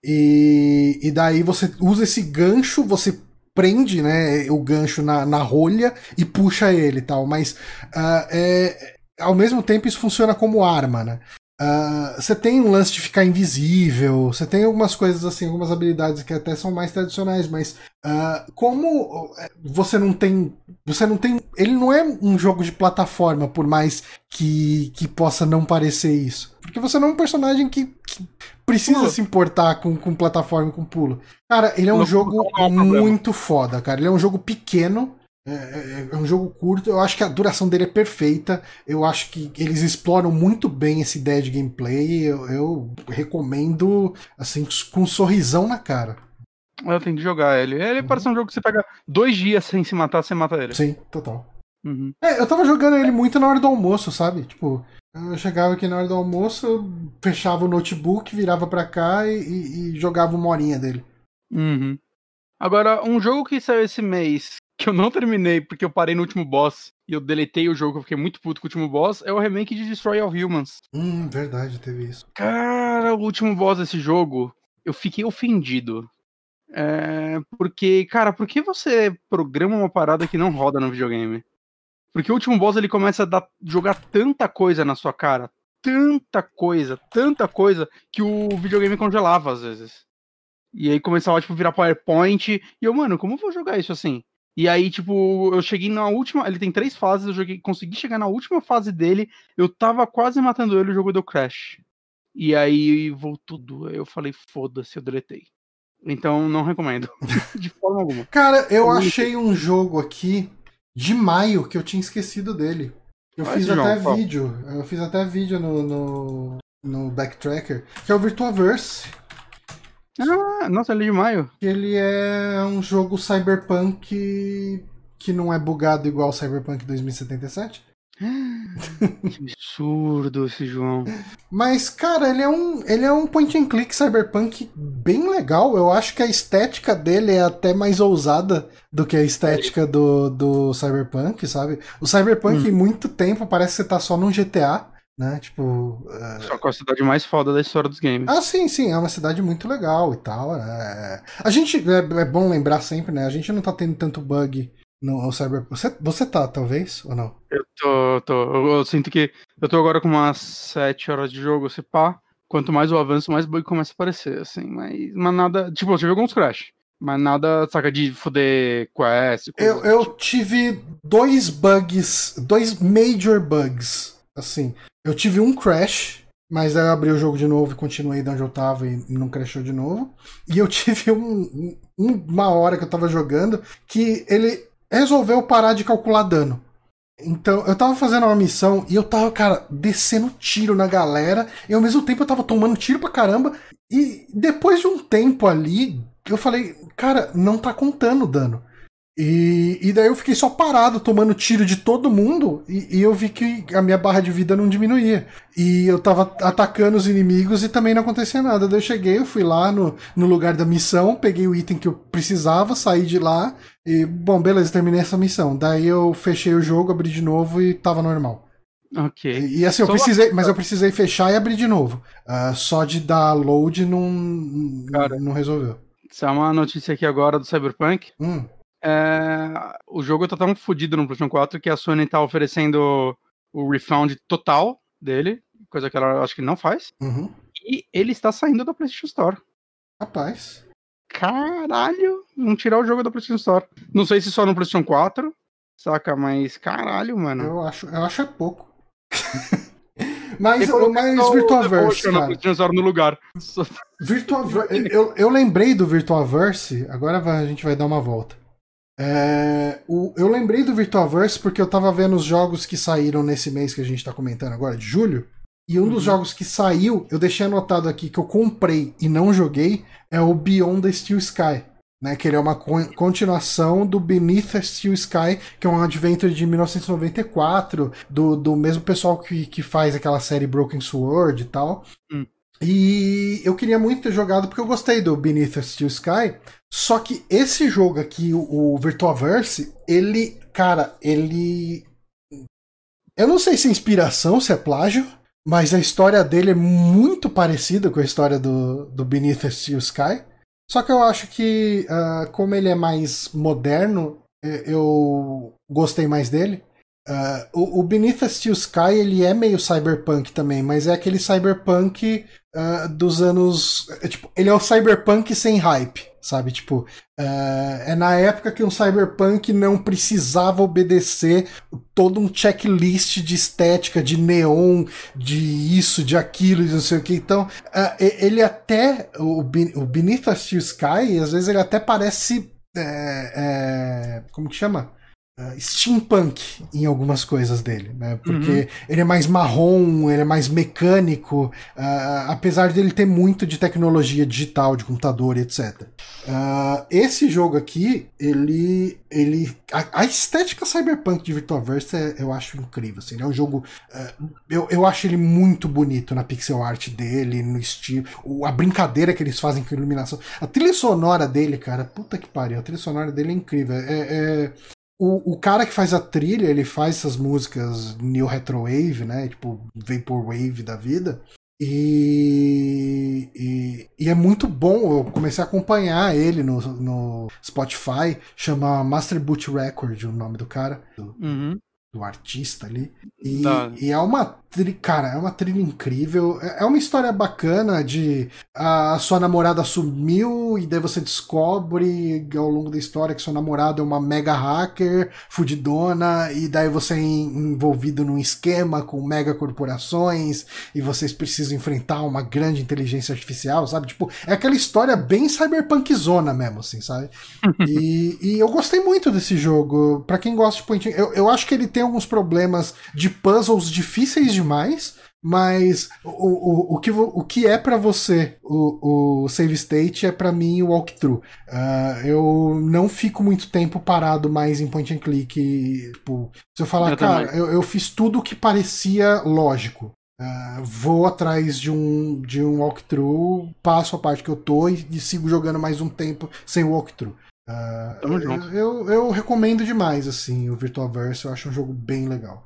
[SPEAKER 1] E, e daí você usa esse gancho, você prende, né, o gancho na, na rolha e puxa ele e tal, mas uh, é, ao mesmo tempo isso funciona como arma, né? Uh, você tem um lance de ficar invisível, você tem algumas coisas assim, algumas habilidades que até são mais tradicionais, mas uh, como você não tem, você não tem, ele não é um jogo de plataforma, por mais que, que possa não parecer isso, porque você não é um personagem que, que precisa
[SPEAKER 2] Pulo.
[SPEAKER 1] se importar com, com plataforma e com pulo. Cara, ele é um
[SPEAKER 2] Não,
[SPEAKER 1] jogo
[SPEAKER 2] não é um problema.
[SPEAKER 1] muito foda, cara. Ele é um jogo pequeno, é, é- é um jogo curto. Eu acho que a duração dele é perfeita. Eu acho que eles exploram muito bem essa ideia de gameplay. Eu, eu recomendo, assim, com um sorrisão na cara.
[SPEAKER 2] Eu tenho que jogar ele. Ele
[SPEAKER 1] Uhum.
[SPEAKER 2] parece um jogo que você pega dois dias sem se matar, você mata ele.
[SPEAKER 1] Sim, total.
[SPEAKER 2] Uhum.
[SPEAKER 1] É, eu tava jogando ele muito na hora do almoço, sabe? Tipo, eu chegava aqui na hora do almoço, eu fechava o notebook, virava pra cá e, e- e jogava uma horinha dele.
[SPEAKER 2] Uhum. Agora, um jogo que saiu esse mês, que eu não terminei porque eu parei no último boss e eu deletei o jogo, eu fiquei muito puto com o último boss, é o remake de Destroy All Humans.
[SPEAKER 1] Hum, verdade, teve isso.
[SPEAKER 2] Cara, o último boss desse jogo, eu fiquei ofendido. É, porque, cara, por que você programa uma parada que não roda no videogame? Porque o último boss ele começa a dar, jogar tanta coisa na sua cara, tanta coisa, tanta coisa, que o videogame congelava às vezes. E aí começava, tipo, virar PowerPoint. E eu, mano, como eu vou jogar isso assim? E aí, tipo, eu cheguei na última. Ele tem três fases, eu joguei, consegui chegar na última fase dele. Eu tava quase matando ele, o jogo deu crash. E aí voltou tudo. Eu falei, foda-se, eu deletei. Então não recomendo. De forma alguma.
[SPEAKER 1] Cara, eu
[SPEAKER 2] Como
[SPEAKER 1] achei um jogo aqui de maio que eu tinha esquecido dele. Eu
[SPEAKER 2] Qual é
[SPEAKER 1] fiz
[SPEAKER 2] esse, João?
[SPEAKER 1] até
[SPEAKER 2] Qual?
[SPEAKER 1] vídeo. Eu fiz até vídeo no, no, no Backtracker, que é o Virtuaverse.
[SPEAKER 2] Ah, nossa, ele é de maio.
[SPEAKER 1] Que ele é um jogo cyberpunk que não é bugado igual o Cyberpunk dois mil e setenta e sete.
[SPEAKER 2] Que absurdo esse João.
[SPEAKER 1] Mas, cara, ele é um, ele é um point and click cyberpunk bem legal. Eu acho que a estética dele é até mais ousada do que a estética do, do cyberpunk, sabe? O cyberpunk,
[SPEAKER 2] Hum.
[SPEAKER 1] em muito tempo, parece que você tá só num G T A, né? Tipo. Uh...
[SPEAKER 2] Só com a cidade mais foda da história dos games.
[SPEAKER 1] Ah, sim, sim, é uma cidade muito legal e tal. É... A gente. É, é bom lembrar sempre, né? A gente não tá tendo tanto bug no cyberpunk. Você, você tá, talvez, ou não?
[SPEAKER 2] Eu tô, tô. Eu, eu sinto que eu tô agora com umas sete horas de jogo, se pá. Quanto mais eu avanço, mais bug começa a aparecer, assim. Mas, mas nada. Tipo, eu tive alguns crash. Mas nada, saca, de foder quest.
[SPEAKER 1] Eu, eu tive dois bugs, dois major bugs. Assim, eu tive um crash, mas aí eu abri o jogo de novo e continuei de onde eu tava e não crashou de novo. E eu tive um, um, uma hora que eu tava jogando que ele resolveu parar de calcular dano. Então, eu tava fazendo uma missão e eu tava, cara, descendo tiro na galera, e ao mesmo tempo eu tava tomando tiro pra caramba, e depois de um tempo ali, eu falei, cara, não tá contando o dano. E, e daí eu fiquei só parado, tomando tiro de todo mundo, e, e eu vi que a minha barra de vida não diminuía. E eu tava atacando os inimigos e também não acontecia nada. Daí eu cheguei, eu fui lá no, no lugar da missão, peguei o item que eu precisava, saí de lá, e, bom, beleza, terminei essa missão. Daí eu fechei o jogo, abri de novo e tava normal.
[SPEAKER 2] Ok.
[SPEAKER 1] E, e assim, eu
[SPEAKER 2] Só
[SPEAKER 1] precisei,
[SPEAKER 2] uma...
[SPEAKER 1] mas eu precisei fechar e abrir de novo. Uh, só de dar load não,
[SPEAKER 2] Cara,
[SPEAKER 1] não resolveu.
[SPEAKER 2] isso é uma notícia aqui agora do Cyberpunk.
[SPEAKER 1] Hum.
[SPEAKER 2] É, o jogo tá tão fodido no PlayStation quatro que a Sony tá oferecendo o refund total dele, coisa que ela acho que não faz.
[SPEAKER 1] Uhum.
[SPEAKER 2] E ele está saindo da PlayStation Store.
[SPEAKER 1] Rapaz.
[SPEAKER 2] Caralho, vão tirar o jogo da PlayStation Store. Não sei se só no PlayStation quatro, saca? Mas caralho, mano.
[SPEAKER 1] Eu acho, eu acho é pouco. Mas,
[SPEAKER 2] o
[SPEAKER 1] mas Virtuaverse, cara.
[SPEAKER 2] Na PlayStation Store no lugar.
[SPEAKER 1] Virtuaverse, eu, eu lembrei do Virtuaverse, agora a gente vai dar uma volta. É, o, eu lembrei do Virtuaverse porque eu tava vendo os jogos que saíram nesse mês que a gente tá comentando agora, de julho. E um uhum. dos jogos que saiu, eu deixei anotado aqui que eu comprei e não joguei, é o Beyond the Steel Sky. Né, que ele é uma continuação do Beneath the Steel Sky, que é um adventure de mil novecentos e noventa e quatro, do, do mesmo pessoal que, que faz aquela série Broken Sword e tal.
[SPEAKER 2] Hum.
[SPEAKER 1] E eu queria muito ter jogado porque eu gostei do Beneath the Steel Sky. Só que esse jogo aqui, o, o Virtuaverse, ele, cara, ele... Eu não sei se é inspiração, se é plágio, mas a história dele é muito parecida com a história do, do Beneath the Steel Sky. Só que eu acho que, uh, como ele é mais moderno, eu gostei mais dele. Uh, o, o Beneath the Steel Sky, ele é meio cyberpunk também, mas é aquele cyberpunk uh, dos anos... É, tipo, ele é o cyberpunk sem hype, sabe? Tipo, uh, é na época que um cyberpunk não precisava obedecer todo um checklist de estética, de neon, de isso, de aquilo, de não sei o que. Então, uh, ele até, o, o Beneath the Steel Sky, às vezes ele até parece, é, é, como que chama? Uh, steampunk em algumas coisas dele, né? Porque uhum. ele é mais marrom, ele é mais mecânico, uh, apesar dele ter muito de tecnologia digital, de computador e etcétera. Uh, esse jogo aqui, ele. ele a, a estética cyberpunk de Virtuaverse é, eu acho incrível. Assim, ele é um jogo. Uh, eu, eu acho ele muito bonito na pixel art dele, no estilo. A brincadeira que eles fazem com a iluminação. A trilha sonora dele, cara, puta que pariu. A trilha sonora dele é incrível. É. é O, o cara que faz a trilha, ele faz essas músicas New Retrowave, né? Tipo, Vaporwave da vida. E, e, e é muito bom. Eu comecei a acompanhar ele no, no Spotify. Chama Master Boot Record, o nome do cara. Do,
[SPEAKER 2] uhum.
[SPEAKER 1] do artista ali. E, e é uma trilha, cara, é uma trilha incrível. É uma história bacana de a sua namorada sumiu e daí você descobre ao longo da história que seu namorado é uma mega hacker fudidona e daí você é envolvido num esquema com mega corporações e vocês precisam enfrentar uma grande inteligência artificial, sabe? Tipo, é aquela história bem cyberpunkzona mesmo, assim, sabe? e, e eu gostei muito desse jogo. Pra quem gosta de point and... eu, eu acho que ele tem alguns problemas de puzzles difíceis demais, mas o, o, o, que, o que é pra você o, o save state é pra mim o walkthrough. Uh, eu não fico muito tempo parado mais em point and click. E, tipo, se eu falar, eu cara, eu, eu fiz tudo o que parecia lógico. Uh, vou atrás de um, de um walkthrough, passo a parte que eu tô e, e sigo jogando mais um tempo sem o walkthrough. Uh,
[SPEAKER 2] Tamo junto.
[SPEAKER 1] Eu, eu, eu recomendo demais assim, o Virtuaverse, eu acho um jogo bem legal.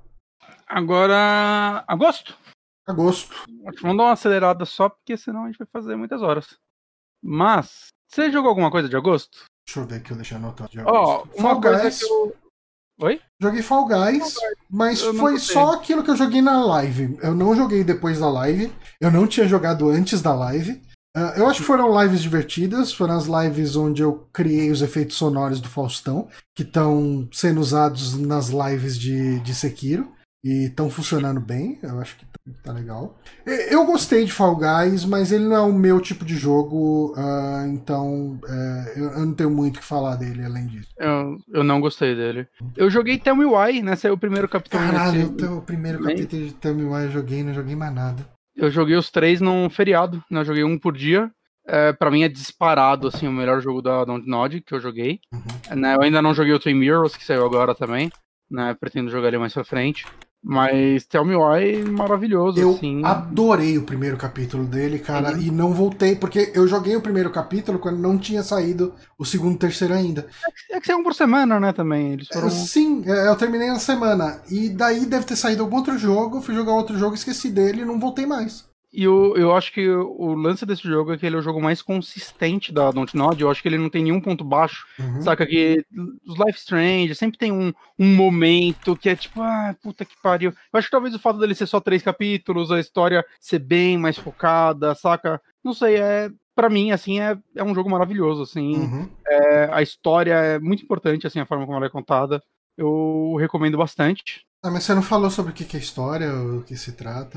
[SPEAKER 2] Agora, agosto?
[SPEAKER 1] Agosto.
[SPEAKER 2] Vamos dar uma acelerada só, porque senão a gente vai fazer muitas horas. Mas, você jogou alguma coisa de agosto?
[SPEAKER 1] Deixa eu ver aqui, eu deixei anotado de
[SPEAKER 2] agosto. Ó, uma coisa que eu... Oi?
[SPEAKER 1] Joguei Fall Guys, Fall Guys. Mas eu foi só aquilo que eu joguei na live. Eu não joguei depois da live, eu não tinha jogado antes da live. Uh, eu acho que foram lives divertidas, foram as lives onde eu criei os efeitos sonoros do Faustão, que estão sendo usados nas lives de, de Sekiro, e estão funcionando bem, eu acho que tá legal. Eu gostei de Fall Guys, mas ele não é o meu tipo de jogo, uh, então uh, eu, eu não tenho muito o que falar dele além disso.
[SPEAKER 2] Eu, eu não gostei dele. Eu joguei Tell Me Why, né? Saiu o primeiro capítulo.
[SPEAKER 1] Caralho, nesse... o primeiro capítulo de Tell Me Why eu joguei, não joguei mais nada.
[SPEAKER 2] Eu joguei os três num feriado, né? Eu joguei um por dia. É, pra mim é disparado, assim, o melhor jogo da Dontnod que eu joguei. Uhum. Né? Eu ainda não joguei o Twin Mirrors, que saiu agora também. Né? Pretendo jogar ele mais pra frente. Mas Tell Me Why, maravilhoso,
[SPEAKER 1] eu
[SPEAKER 2] assim.
[SPEAKER 1] Eu adorei o primeiro capítulo dele, cara, uhum. E não voltei, porque eu joguei o primeiro capítulo quando não tinha saído o segundo e terceiro ainda.
[SPEAKER 2] É que saiu um por semana, né, também. Eles foram...
[SPEAKER 1] Sim, eu terminei na semana. E daí deve ter saído algum outro jogo, fui jogar outro jogo, esqueci dele e não voltei mais.
[SPEAKER 2] E eu, eu acho que o lance desse jogo é que ele é o jogo mais consistente da Dontnod. Eu acho que ele não tem nenhum ponto baixo. Uhum. Saca que os Life Strange sempre tem um, um momento que é tipo, ah, puta que pariu. Eu acho que talvez o fato dele ser só três capítulos, a história ser bem mais focada, saca? Não sei, é... Pra mim, assim, é, é um jogo maravilhoso, assim. Uhum. É, a história é muito importante, assim, a forma como ela é contada. Eu recomendo bastante.
[SPEAKER 1] Ah, mas você não falou sobre o que é a história, o que se trata...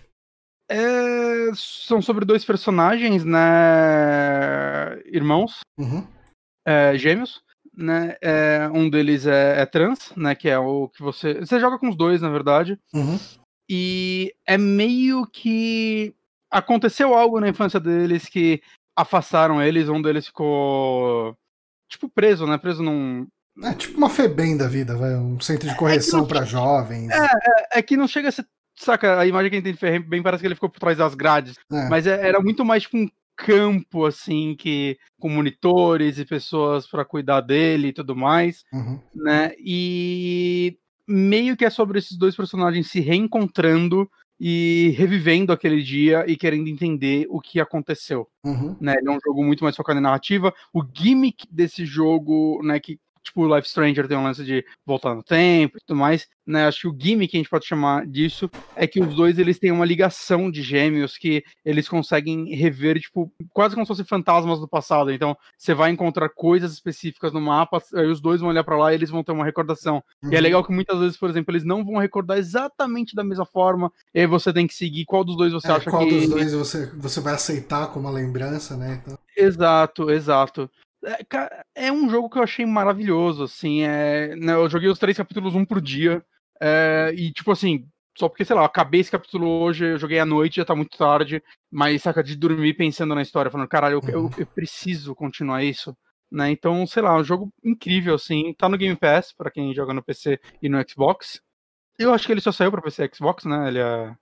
[SPEAKER 2] É, são sobre dois personagens, né, irmãos,
[SPEAKER 1] uhum.
[SPEAKER 2] é, gêmeos, né, é, um deles é, é trans, né, que é o que você, você joga com os dois, na verdade,
[SPEAKER 1] uhum.
[SPEAKER 2] E é meio que aconteceu algo na infância deles que afastaram eles, um deles ficou, tipo, preso, né, preso num...
[SPEAKER 1] É tipo uma FEBEM da vida, vai, um centro de correção é para jovens.
[SPEAKER 2] É, é, é que não chega a ser... Saca, a imagem que a gente tem de Ferrem bem parece que ele ficou por trás das grades. É. Mas é, era muito mais tipo um campo, assim, que com monitores e pessoas para cuidar dele e tudo mais,
[SPEAKER 1] uhum.
[SPEAKER 2] né? E meio que é sobre esses dois personagens se reencontrando e revivendo aquele dia e querendo entender o que aconteceu.
[SPEAKER 1] Uhum.
[SPEAKER 2] Né? Ele é um jogo muito mais focado em narrativa. O gimmick desse jogo, né, que tipo, o Life Stranger tem um lance de voltar no tempo e tudo mais, né? Acho que o gimmick que a gente pode chamar disso é que os dois, eles têm uma ligação de gêmeos que eles conseguem rever, tipo, quase como se fossem fantasmas do passado. Então, você vai encontrar coisas específicas no mapa, aí os dois vão olhar pra lá e eles vão ter uma recordação. Uhum. E é legal que muitas vezes, por exemplo, eles não vão recordar exatamente da mesma forma, e aí você tem que seguir qual dos dois você
[SPEAKER 1] é,
[SPEAKER 2] acha
[SPEAKER 1] qual
[SPEAKER 2] que...
[SPEAKER 1] Qual dos dois você, você vai aceitar como uma lembrança, né? Então...
[SPEAKER 2] Exato, exato. É, cara, é um jogo que eu achei maravilhoso, assim, é, né, eu joguei os três capítulos um por dia, é, e tipo assim, só porque, sei lá, eu acabei esse capítulo hoje, eu joguei à noite, já tá muito tarde, mas saca, de dormir pensando na história, falando, caralho, eu, uhum. eu, eu preciso continuar isso, né, então, sei lá, um jogo incrível, assim, tá no Game Pass, pra quem joga no P C e no Xbox, eu acho que ele só saiu pra P C e Xbox, né, ele é...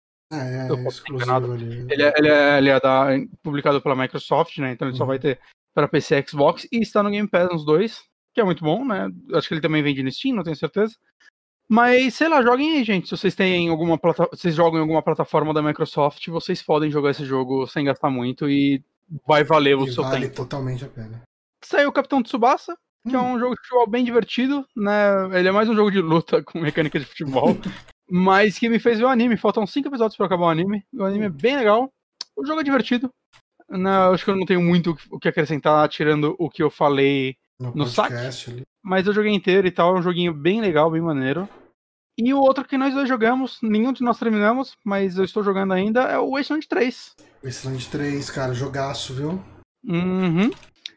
[SPEAKER 1] É, é exclusivo ali.
[SPEAKER 2] Ele é, ele é, ele é da, publicado pela Microsoft, né? Então ele uhum. só vai ter para P C e Xbox e está no Game Pass nos dois, que é muito bom, né? Acho que ele também vende no Steam, não tenho certeza. Mas, sei lá, joguem aí, gente. Se vocês têm alguma plata... vocês jogam em alguma plataforma da Microsoft, vocês podem jogar esse jogo sem gastar muito e vai valer o
[SPEAKER 1] e
[SPEAKER 2] seu
[SPEAKER 1] vale
[SPEAKER 2] tempo.
[SPEAKER 1] Totalmente a pena.
[SPEAKER 2] Saiu o Capitão Tsubasa, que hum. é um jogo de futebol bem divertido, né? Ele é mais um jogo de luta com mecânica de futebol. Mas que me fez ver o anime. Faltam cinco episódios pra acabar o anime. O anime é bem legal. O jogo é divertido. Não, acho que eu não tenho muito o que acrescentar, tirando o que eu falei no, no saque. Ali. Mas eu joguei inteiro e tal. É um joguinho bem legal, bem maneiro. E o outro que nós dois jogamos, nenhum de nós terminamos, mas eu estou jogando ainda, é o Wasteland três.
[SPEAKER 1] Wasteland três, cara, jogaço, viu?
[SPEAKER 2] Uhum.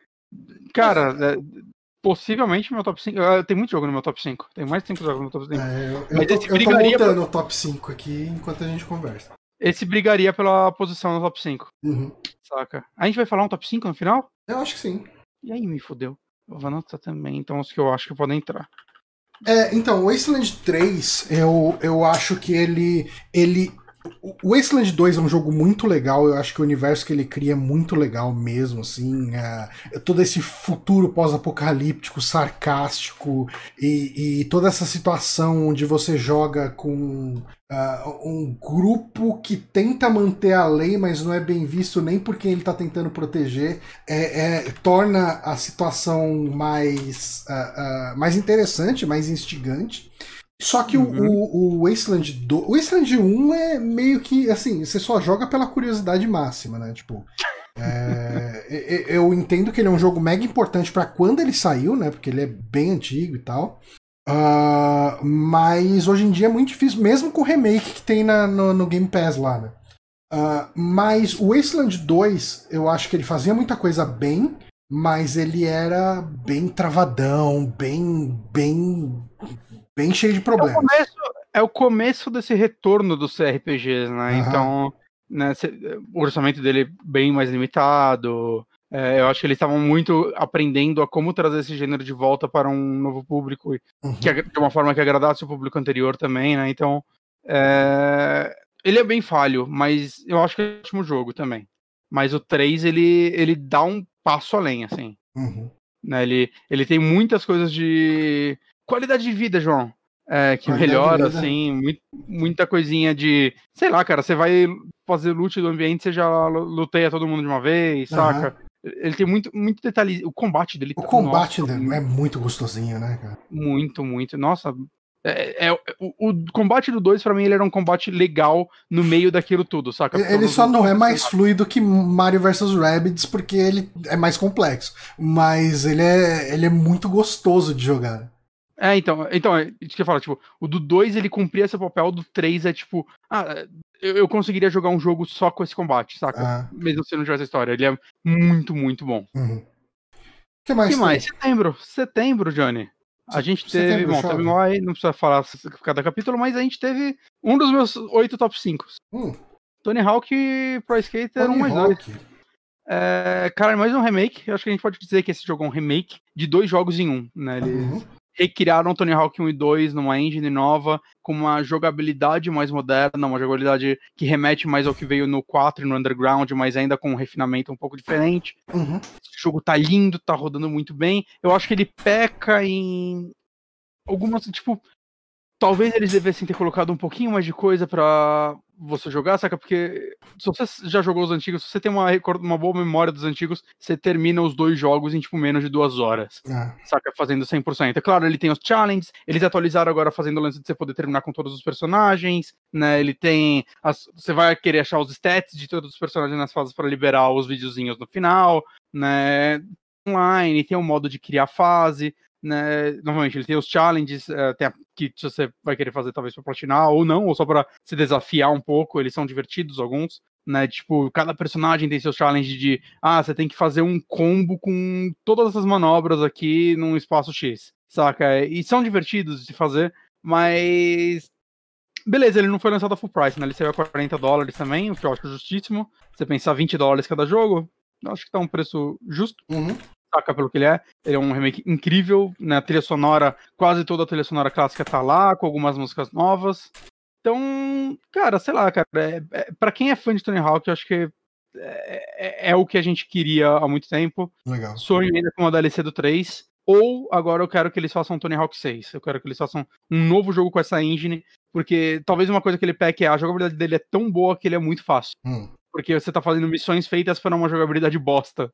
[SPEAKER 2] Cara, é... possivelmente meu top cinco. Tem muito jogo no meu top cinco. Tem mais de cinco jogos no meu top cinco.
[SPEAKER 1] É, eu, eu, tô, eu tô montando pra... o top cinco aqui enquanto a gente conversa.
[SPEAKER 2] Esse brigaria pela posição no top cinco.
[SPEAKER 1] Uhum.
[SPEAKER 2] Saca? A gente vai falar um top cinco no final?
[SPEAKER 1] Eu acho que sim.
[SPEAKER 2] E aí, me fodeu. Eu vou anotar também, então os que eu acho que podem entrar.
[SPEAKER 1] É, então, o Wasteland três, eu, eu acho que ele. ele O Wasteland dois é um jogo muito legal, eu acho que o universo que ele cria é muito legal mesmo, assim, é, todo esse futuro pós-apocalíptico, sarcástico, e, e toda essa situação onde você joga com uh, um grupo que tenta manter a lei, mas não é bem visto nem por quem ele está tentando proteger, é, é, torna a situação mais, uh, uh, mais interessante, mais instigante. Só que uhum. o, o Wasteland dois, o Wasteland um é meio que, assim, você só joga pela curiosidade máxima, né? Tipo, é, eu entendo que ele é um jogo mega importante pra quando ele saiu, né? Porque ele é bem antigo e tal. Uh, mas hoje em dia é muito difícil, mesmo com o remake que tem na, no, no Game Pass lá, né? Uh, mas o Wasteland dois, eu acho que ele fazia muita coisa bem, mas ele era bem travadão, bem, bem... bem cheio de problemas.
[SPEAKER 2] É o começo, é o começo desse retorno dos C R P Gs, né? Uhum. Então, né, o orçamento dele é bem mais limitado. É, eu acho que eles estavam muito aprendendo a como trazer esse gênero de volta para um novo público, uhum. que, de uma forma que agradasse o público anterior também, né? Então, é, ele é bem falho, mas eu acho que é um ótimo jogo também. Mas o três, ele, ele dá um passo além, assim.
[SPEAKER 1] Uhum.
[SPEAKER 2] Né? Ele, ele tem muitas coisas de... qualidade de vida, João, é, que qualidade melhora, assim, muito, muita coisinha de, sei lá, cara, você vai fazer loot do ambiente, você já luteia todo mundo de uma vez, uhum. saca? Ele tem muito, muito detalhe, o combate dele...
[SPEAKER 1] O combate nossa, dele é muito gostosinho, né, cara?
[SPEAKER 2] Muito, muito, nossa... É, é, o, o combate do dois, pra mim, ele era um combate legal no meio daquilo tudo, saca?
[SPEAKER 1] Ele Todos só não é mais fluido que Mario versus. Rabbids, porque ele é mais complexo, mas ele é, ele é muito gostoso de jogar.
[SPEAKER 2] É, então, então, é isso que eu falo, tipo, o do dois ele cumpria esse papel, o do três é tipo, ah, eu, eu conseguiria jogar um jogo só com esse combate, saca? Ah. Mesmo se não tivesse essa história, ele é muito, muito bom.
[SPEAKER 1] Uhum. O que mais?
[SPEAKER 2] que mais? Setembro, setembro, Johnny. A gente teve, setembro, bom, teve uma aí, não precisa falar cada capítulo, mas a gente teve um dos meus oito top cinco.
[SPEAKER 1] Hum.
[SPEAKER 2] Tony Hawk Pro Skater um mais dois. É, cara, mais um remake, eu acho que a gente pode dizer que esse jogo é um remake de dois jogos em um, né? Eles... Uhum. recriaram Tony Hawk um e dois numa engine nova, com uma jogabilidade mais moderna, uma jogabilidade que remete mais ao que veio no quatro e no Underground, mas ainda com um refinamento um pouco diferente.
[SPEAKER 1] Uhum.
[SPEAKER 2] Esse jogo tá lindo, tá rodando muito bem. Eu acho que ele peca em algumas, tipo, talvez eles devessem ter colocado um pouquinho mais de coisa pra você jogar, saca? Porque se você já jogou os antigos, se você tem uma, uma boa memória dos antigos, você termina os dois jogos em, tipo, menos de duas horas.
[SPEAKER 1] É.
[SPEAKER 2] Saca? Fazendo cem por cento. É claro, ele tem os challenges, eles atualizaram agora fazendo o lance de você poder terminar com todos os personagens, né? Ele tem... As, você vai querer achar os stats de todos os personagens nas fases para liberar os videozinhos no final, né? Online, tem um modo de criar fase, né? Normalmente ele tem os challenges, uh, tem a, que você vai querer fazer talvez pra platinar ou não, ou só pra se desafiar um pouco, eles são divertidos alguns, né? Tipo, cada personagem tem seus challenges de, ah, você tem que fazer um combo com todas essas manobras aqui num espaço X, saca? E são divertidos de se fazer, mas beleza, ele não foi lançado a full price, né? Ele saiu a quarenta dólares também, o que eu acho justíssimo. Você pensar vinte dólares cada jogo, eu acho que tá um preço justo.
[SPEAKER 1] Uhum.
[SPEAKER 2] Saca pelo que ele é. Ele é um remake incrível, né? A trilha sonora, quase toda a trilha sonora clássica tá lá, com algumas músicas novas. Então, cara, sei lá, cara, é, é, pra quem é fã de Tony Hawk, eu acho que é, é, é o que a gente queria há muito tempo.
[SPEAKER 1] Legal.
[SPEAKER 2] Sonho ainda com uma D L C do três. Ou agora eu quero que eles façam Tony Hawk seis. Eu quero que eles façam um novo jogo com essa engine, porque talvez uma coisa que ele peque é a jogabilidade dele é tão boa que ele é muito fácil.
[SPEAKER 1] Hum.
[SPEAKER 2] Porque você tá fazendo missões feitas para uma jogabilidade bosta.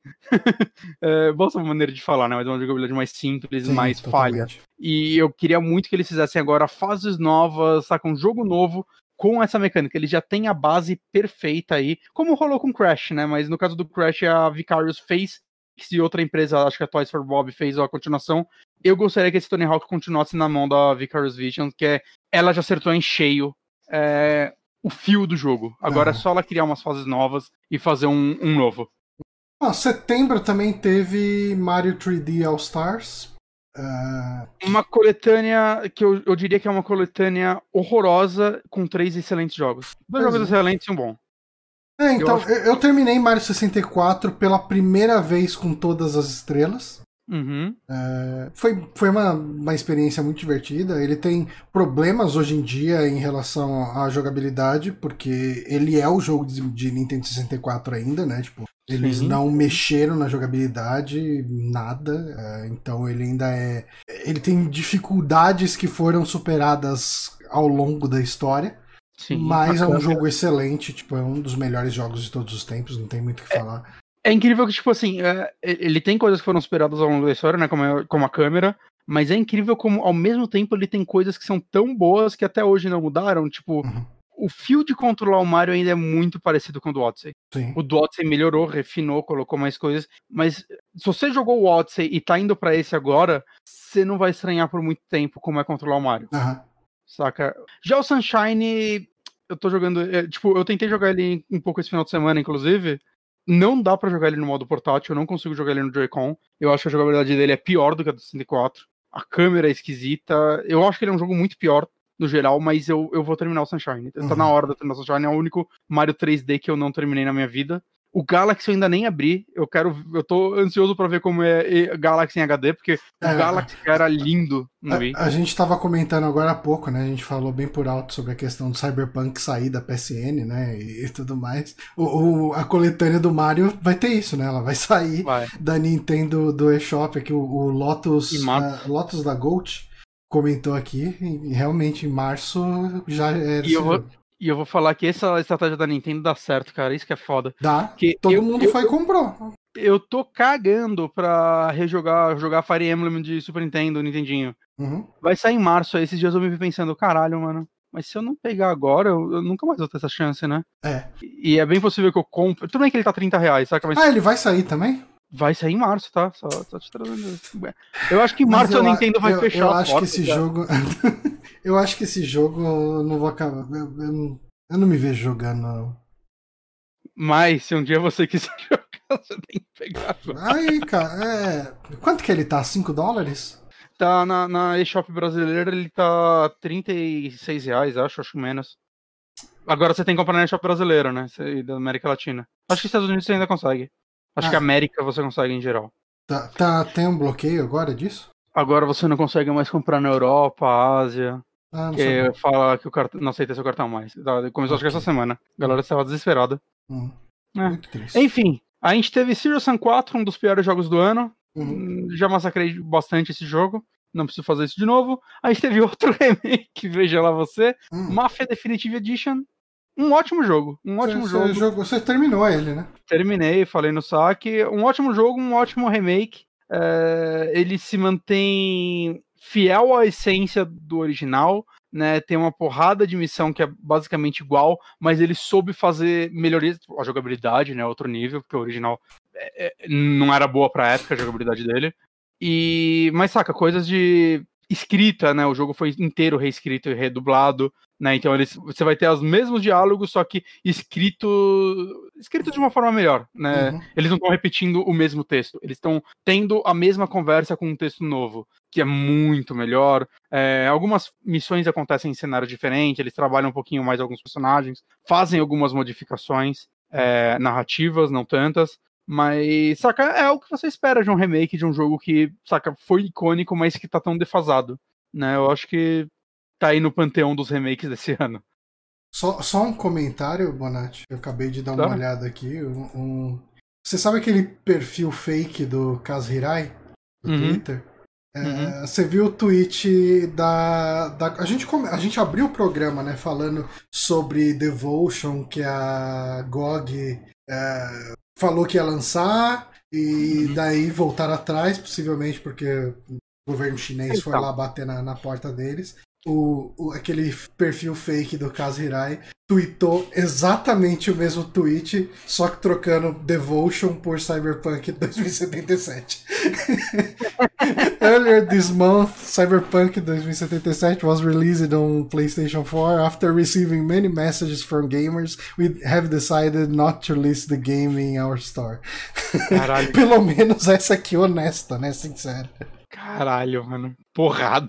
[SPEAKER 2] é, bosta é uma maneira de falar, né? Mas é uma jogabilidade mais simples,
[SPEAKER 1] Sim,
[SPEAKER 2] mais
[SPEAKER 1] totalmente.
[SPEAKER 2] falha. E eu queria muito que eles fizessem agora fases novas, saca? Um jogo novo com essa mecânica. Ele já tem a base perfeita aí, como rolou com Crash, né? Mas no caso do Crash, a Vicarious fez, se outra empresa, acho que a Toys for Bob fez a continuação. Eu gostaria que esse Tony Hawk continuasse na mão da Vicarious Vision, que é, ela já acertou em cheio. É... o fio do jogo. Agora
[SPEAKER 1] Uhum.
[SPEAKER 2] é só ela criar umas fases novas e fazer um, um novo.
[SPEAKER 1] Ah, setembro também teve Mario três D All Stars. Uh...
[SPEAKER 2] Uma coletânea que eu, eu diria que é uma coletânea horrorosa com três excelentes jogos. Dois
[SPEAKER 1] Pois
[SPEAKER 2] jogos
[SPEAKER 1] é.
[SPEAKER 2] excelentes e um bom.
[SPEAKER 1] É, então,
[SPEAKER 2] Eu acho-
[SPEAKER 1] eu, eu terminei Mario sessenta e quatro pela primeira vez com todas as estrelas.
[SPEAKER 2] Uhum.
[SPEAKER 1] É, foi foi uma, uma experiência muito divertida. Ele tem problemas hoje em dia em relação à jogabilidade, porque ele é o jogo de, de Nintendo sessenta e quatro ainda, né? Tipo, eles
[SPEAKER 2] Sim.
[SPEAKER 1] não mexeram na jogabilidade, nada. É, então ele ainda é. Ele tem dificuldades que foram superadas ao longo da história.
[SPEAKER 2] Sim.
[SPEAKER 1] Mas
[SPEAKER 2] A
[SPEAKER 1] é um
[SPEAKER 2] câmera-
[SPEAKER 1] jogo excelente, tipo, é um dos melhores jogos de todos os tempos, não tem muito o que falar.
[SPEAKER 2] É incrível que, tipo assim, é, ele tem coisas que foram superadas ao longo da história, né? Como, é- como a câmera. Mas é incrível como, ao mesmo tempo, ele tem coisas que são tão boas que até hoje não mudaram. Tipo,
[SPEAKER 1] Uhum.
[SPEAKER 2] o fio de controlar o Mario ainda é muito parecido com o do Odyssey.
[SPEAKER 1] Sim.
[SPEAKER 2] O do Odyssey melhorou, refinou, colocou mais coisas. Mas se você jogou o Odyssey e tá indo pra esse agora, você não vai estranhar por muito tempo como é controlar o Mario.
[SPEAKER 1] Uhum.
[SPEAKER 2] Saca? Já o Sunshine, eu tô jogando. É, tipo, eu tentei jogar ele um pouco esse final de semana, inclusive. Não dá pra jogar ele no modo portátil, eu não consigo jogar ele no Joy-Con. Eu acho que a jogabilidade dele é pior do que a do sessenta e quatro. A câmera é esquisita. Eu acho que ele é um jogo muito pior, no geral, mas eu, eu vou terminar o Sunshine. Tá
[SPEAKER 1] Uhum.
[SPEAKER 2] na hora de eu terminar o Sunshine, é o único Mario três D que eu não terminei na minha vida. O Galaxy eu ainda nem abri. Eu quero. Eu tô ansioso pra ver como é Galaxy em H D, porque
[SPEAKER 1] É,
[SPEAKER 2] o Galaxy era lindo no Wii.
[SPEAKER 1] A, a gente tava comentando agora há pouco, né? A gente falou bem por alto sobre a questão do Cyberpunk sair da P S N, né? E, e tudo mais. O, o- a coletânea do Mario vai ter isso, né? Ela vai sair
[SPEAKER 2] Vai.
[SPEAKER 1] da Nintendo do eShop aqui. O, o Lotus,
[SPEAKER 2] Em março.
[SPEAKER 1] ah, Lotus da Gold comentou aqui. E realmente em março já era.
[SPEAKER 2] E eu vou, e eu vou falar que essa estratégia da Nintendo dá certo, cara. Isso que é foda.
[SPEAKER 1] Dá.
[SPEAKER 2] Que
[SPEAKER 1] Todo
[SPEAKER 2] eu-
[SPEAKER 1] mundo
[SPEAKER 2] eu-
[SPEAKER 1] foi e comprou.
[SPEAKER 2] Eu tô cagando pra rejogar jogar Fire Emblem de Super Nintendo, Nintendinho.
[SPEAKER 1] Uhum.
[SPEAKER 2] Vai sair em março, aí esses dias eu me vi pensando, caralho, mano. Mas se eu não pegar agora, eu, eu nunca mais vou ter essa chance, né?
[SPEAKER 1] É.
[SPEAKER 2] E, e é bem possível que eu compre. Tudo bem que ele tá trinta reais, saca? Mas
[SPEAKER 1] Ah, ele vai sair também?
[SPEAKER 2] vai sair em março, tá? Só, só te trazendo. Eu acho que em
[SPEAKER 1] Mas
[SPEAKER 2] março
[SPEAKER 1] eu
[SPEAKER 2] a
[SPEAKER 1] a-
[SPEAKER 2] Nintendo vai
[SPEAKER 1] eu,
[SPEAKER 2] fechar
[SPEAKER 1] eu
[SPEAKER 2] as
[SPEAKER 1] acho que
[SPEAKER 2] portas,
[SPEAKER 1] esse
[SPEAKER 2] cara.
[SPEAKER 1] jogo. eu acho que esse jogo eu não vou acabar. Eu, eu não- eu não me vejo jogando.
[SPEAKER 2] Mas se um dia você quiser jogar, você tem que pegar.
[SPEAKER 1] Aí, cara, é. Quanto que ele tá? cinco dólares?
[SPEAKER 2] Tá na, na eShop brasileira, ele tá trinta e seis reais, acho, acho menos. Agora você tem que comprar na eShop brasileira, né? Cê- Da América Latina. Acho que Estados Unidos você ainda consegue. Acho
[SPEAKER 1] Ah.
[SPEAKER 2] que América você consegue em geral.
[SPEAKER 1] Tá, tá, tem um bloqueio agora disso?
[SPEAKER 2] Agora você não consegue mais comprar na Europa, Ásia.
[SPEAKER 1] Ah, não
[SPEAKER 2] Que
[SPEAKER 1] sabia.
[SPEAKER 2] fala que o cartão não aceita seu cartão mais. Tá, Começou acho que
[SPEAKER 1] Ok.
[SPEAKER 2] essa semana. A galera estava desesperada.
[SPEAKER 1] Hum,
[SPEAKER 2] É.
[SPEAKER 1] Muito triste.
[SPEAKER 2] Enfim, a gente teve Serious Sam quatro, um dos piores jogos do ano.
[SPEAKER 1] Uhum.
[SPEAKER 2] Hum, Já massacrei bastante esse jogo. Não preciso fazer isso de novo. A gente teve outro remake, veja lá você.
[SPEAKER 1] Hum.
[SPEAKER 2] Mafia Definitive Edition. Um ótimo jogo. Um ótimo
[SPEAKER 1] você,
[SPEAKER 2] jogo.
[SPEAKER 1] Você, jogou, você terminou ele, né?
[SPEAKER 2] Terminei, falei no saque. Um ótimo jogo, um ótimo remake. É, ele se mantém fiel à essência do original, né? Tem uma porrada de missão que é basicamente igual, mas ele soube fazer melhorias. A jogabilidade, né? Outro nível, porque o original é, é, não era boa pra época, a jogabilidade dele. E, mas saca, coisas de escrita, né? O jogo foi inteiro reescrito e redublado, né? Então eles, você vai ter os mesmos diálogos, só que escrito, escrito de uma forma melhor, né?
[SPEAKER 1] Uhum.
[SPEAKER 2] Eles não estão repetindo o mesmo texto, eles estão tendo a mesma conversa com um texto novo, que é muito melhor. É, algumas missões acontecem em cenários diferentes, eles trabalham um pouquinho mais alguns personagens, fazem algumas modificações é, narrativas, não tantas. Mas, saca, é o que você espera de um remake de um jogo que, saca, foi icônico, mas que tá tão defasado, né? Eu acho que tá aí no panteão dos remakes desse ano.
[SPEAKER 1] Só, só um comentário, Bonatti. Eu acabei de dar uma
[SPEAKER 2] Tá?
[SPEAKER 1] olhada aqui. Um, um... Você sabe aquele perfil fake do Kaz Hirai? Do
[SPEAKER 2] Uhum.
[SPEAKER 1] Twitter? É,
[SPEAKER 2] Uhum.
[SPEAKER 1] você viu o tweet da. da a, gente come, a gente abriu o programa, né? Falando sobre Devotion, que a G O G é, falou que ia lançar, e
[SPEAKER 2] Uhum.
[SPEAKER 1] daí voltaram atrás, possivelmente porque o governo chinês foi
[SPEAKER 2] Então.
[SPEAKER 1] lá bater na, na porta deles. O, o, aquele perfil fake do Kaz Hirai tweetou exatamente o mesmo tweet, só que trocando Devotion por Cyberpunk dois mil e setenta e sete. Earlier this month, Cyberpunk dois mil e setenta e sete was released on PlayStation four. After receiving many messages from gamers, we have decided not to list the game in our store.
[SPEAKER 2] Caralho.
[SPEAKER 1] Pelo menos essa aqui é honesta, né? Sincera.
[SPEAKER 2] Caralho, mano. Porrada.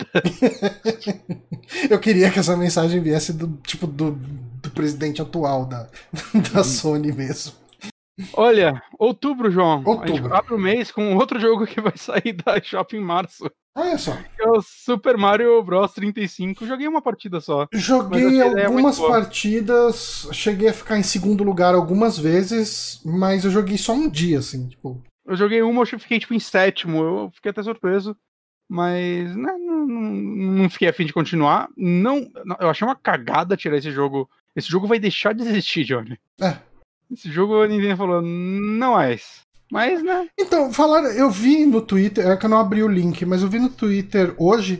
[SPEAKER 1] Eu queria que essa mensagem viesse do tipo do, do presidente atual da, da Sony mesmo.
[SPEAKER 2] Olha, outubro, João.
[SPEAKER 1] Outubro.
[SPEAKER 2] A gente abre o mês com outro jogo que vai sair da Shop em março.
[SPEAKER 1] Olha só.
[SPEAKER 2] Que é o Super Mario Bros trinta e cinco. Joguei uma partida só.
[SPEAKER 1] Joguei algumas partidas, cheguei a ficar em segundo lugar algumas vezes, mas eu joguei só um dia, assim, tipo.
[SPEAKER 2] Eu joguei uma, eu fiquei tipo em sétimo, eu fiquei até surpreso, mas né, não, não, não fiquei a fim de continuar. Não, eu achei uma cagada tirar esse jogo. Esse jogo vai deixar de existir, Johnny.
[SPEAKER 1] É.
[SPEAKER 2] Esse jogo a Nintendo falou, não é esse. Mas, né?
[SPEAKER 1] Então, falaram, eu vi no Twitter, é que eu não abri o link, mas eu vi no Twitter hoje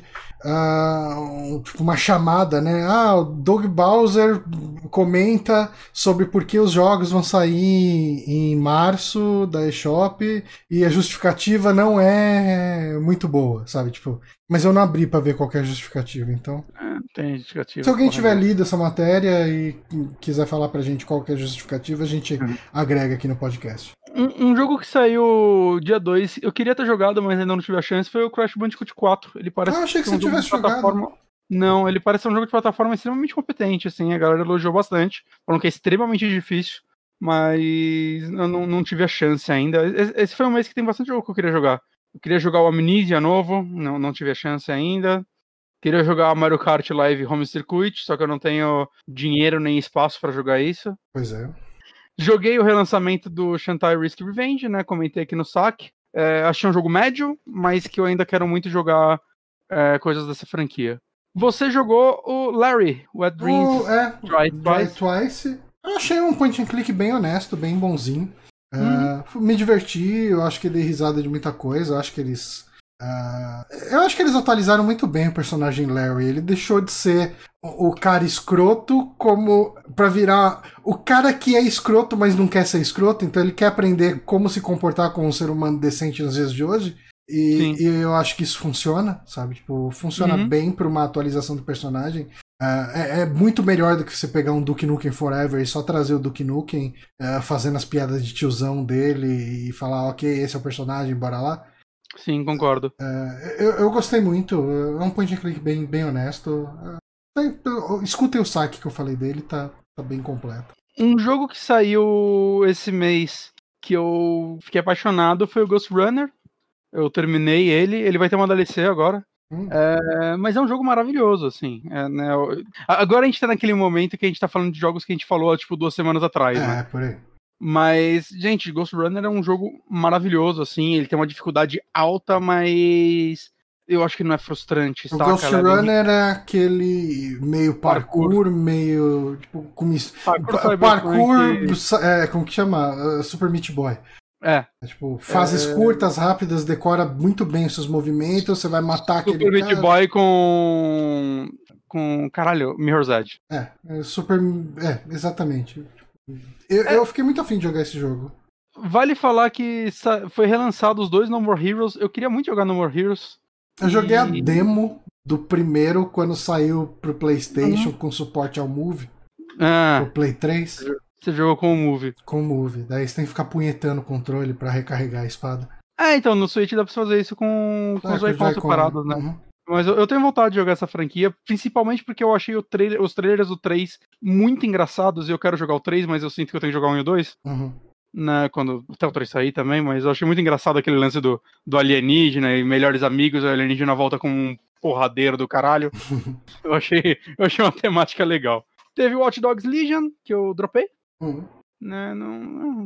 [SPEAKER 1] uh, uma chamada, né? Ah, o Doug Bowser comenta sobre por que os jogos vão sair em março da eShop e a justificativa não é muito boa, sabe? Tipo, mas eu não abri pra ver qual que é a justificativa, então.
[SPEAKER 2] É, tem justificativa.
[SPEAKER 1] Se alguém tiver lido essa matéria e quiser falar pra gente qual que é a justificativa, a gente uhum. agrega aqui no podcast.
[SPEAKER 2] Um, um jogo que saiu dia dois, eu queria ter jogado, mas ainda não tive a chance, foi o Crash Bandicoot quatro. Ele parece
[SPEAKER 1] ah, achei que, que você
[SPEAKER 2] um jogo
[SPEAKER 1] tivesse
[SPEAKER 2] de plataforma...
[SPEAKER 1] jogado.
[SPEAKER 2] Não, ele parece um jogo de plataforma extremamente competente, assim, a galera elogiou bastante, falando que é extremamente difícil, mas eu não, não tive a chance ainda. Esse foi um mês que tem bastante jogo que eu queria jogar. Eu queria jogar o Amnesia novo, não, não tive a chance ainda. Queria jogar Mario Kart Live Home Circuit, só que eu não tenho dinheiro nem espaço pra jogar isso.
[SPEAKER 1] Pois é.
[SPEAKER 2] Joguei o relançamento do Shantae Risk Revenge, né? Comentei aqui no saque. É, achei um jogo médio, mas que eu ainda quero muito jogar é, coisas dessa franquia. Você jogou o Larry, o Wet Dreams
[SPEAKER 1] o, é,
[SPEAKER 2] Try Twice.
[SPEAKER 1] Twice. Eu achei um point and click bem honesto, bem bonzinho.
[SPEAKER 2] Uhum.
[SPEAKER 1] Uh, me diverti, eu acho que dei risada de muita coisa, eu acho que eles... Uh, eu acho que eles atualizaram muito bem o personagem Larry. Ele deixou de ser o, o cara escroto como pra virar o cara que é escroto, mas não quer ser escroto. Então ele quer aprender como se comportar como um ser humano decente nos dias de hoje. E, e eu acho que isso funciona, sabe? Tipo, funciona uhum. bem pra uma atualização do personagem. Uh, é, é muito melhor do que você pegar um Duke Nukem Forever e só trazer o Duke Nukem uh, fazendo as piadas de tiozão dele e falar, ok, esse é o personagem, bora lá.
[SPEAKER 2] Sim, concordo.
[SPEAKER 1] Uh, eu, eu gostei muito. É um point and click bem, bem honesto. Uh, escutem o saque que eu falei dele, tá, tá bem completo.
[SPEAKER 2] Um jogo que saiu esse mês que eu fiquei apaixonado foi o Ghost Runner. Eu terminei ele. Ele vai ter uma D L C agora. Hum. É, mas é um jogo maravilhoso, assim. É, né, agora a gente tá naquele momento que a gente tá falando de jogos que a gente falou, tipo, duas semanas atrás,
[SPEAKER 1] é,
[SPEAKER 2] né?
[SPEAKER 1] É, por aí.
[SPEAKER 2] Mas, gente, Ghost Runner é um jogo maravilhoso, assim, ele tem uma dificuldade alta, mas eu acho que não é frustrante,
[SPEAKER 1] O
[SPEAKER 2] saca?
[SPEAKER 1] Ghost
[SPEAKER 2] Ela é bem-
[SPEAKER 1] Runner é aquele meio parkour,
[SPEAKER 2] Parkour.
[SPEAKER 1] meio. Tipo, com isso.
[SPEAKER 2] Parkour
[SPEAKER 1] Pa-
[SPEAKER 2] Cyberpunk.
[SPEAKER 1] Parkour, sa- é, como que chama? Uh, Super Meat Boy.
[SPEAKER 2] É.
[SPEAKER 1] É, tipo, fases
[SPEAKER 2] É.
[SPEAKER 1] curtas, rápidas, decora muito bem os seus movimentos, você vai matar
[SPEAKER 2] Super
[SPEAKER 1] aquele
[SPEAKER 2] Meat
[SPEAKER 1] cara.
[SPEAKER 2] Boy com. Com. Caralho, Mirror's Edge.
[SPEAKER 1] É, é super. É, exatamente. Eu,
[SPEAKER 2] É.
[SPEAKER 1] eu fiquei muito afim de jogar esse jogo.
[SPEAKER 2] Vale falar que sa- foi relançado os dois No More Heroes. Eu queria muito jogar No More Heroes.
[SPEAKER 1] Eu joguei a
[SPEAKER 2] E-
[SPEAKER 1] demo do primeiro quando saiu pro PlayStation com suporte ao Move,
[SPEAKER 2] Ah,
[SPEAKER 1] pro Play três,
[SPEAKER 2] você jogou com o Move.
[SPEAKER 1] com o Move. Daí você tem que ficar punhetando o controle pra recarregar a espada.
[SPEAKER 2] É, então, no Switch dá pra você fazer isso com, com
[SPEAKER 1] É,
[SPEAKER 2] os
[SPEAKER 1] com o
[SPEAKER 2] icons
[SPEAKER 1] Joy-Con,
[SPEAKER 2] separados, né?
[SPEAKER 1] Uhum.
[SPEAKER 2] Mas eu, eu tenho vontade de jogar essa franquia, principalmente porque eu achei o trailer, os trailers do três muito engraçados e eu quero jogar o três, mas eu sinto que eu tenho que jogar o um e o dois,
[SPEAKER 1] Uhum.
[SPEAKER 2] né, quando até o três sair também, mas eu achei muito engraçado aquele lance do, do alienígena e melhores amigos, o alienígena volta com um porradeiro do caralho. eu, achei, eu achei uma temática legal. Teve o Watch Dogs Legion, que eu dropei,
[SPEAKER 1] Uhum.
[SPEAKER 2] né, não...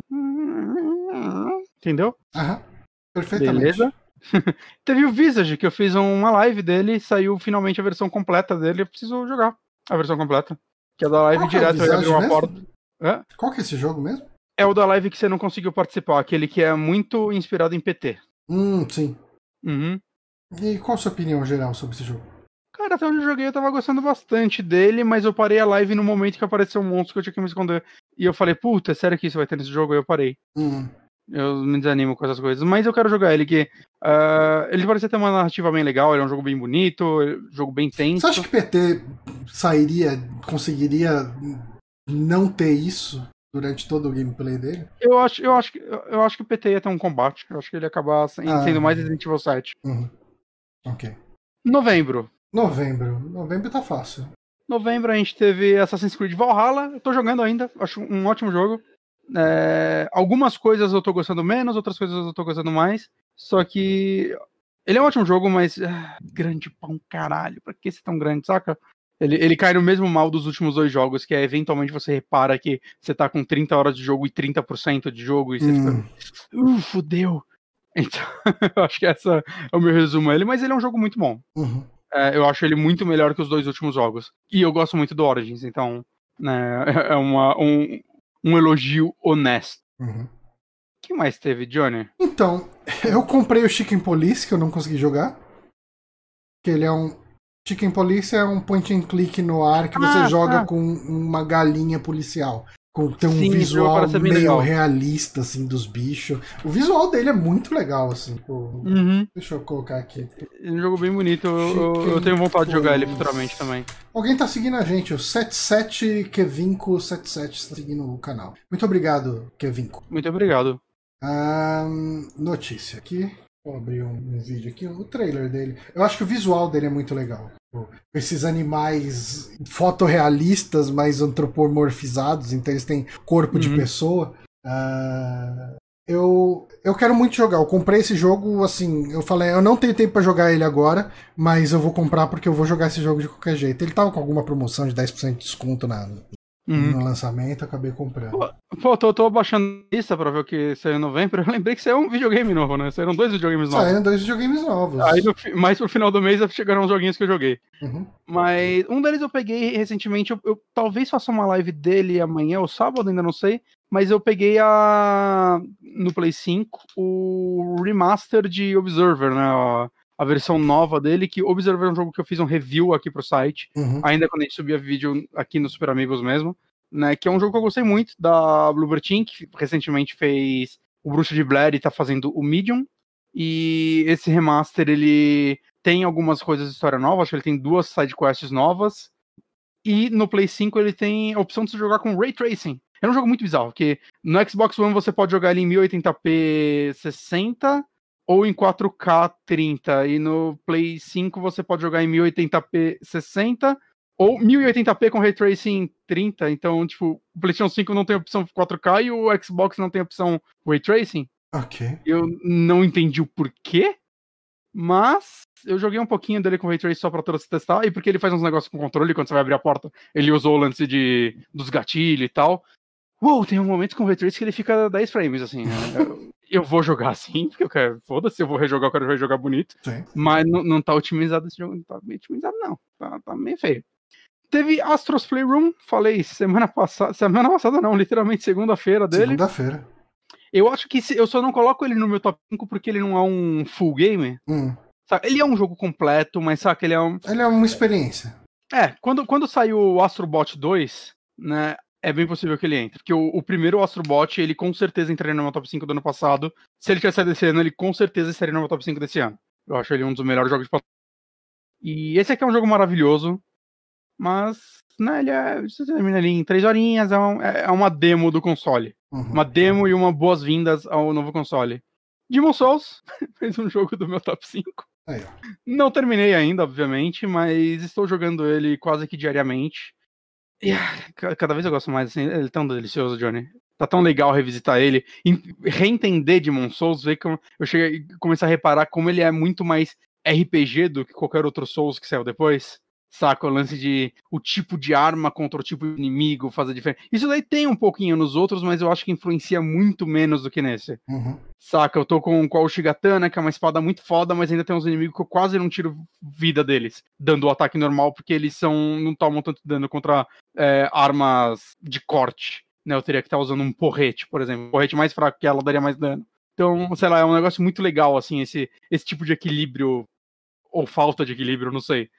[SPEAKER 2] Entendeu?
[SPEAKER 1] Aham. Perfeitamente.
[SPEAKER 2] Beleza. Teve o Visage, que eu fiz uma live dele, saiu finalmente a versão completa dele, eu preciso jogar a versão completa. Que é da live
[SPEAKER 1] Qual que é o
[SPEAKER 2] direto, eu ia abrir
[SPEAKER 1] Visage
[SPEAKER 2] uma
[SPEAKER 1] mesmo?
[SPEAKER 2] porta. É?
[SPEAKER 1] Qual que é esse jogo mesmo?
[SPEAKER 2] É o da live que você não conseguiu participar, aquele que é muito inspirado em P T.
[SPEAKER 1] Hum, sim.
[SPEAKER 2] Uhum.
[SPEAKER 1] E qual a sua opinião geral sobre esse jogo?
[SPEAKER 2] Cara, até onde eu joguei eu tava gostando bastante dele, mas eu parei a live no momento que apareceu um monstro que eu tinha que me esconder. E eu falei, puta, é sério que isso vai ter nesse jogo? Aí eu parei.
[SPEAKER 1] Hum.
[SPEAKER 2] Eu me desanimo com essas coisas. Mas eu quero jogar ele, que uh, ele parece ter uma narrativa bem legal, ele é um jogo bem bonito, é um jogo bem tenso.
[SPEAKER 1] Você acha que P T sairia, conseguiria não ter isso durante todo o gameplay dele?
[SPEAKER 2] Eu acho, eu acho, que, eu acho que o P T ia ter um combate. Eu acho que ele ia acabar sendo
[SPEAKER 1] Ah.
[SPEAKER 2] mais Resident Evil sete.
[SPEAKER 1] Uhum. Ok.
[SPEAKER 2] Novembro.
[SPEAKER 1] Novembro. Novembro tá fácil.
[SPEAKER 2] Novembro a gente teve Assassin's Creed Valhalla. Eu tô jogando ainda, acho um ótimo jogo. É, algumas coisas eu tô gostando menos, outras coisas eu tô gostando mais. Só que ele é um ótimo jogo, mas ah, grande pra um caralho. Pra que ser tão grande, saca? Ele, ele cai no mesmo mal dos últimos dois jogos, que é eventualmente você repara que você tá com trinta horas de jogo e trinta por cento de jogo e você
[SPEAKER 1] Hum.
[SPEAKER 2] fica, uh, fudeu. Então, eu acho que essa é o meu resumo a ele, mas ele é um jogo muito bom.
[SPEAKER 1] Uhum.
[SPEAKER 2] É, eu acho ele muito melhor que os dois últimos jogos. E eu gosto muito do Origins, então né, é uma, um, um elogio honesto.
[SPEAKER 1] Uhum.
[SPEAKER 2] O que mais teve, Johnny?
[SPEAKER 1] Então, eu comprei o Chicken Police, que eu não consegui jogar. Que ele é um. Chicken Police é um point and click no ar que você
[SPEAKER 2] Ah,
[SPEAKER 1] joga
[SPEAKER 2] ah.
[SPEAKER 1] com uma galinha policial. Com, tem um
[SPEAKER 2] Sim, esse jogo
[SPEAKER 1] visual
[SPEAKER 2] parece bem
[SPEAKER 1] meio
[SPEAKER 2] legal.
[SPEAKER 1] realista, assim, dos bichos. O visual dele é muito legal, assim. Pô.
[SPEAKER 2] Uhum.
[SPEAKER 1] Deixa eu colocar aqui.
[SPEAKER 2] É um jogo bem bonito, eu, eu, eu tenho vontade de jogar ele futuramente também.
[SPEAKER 1] Alguém tá seguindo a gente, o setenta e sete Kevinco setenta e sete está seguindo o canal. Muito obrigado, Kevinco.
[SPEAKER 2] Muito obrigado.
[SPEAKER 1] Ah, notícia aqui. Vou abrir um, um vídeo aqui, o trailer dele. Eu acho que o visual dele é muito legal. Pô, esses animais fotorrealistas, mas antropomorfizados, então eles têm corpo de
[SPEAKER 2] Uhum.
[SPEAKER 1] pessoa. Ah, eu, eu quero muito jogar. Eu comprei esse jogo, assim, eu falei, eu não tenho tempo pra jogar ele agora, mas eu vou comprar porque eu vou jogar esse jogo de qualquer jeito. Ele tava com alguma promoção de dez por cento de desconto na,
[SPEAKER 2] Uhum.
[SPEAKER 1] no lançamento, eu acabei comprando.
[SPEAKER 2] Pô, tô, tô baixando a lista pra ver o que saiu em novembro. Eu lembrei que saiu um videogame novo, né? Saíram dois videogames novos.
[SPEAKER 1] Saíram dois videogames novos.
[SPEAKER 2] Aí, no, fi- mais pro final do mês, chegaram os joguinhos que eu joguei.
[SPEAKER 1] Uhum.
[SPEAKER 2] Mas um deles eu peguei recentemente. Eu, eu talvez faça uma live dele amanhã ou sábado, ainda não sei. Mas eu peguei a no Play cinco o remaster de Observer, né? A, a versão nova dele. Que Observer é um jogo que eu fiz um review aqui pro site.
[SPEAKER 1] Uhum.
[SPEAKER 2] Ainda quando a gente subia vídeo aqui no Super Amigos mesmo. Né, que é um jogo que eu gostei muito, da Bloober Team, que recentemente fez o Bruxo de Blair e tá fazendo o Medium. E esse remaster, ele tem algumas coisas de história nova, acho que ele tem duas sidequests novas. E no Play cinco ele tem a opção de você jogar com Ray Tracing. É um jogo muito bizarro, porque no Xbox One você pode jogar ele em mil e oitenta p sessenta ou em quatro K trinta. E no Play cinco você pode jogar em mil e oitenta p sessenta ou mil e oitenta p com Ray Tracing trinta. Então, tipo, o PlayStation cinco não tem opção quatro K e o Xbox não tem opção Ray Tracing.
[SPEAKER 1] Ok.
[SPEAKER 2] Eu não entendi o porquê, mas eu joguei um pouquinho dele com Ray Tracing só pra todos testar, e porque ele faz uns negócios com controle, quando você vai abrir a porta, ele usou o lance de, dos gatilhos e tal. Uou, tem um momento com o Ray Tracing que ele fica dez frames, assim. Né? Eu vou jogar sim, porque eu quero. Foda-se, eu vou rejogar, eu quero rejogar bonito.
[SPEAKER 1] Sim.
[SPEAKER 2] Mas não, não tá otimizado esse jogo, não tá bem otimizado, não. Tá, tá meio feio. Teve Astros Playroom, falei semana passada. Semana passada não, literalmente segunda-feira dele.
[SPEAKER 1] Segunda-feira.
[SPEAKER 2] Eu acho que se, eu só não coloco ele no meu top cinco porque ele não é um full game.
[SPEAKER 1] Hum.
[SPEAKER 2] Sabe? Ele é um jogo completo, mas sabe que ele é um.
[SPEAKER 1] Ele é uma experiência.
[SPEAKER 2] É, quando, quando saiu o Astrobot dois, né? É bem possível que ele entre. Porque o, o primeiro Astrobot, ele com certeza entraria no meu top cinco do ano passado. Se ele tivesse saído desse ano, ele com certeza estaria no meu top cinco desse ano. Eu acho ele um dos melhores jogos de plataforma. E esse aqui é um jogo maravilhoso. Mas, né, ele é. Você termina ali em três horinhas, é, um, é uma demo do console.
[SPEAKER 1] Uhum.
[SPEAKER 2] Uma demo e uma boas-vindas ao novo console. Demon's Souls fez um jogo do meu top cinco.
[SPEAKER 1] Aí,
[SPEAKER 2] Não terminei ainda, obviamente, mas estou jogando ele quase que diariamente. E ah, cada vez eu gosto mais, assim, ele é tão delicioso, Johnny. Tá tão legal revisitar ele, reentender Demon's Souls, ver como eu cheguei a começar a reparar como ele é muito mais R P G do que qualquer outro Souls que saiu depois. Saca? O lance de o tipo de arma contra o tipo de inimigo fazer diferença. Isso daí tem um pouquinho nos outros, mas eu acho que influencia muito menos do que nesse.
[SPEAKER 1] Uhum.
[SPEAKER 2] Saca? Eu tô com, com a Uchigatana, que é uma espada muito foda, mas ainda tem uns inimigos que eu quase não tiro vida deles, dando o ataque normal, porque eles são não tomam tanto dano contra é, armas de corte. Né? Eu teria que estar usando um porrete, por exemplo. Um porrete mais fraco que ela daria mais dano. Então, sei lá, é um negócio muito legal, assim, esse, esse tipo de equilíbrio, ou falta de equilíbrio, não sei.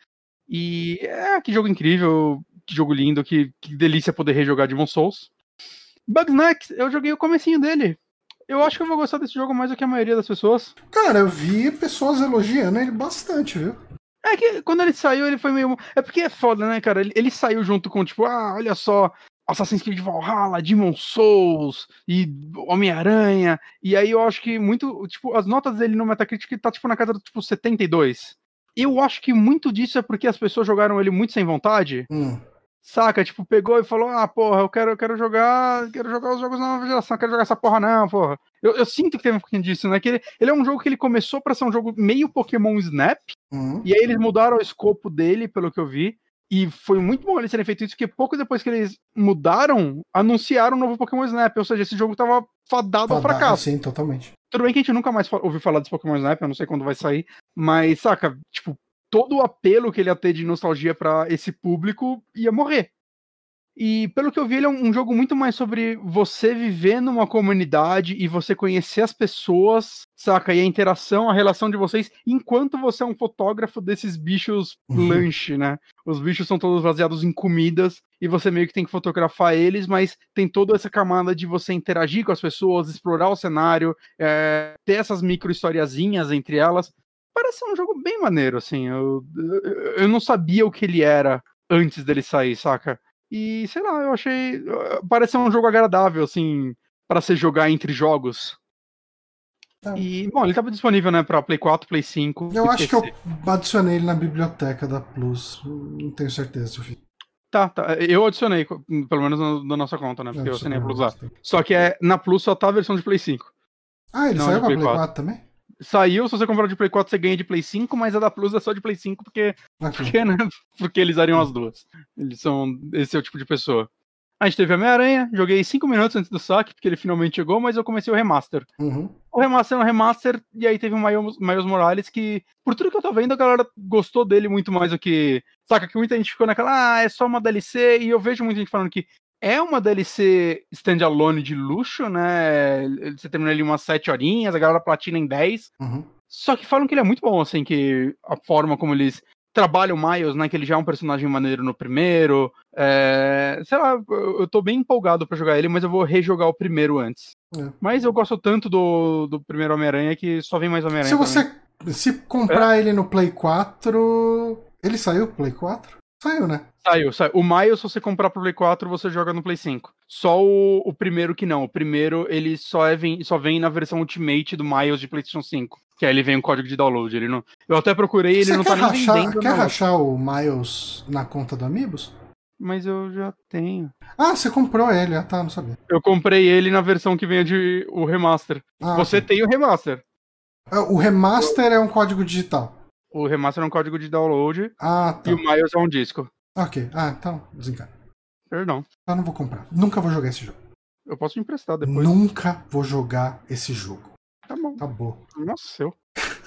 [SPEAKER 2] E é, que jogo incrível, que jogo lindo, que, que delícia poder rejogar Demon's Souls. Bugsnax, eu joguei o comecinho dele. Eu acho que eu vou gostar desse jogo mais do que a maioria das pessoas.
[SPEAKER 1] Cara, eu vi pessoas elogiando ele bastante, viu?
[SPEAKER 2] É que quando ele saiu, ele foi meio... É porque é foda, né, cara? Ele, ele saiu junto com, tipo, ah, olha só, Assassin's Creed Valhalla, Demon's Souls e Homem-Aranha. E aí eu acho que muito, tipo, as notas dele no Metacritic tá, tipo, na casa do, tipo, setenta e dois. Eu acho que muito disso é porque as pessoas jogaram ele muito sem vontade.
[SPEAKER 1] Hum.
[SPEAKER 2] Saca? Tipo, pegou e falou, ah, porra, eu quero, eu quero jogar. Quero jogar os jogos da nova geração, eu quero jogar essa porra, não, porra. Eu, eu sinto que teve um pouquinho disso, né? Que ele, ele é um jogo que ele começou pra ser um jogo meio Pokémon Snap.
[SPEAKER 1] Hum.
[SPEAKER 2] E aí eles mudaram o escopo dele, pelo que eu vi. E foi muito bom eles terem feito isso, porque pouco depois que eles mudaram, anunciaram um novo Pokémon Snap. Ou seja, esse jogo tava fadado, fadado ao fracasso.
[SPEAKER 1] Sim, totalmente.
[SPEAKER 2] Tudo bem que a gente nunca mais ouviu falar desse Pokémon Snap, eu não sei quando vai sair. Mas, saca, tipo, todo o apelo que ele ia ter de nostalgia pra esse público ia morrer. E pelo que eu vi, ele é um jogo muito mais sobre você viver numa comunidade e você conhecer as pessoas, saca? E a interação, a relação de vocês, enquanto você é um fotógrafo desses bichos
[SPEAKER 1] Uhum.
[SPEAKER 2] lanche, né? Os bichos são todos baseados em comidas e você meio que tem que fotografar eles, mas tem toda essa camada de você interagir com as pessoas, explorar o cenário, é, ter essas micro historiazinhas entre elas. Parece um jogo bem maneiro, assim. Eu, eu, eu não sabia o que ele era antes dele sair, saca? E, sei lá, eu achei... Parece um jogo agradável, assim, para se jogar entre jogos.
[SPEAKER 1] Tá.
[SPEAKER 2] E, bom, ele tava disponível, né, pra Play quatro, Play cinco...
[SPEAKER 1] Eu acho
[SPEAKER 2] P C.
[SPEAKER 1] que eu adicionei ele na biblioteca da Plus. Não tenho certeza se eu fiz.
[SPEAKER 2] Tá, tá. Eu adicionei, pelo menos na, na nossa conta, né, porque
[SPEAKER 1] Não,
[SPEAKER 2] eu assinei a Plus lá.
[SPEAKER 1] tem.
[SPEAKER 2] Só que é, na Plus só tá a versão de Play cinco.
[SPEAKER 1] Ah, ele
[SPEAKER 2] Não,
[SPEAKER 1] saiu
[SPEAKER 2] de
[SPEAKER 1] pra
[SPEAKER 2] Play
[SPEAKER 1] Play
[SPEAKER 2] quatro.
[SPEAKER 1] quatro também?
[SPEAKER 2] Saiu, se você comprar de Play quatro, você ganha de Play cinco, mas a da Plus é só de Play cinco, porque,
[SPEAKER 1] Okay.
[SPEAKER 2] porque, né, porque eles dariam as duas. Eles são... Esse é o tipo de pessoa. A gente teve Homem-Aranha, joguei cinco minutos antes do saque, porque ele finalmente chegou, mas eu comecei o remaster.
[SPEAKER 1] Uhum.
[SPEAKER 2] O remaster é um remaster, e aí teve o Miles, Miles Morales, que, por tudo que eu tô vendo, a galera gostou dele muito mais do que... Saca, que muita gente ficou naquela, ah, é só uma D L C, e eu vejo muita gente falando que é uma D L C standalone de luxo, né? Você termina ali umas sete horinhas, a galera platina em dez.
[SPEAKER 1] Uhum.
[SPEAKER 2] Só que falam que ele é muito bom, assim, que a forma como eles trabalham o Miles, né, que ele já é um personagem maneiro no primeiro, é... sei lá, eu tô bem empolgado pra jogar ele, mas eu vou rejogar o primeiro antes.
[SPEAKER 1] É.
[SPEAKER 2] Mas eu gosto tanto do, do primeiro Homem-Aranha que só vem mais Homem-Aranha.
[SPEAKER 1] Se você
[SPEAKER 2] também.
[SPEAKER 1] se comprar é? ele no Play quatro... Ele saiu pro Play quatro? Saiu, né?
[SPEAKER 2] Saiu, saiu. O Miles, se você comprar pro Play quatro, você joga no Play cinco. Só o, o primeiro que não. O primeiro, ele só, é, vem, só vem na versão Ultimate do Miles de PlayStation cinco. Que aí ele vem um código de download. Ele não... Eu até procurei, ele
[SPEAKER 1] você
[SPEAKER 2] não tá nem
[SPEAKER 1] rachar,
[SPEAKER 2] vendendo.
[SPEAKER 1] Quer
[SPEAKER 2] não.
[SPEAKER 1] rachar o Miles na conta do Amiibos?
[SPEAKER 2] Mas eu já tenho.
[SPEAKER 1] Ah, você comprou ele. Ah, tá, não sabia.
[SPEAKER 2] Eu comprei ele na versão que vem de o remaster.
[SPEAKER 1] Ah,
[SPEAKER 2] você
[SPEAKER 1] okay.
[SPEAKER 2] tem o remaster.
[SPEAKER 1] O remaster é um código digital.
[SPEAKER 2] O remaster é um código de download.
[SPEAKER 1] Ah, tá.
[SPEAKER 2] E o Miles é um disco.
[SPEAKER 1] Ok. Ah, então, desencana.
[SPEAKER 2] Perdão.
[SPEAKER 1] Eu não vou comprar. Nunca vou jogar esse jogo.
[SPEAKER 2] Eu posso te emprestar depois.
[SPEAKER 1] Nunca vou jogar esse jogo.
[SPEAKER 2] eu...
[SPEAKER 1] Acabou.
[SPEAKER 2] Nossa, eu...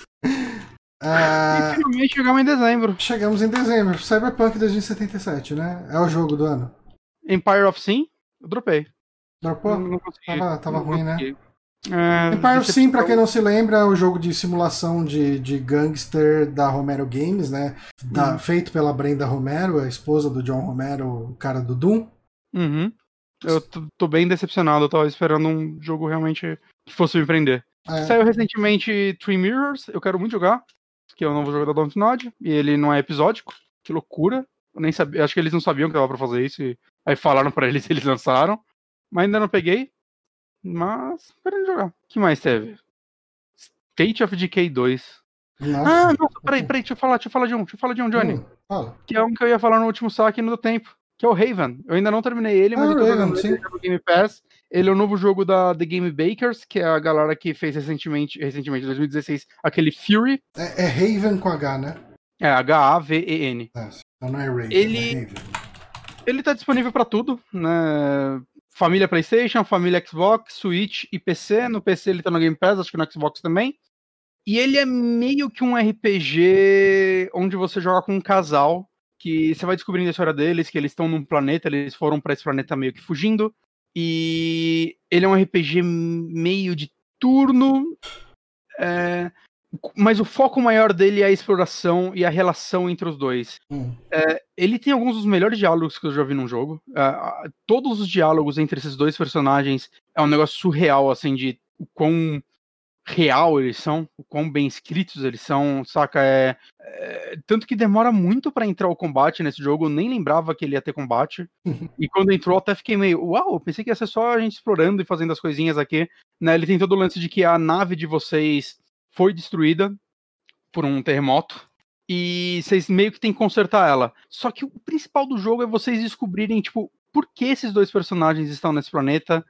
[SPEAKER 1] Ah,
[SPEAKER 2] E finalmente chegamos em dezembro.
[SPEAKER 1] chegamos em dezembro. Cyberpunk dois mil e setenta e sete, né? É o jogo do ano.
[SPEAKER 2] Empire of Sin, eu dropei.
[SPEAKER 1] Dropou?
[SPEAKER 2] Não, não consegui.
[SPEAKER 1] Tava, tava
[SPEAKER 2] não
[SPEAKER 1] ruim,
[SPEAKER 2] consegui.
[SPEAKER 1] né?
[SPEAKER 2] É,
[SPEAKER 1] Empire of Sin, pra quem
[SPEAKER 2] decepção.
[SPEAKER 1] não se lembra, é o jogo de simulação de, de gangster da Romero Games, né? Da-
[SPEAKER 2] Uhum.
[SPEAKER 1] Feito pela Brenda Romero, a esposa do John Romero, o cara do Doom.
[SPEAKER 2] Uhum. Eu tô, tô bem decepcionado, eu tava esperando um jogo realmente que fosse me prender.
[SPEAKER 1] É.
[SPEAKER 2] Saiu recentemente Three Mirrors, eu quero muito jogar, que é o novo jogo da Dontnod, e ele não é episódico, que loucura. Eu nem sabia, acho que eles não sabiam que dava pra fazer isso, e aí falaram pra eles e eles lançaram. Mas ainda não peguei, mas querendo jogar. O que mais teve? State of Decay dois.
[SPEAKER 1] Nossa.
[SPEAKER 2] Ah, nossa, peraí, peraí, deixa eu falar, deixa eu falar de um, deixa eu falar de um, Johnny.
[SPEAKER 1] Hum, fala.
[SPEAKER 2] Que é um que eu ia falar no último saque no tempo, que é o Raven. Eu ainda não terminei ele, mas
[SPEAKER 1] Ah,
[SPEAKER 2] eu tô
[SPEAKER 1] Raven,
[SPEAKER 2] jogando
[SPEAKER 1] sim.
[SPEAKER 2] ele no Game Pass. Ele é o novo jogo da The Game Bakers, que é a galera que fez recentemente, recentemente, dois mil e dezesseis, aquele Fury.
[SPEAKER 1] É, é Raven com H, né?
[SPEAKER 2] É, H A V E N.
[SPEAKER 1] É, então não é Raven,
[SPEAKER 2] Ele,
[SPEAKER 1] é Raven.
[SPEAKER 2] ele tá disponível pra tudo, né? Família PlayStation, família Xbox, Switch e P C. No P C ele tá no Game Pass, acho que no Xbox também. E ele é meio que um R P G onde você joga com um casal, que você vai descobrindo a história deles, que eles estão num planeta, eles foram pra esse planeta meio que fugindo. E ele é um R P G meio de turno, é, mas o foco maior dele é a exploração e a relação entre os dois.
[SPEAKER 1] Hum.
[SPEAKER 2] É, ele tem alguns dos melhores diálogos que eu já vi num jogo. É, todos os diálogos entre esses dois personagens é um negócio surreal, assim, de o quão real eles são, o quão bem escritos eles são, saca? É, é, tanto que demora muito pra entrar o combate nesse jogo, eu nem lembrava que ele ia ter combate. E quando entrou, até fiquei meio, uau, pensei que ia ser só a gente explorando e fazendo as coisinhas aqui. Né? Ele tem todo o lance de que a nave de vocês foi destruída por um terremoto. E vocês meio que tem que consertar ela. Só que o principal do jogo é vocês descobrirem, tipo, por que esses dois personagens estão nesse planeta.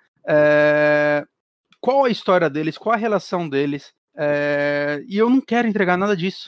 [SPEAKER 2] É... Qual a história deles, qual a relação deles, é... e eu não quero entregar nada disso.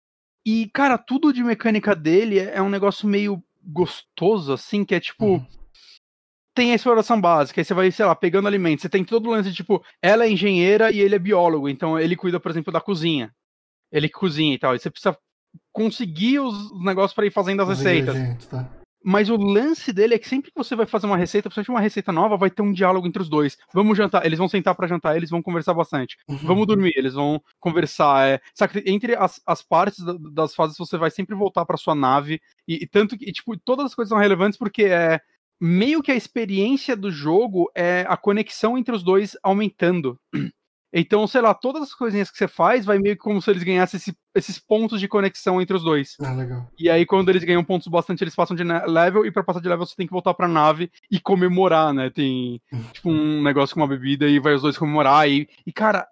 [SPEAKER 2] E, cara, tudo de mecânica dele é um negócio meio gostoso, assim, que é tipo...
[SPEAKER 1] Uhum.
[SPEAKER 2] Tem a exploração básica, aí você vai, sei lá, pegando alimentos, você tem todo o lance de, tipo, ela é engenheira e ele é biólogo, então ele cuida, por exemplo, da cozinha. Ele cozinha e tal, e você precisa conseguir os negócios para ir fazendo as
[SPEAKER 1] Os
[SPEAKER 2] receitas.
[SPEAKER 1] ingredientes, tá?
[SPEAKER 2] Mas o lance dele é que sempre que você vai fazer uma receita, principalmente uma receita nova, vai ter um diálogo entre os dois. Vamos jantar, eles vão sentar pra jantar, eles vão conversar bastante.
[SPEAKER 1] Uhum.
[SPEAKER 2] Vamos dormir, eles vão conversar. É... Sabe, entre as, as partes da, das fases, você vai sempre voltar pra sua nave. E, e tanto que, e, tipo, todas as coisas são relevantes porque é meio que a experiência do jogo é a conexão entre os dois aumentando. Então, sei lá, todas as coisinhas que você faz vai meio que como se eles ganhassem esse, esses pontos de conexão entre os dois.
[SPEAKER 1] Ah, legal.
[SPEAKER 2] E aí, quando eles ganham pontos bastante, eles passam de level, e pra passar de level você tem que voltar pra nave e comemorar, né? Tem, tipo, um negócio com uma bebida e vai os dois comemorar. E, e cara,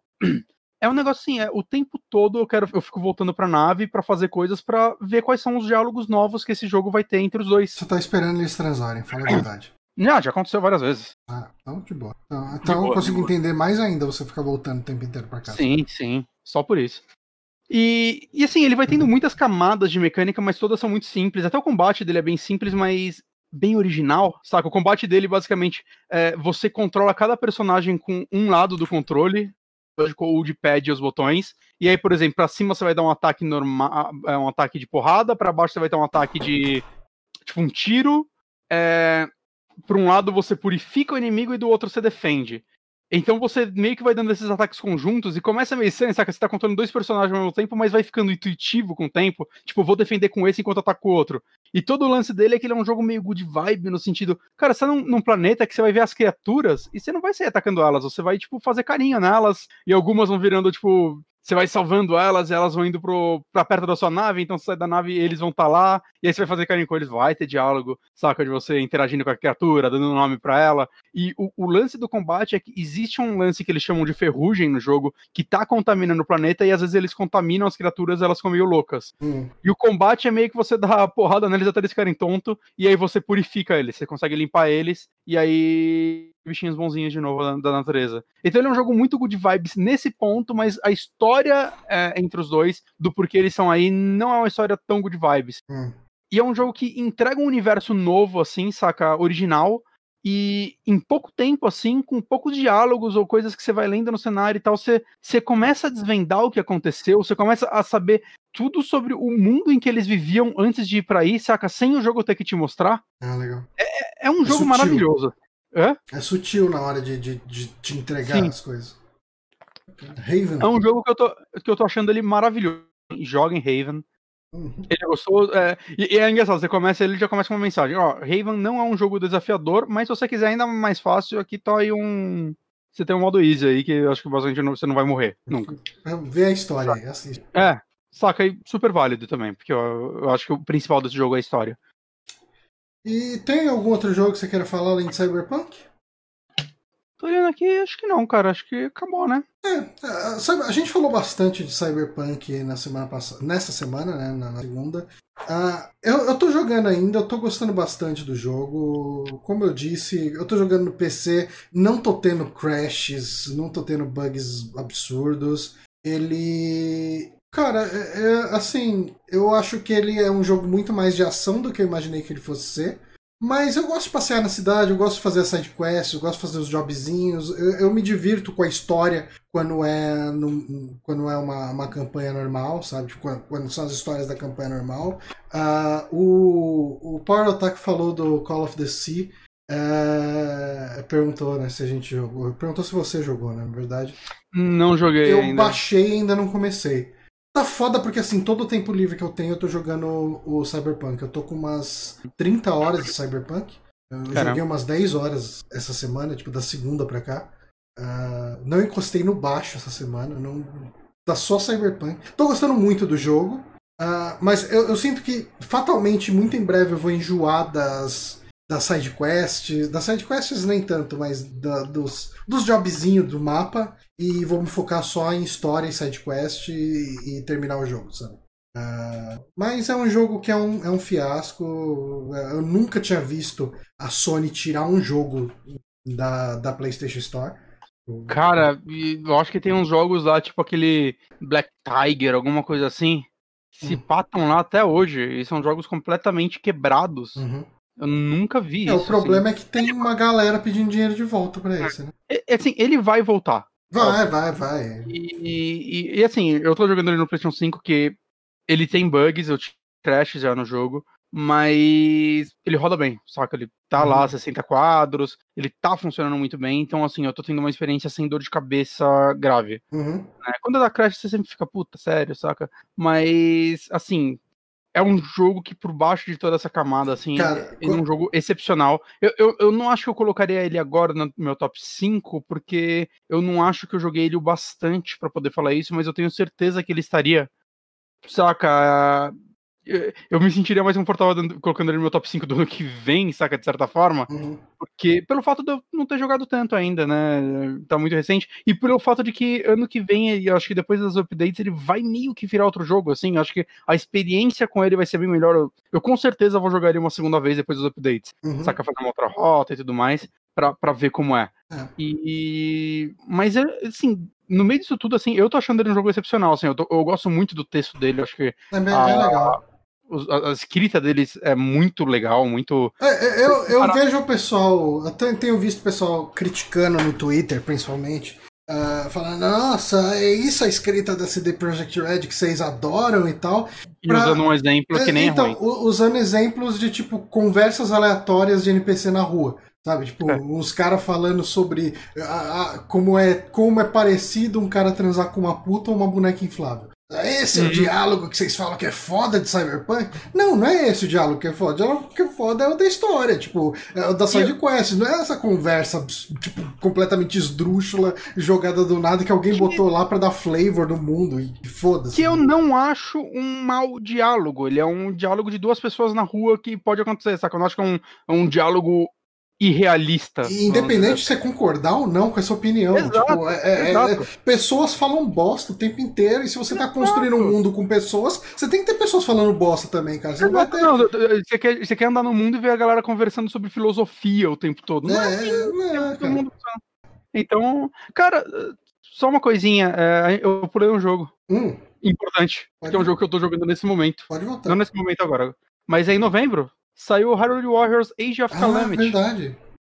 [SPEAKER 2] é um negócio assim, é, o tempo todo eu quero, eu fico voltando pra nave pra fazer coisas pra ver quais são os diálogos novos que esse jogo vai ter entre os dois.
[SPEAKER 1] Você tá esperando eles transarem, fala a verdade.
[SPEAKER 2] Já, já aconteceu várias vezes.
[SPEAKER 1] Ah, então de boa. Então, então
[SPEAKER 2] boa,
[SPEAKER 1] eu consigo
[SPEAKER 2] de boa.
[SPEAKER 1] entender mais ainda você ficar voltando o tempo inteiro pra casa.
[SPEAKER 2] Sim, sim, só por isso. E, e assim, ele vai tendo muitas camadas de mecânica, mas todas são muito simples. Até o combate dele é bem simples, mas bem original, saca? O combate dele, basicamente, é, você controla cada personagem com um lado do controle, ou de pad e os botões. E aí, por exemplo, pra cima você vai dar um ataque normal, um ataque de porrada, pra baixo você vai dar um ataque de, tipo, um tiro. É, por um lado você purifica o inimigo e do outro você defende. Então você meio que vai dando esses ataques conjuntos e começa meio estranho, saca? Você tá controlando dois personagens ao mesmo tempo, mas vai ficando intuitivo com o tempo. Tipo, vou defender com esse enquanto ataco com o outro. E todo o lance dele é que ele é um jogo meio good vibe, no sentido... Cara, você tá num, num planeta que você vai ver as criaturas e você não vai sair atacando elas, você vai, tipo, fazer carinho nelas e algumas vão virando, tipo... Você vai salvando elas e elas vão indo pro, pra perto da sua nave, então você sai da nave e eles vão estar tá lá, e aí você vai fazer carinho com eles, vai ter diálogo, saca, de você interagindo com a criatura, dando um nome pra ela. E o, o lance do combate é que existe um lance que eles chamam de ferrugem no jogo, que tá contaminando o planeta, e às vezes eles contaminam as criaturas, elas ficam meio loucas.
[SPEAKER 1] Hum.
[SPEAKER 2] E o combate é meio que você dá porrada neles até eles ficarem tontos, e aí você purifica eles, você consegue limpar eles, e aí bichinhos bonzinhos de novo da, da natureza. Então ele é um jogo muito good vibes nesse ponto, mas a história é, entre os dois, do porquê eles são aí, não é uma história tão good vibes.
[SPEAKER 1] Hum.
[SPEAKER 2] E é um jogo que entrega um universo novo, assim, saca? Original, e em pouco tempo, assim, com poucos diálogos ou coisas que você vai lendo no cenário e tal, você, você começa a desvendar o que aconteceu, você começa a saber tudo sobre o mundo em que eles viviam antes de ir pra aí, saca? Sem o jogo ter que te mostrar.
[SPEAKER 1] Ah, legal.
[SPEAKER 2] É, é um
[SPEAKER 1] É
[SPEAKER 2] jogo
[SPEAKER 1] sutil.
[SPEAKER 2] maravilhoso. É?
[SPEAKER 1] É sutil na hora de, de, de te entregar
[SPEAKER 2] Sim.
[SPEAKER 1] as coisas. Haven.
[SPEAKER 2] É um jogo que eu tô, que eu tô achando ele maravilhoso. Joga em Haven.
[SPEAKER 1] Uhum.
[SPEAKER 2] Ele é gostoso. É, e, e é engraçado, você começa, ele já começa com uma mensagem. Ó, Haven não é um jogo desafiador, mas se você quiser ainda mais fácil, aqui tá aí um. Você tem um modo easy aí, que eu acho que basicamente não- você não vai morrer, nunca.
[SPEAKER 1] Vê a história aí, assiste.
[SPEAKER 2] É, saca aí, super válido também, porque eu, eu acho que o principal desse jogo é a história.
[SPEAKER 1] E tem algum outro jogo que você queira falar além de Cyberpunk?
[SPEAKER 2] Tô olhando aqui, acho que não, cara, acho que acabou, né?
[SPEAKER 1] É, sabe, a gente falou bastante de Cyberpunk na semana passada, nessa semana, né, na, na segunda. Uh, eu, eu tô jogando ainda, eu tô gostando bastante do jogo. Como eu disse, eu tô jogando no P C, não tô tendo crashes, não tô tendo bugs absurdos. Ele. Cara, é, é, assim, eu acho que ele é um jogo muito mais de ação do que eu imaginei que ele fosse ser. Mas eu gosto de passear na cidade, eu gosto de fazer as side quests, eu gosto de fazer os jobzinhos, eu, eu me divirto com a história quando é, no, quando é uma, uma campanha normal, sabe? Tipo, quando, quando são as histórias da campanha normal. Uh, o, o Power Attack falou do Call of the Sea, uh, perguntou, né, se a gente jogou. Perguntou se você jogou, né, na verdade.
[SPEAKER 2] Não joguei
[SPEAKER 1] eu
[SPEAKER 2] ainda.
[SPEAKER 1] Eu baixei e ainda não comecei. Tá foda porque, assim, todo o tempo livre que eu tenho, eu tô jogando o Cyberpunk. Eu tô com umas trinta horas de Cyberpunk. Eu Caramba. joguei umas dez horas essa semana, tipo, da segunda pra cá. Uh, não encostei no baixo essa semana. Não... Tá só Cyberpunk. Tô gostando muito do jogo. Uh, mas eu, eu sinto que, fatalmente, muito em breve eu vou enjoar das, das sidequests. Das sidequests nem tanto, mas da, dos, dos jobzinhos do mapa. E vou me focar só em história e sidequest e, e terminar o jogo, sabe? Uh, mas é um jogo que é um, é um fiasco. Eu nunca tinha visto a Sony tirar um jogo da, da PlayStation Store.
[SPEAKER 2] Cara, eu acho que tem uns jogos lá, tipo aquele Black Tiger, alguma coisa assim, se hum. patam lá até hoje. E são jogos completamente quebrados. Uhum. Eu nunca vi
[SPEAKER 1] é,
[SPEAKER 2] isso.
[SPEAKER 1] O problema
[SPEAKER 2] assim.
[SPEAKER 1] é que tem uma galera pedindo dinheiro de volta pra esse, né?
[SPEAKER 2] É, assim, ele vai voltar.
[SPEAKER 1] Vai, óbvio. vai, vai.
[SPEAKER 2] E, e, e assim, eu tô jogando ele no PlayStation cinco, que ele tem bugs, eu tive crashes já no jogo, mas ele roda bem, saca? Ele tá uhum. lá, sessenta quadros, ele tá funcionando muito bem, então assim, eu tô tendo uma experiência sem dor de cabeça grave.
[SPEAKER 1] Uhum.
[SPEAKER 2] Né? Quando dá crash, você sempre fica, puta, sério, saca? Mas, assim, é um jogo que por baixo de toda essa camada, assim, Cara, é um jogo excepcional. Eu, eu, eu não acho que eu colocaria ele agora no meu top cinco, porque eu não acho que eu joguei ele o bastante pra poder falar isso, mas eu tenho certeza que ele estaria, saca, eu, eu me sentiria mais confortável dando, colocando ele no meu top cinco do ano que vem, saca, de certa forma,
[SPEAKER 1] uhum.
[SPEAKER 2] porque, pelo fato de eu não ter jogado tanto ainda, né, tá muito recente, e pelo fato de que ano que vem, eu acho que depois das updates, ele vai meio que virar outro jogo, assim, eu acho que a experiência com ele vai ser bem melhor, eu, eu com certeza vou jogar ele uma segunda vez depois dos updates, uhum. saca, fazer uma outra rota e tudo mais, pra, pra ver como é. é. E, mas, assim, no meio disso tudo, assim, eu tô achando ele um jogo excepcional, assim, eu, tô, eu gosto muito do texto dele, eu acho que...
[SPEAKER 1] É bem, a, é legal.
[SPEAKER 2] A, a escrita deles é muito legal, muito...
[SPEAKER 1] É, eu eu Para... vejo o pessoal, até tenho visto o pessoal criticando no Twitter, principalmente, uh, falando, nossa, é isso a escrita da C D Projekt Red que vocês adoram e tal.
[SPEAKER 2] E pra... usando um exemplo que nem
[SPEAKER 1] então,
[SPEAKER 2] é ruim.
[SPEAKER 1] Usando exemplos de, tipo, conversas aleatórias de N P C na rua. Sabe, tipo, é. uns caras falando sobre a, a, como, é, como é parecido um cara transar com uma puta ou uma boneca inflável. Esse é uhum. o diálogo que vocês falam que é foda de Cyberpunk? Não, não é esse o diálogo que é foda. O diálogo que é foda é o da história, tipo, é o da sidequest. Não é essa conversa, tipo, completamente esdrúxula, jogada do nada, que alguém que... botou lá pra dar flavor no mundo e foda-se.
[SPEAKER 2] Que eu não acho um mau diálogo. Ele é um diálogo de duas pessoas na rua que pode acontecer, saca? Eu não acho que é um, é um diálogo irrealista.
[SPEAKER 1] E independente de você concordar ou não com essa opinião.
[SPEAKER 2] Exato,
[SPEAKER 1] tipo, é, é, é, pessoas falam bosta o tempo inteiro, e se você exato. tá construindo um mundo com pessoas, você tem que ter pessoas falando bosta também, cara. Você, não, vai ter...
[SPEAKER 2] não, você, quer, você quer andar no mundo e ver a galera conversando sobre filosofia o tempo todo. Não é, é assim,
[SPEAKER 1] é,
[SPEAKER 2] todo mundo... Então, cara, só uma coisinha, é, eu pulei um jogo
[SPEAKER 1] hum,
[SPEAKER 2] importante, que é um jogo que eu tô jogando nesse momento.
[SPEAKER 1] Pode voltar.
[SPEAKER 2] Não nesse momento agora, mas é em novembro. Saiu Hyrule Warriors Age of
[SPEAKER 1] ah,
[SPEAKER 2] Calamity.
[SPEAKER 1] Verdade.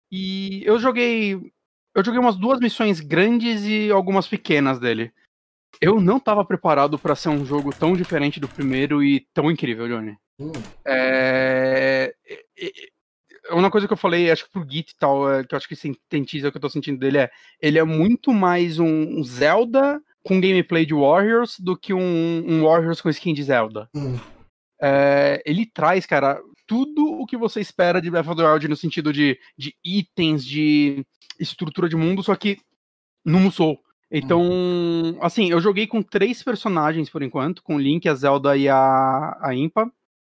[SPEAKER 2] E eu joguei. Eu joguei umas duas missões grandes e algumas pequenas dele. Eu não tava preparado pra ser um jogo tão diferente do primeiro e tão incrível, Johnny.
[SPEAKER 1] Hum.
[SPEAKER 2] É... Uma coisa que eu falei, acho que pro Git e tal, é, que eu acho que sintetiza o que eu tô sentindo dele é, ele é muito mais um Zelda com gameplay de Warriors do que um, um Warriors com skin de Zelda.
[SPEAKER 1] Hum.
[SPEAKER 2] É, ele traz, cara, tudo o que você espera de Breath of the Wild no sentido de, de itens, de estrutura de mundo, só que no Musou. Então, hum. assim, eu joguei com três personagens por enquanto, com o Link, a Zelda e a, a Impa.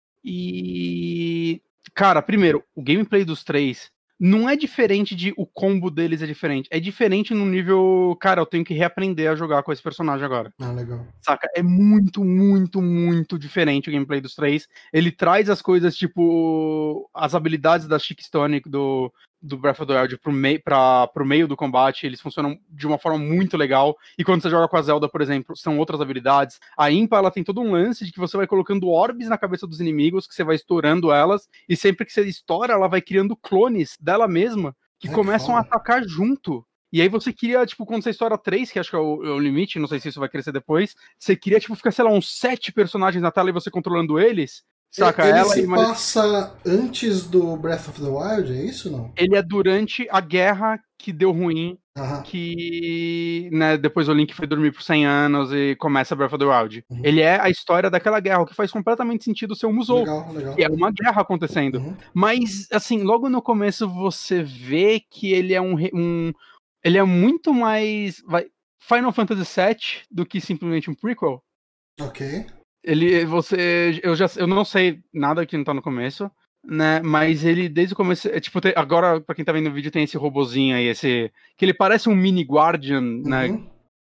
[SPEAKER 2] E, cara, primeiro, o gameplay dos três não é diferente de o combo deles é diferente. É diferente no nível, cara, eu tenho que reaprender a jogar com esse personagem agora.
[SPEAKER 1] Ah, legal.
[SPEAKER 2] Saca? É muito, muito, muito diferente o gameplay dos três. Ele traz as coisas, tipo, as habilidades da Chickstone do, do Breath of the Wild pro, mei, pra, pro meio do combate, eles funcionam de uma forma muito legal. E quando você joga com a Zelda, por exemplo, são outras habilidades. A Impa, ela tem todo um lance de que você vai colocando orbes na cabeça dos inimigos, que você vai estourando elas, e sempre que você estoura, ela vai criando clones dela mesma, que
[SPEAKER 1] é
[SPEAKER 2] começam
[SPEAKER 1] que
[SPEAKER 2] a atacar junto. E aí você queria, tipo, quando você estoura três, que acho que é o, é o limite, não sei se isso vai crescer depois, você queria, tipo, ficar, sei lá, uns sete personagens na tela e você controlando eles, saca?
[SPEAKER 1] Ele
[SPEAKER 2] ela
[SPEAKER 1] se
[SPEAKER 2] e
[SPEAKER 1] passa antes do Breath of the Wild, é isso não?
[SPEAKER 2] Ele é durante a guerra que deu ruim,
[SPEAKER 1] Aham.
[SPEAKER 2] que, né, depois o Link foi dormir por cem anos e começa Breath of the Wild.
[SPEAKER 1] Uhum.
[SPEAKER 2] Ele é a história daquela guerra, o que faz completamente sentido ser um Musou.
[SPEAKER 1] Legal, legal.
[SPEAKER 2] Que é uma guerra acontecendo.
[SPEAKER 1] Uhum.
[SPEAKER 2] Mas, assim, logo no começo você vê que ele é um... um ele é muito mais vai, Final Fantasy sete do que simplesmente um prequel.
[SPEAKER 1] Ok.
[SPEAKER 2] Ele, você, eu já, eu não sei nada que não tá no começo, né? Mas ele desde o começo, é, tipo, tem, agora pra quem tá vendo o vídeo tem esse robozinho aí, esse que ele parece um mini Guardian, né?
[SPEAKER 1] Uhum.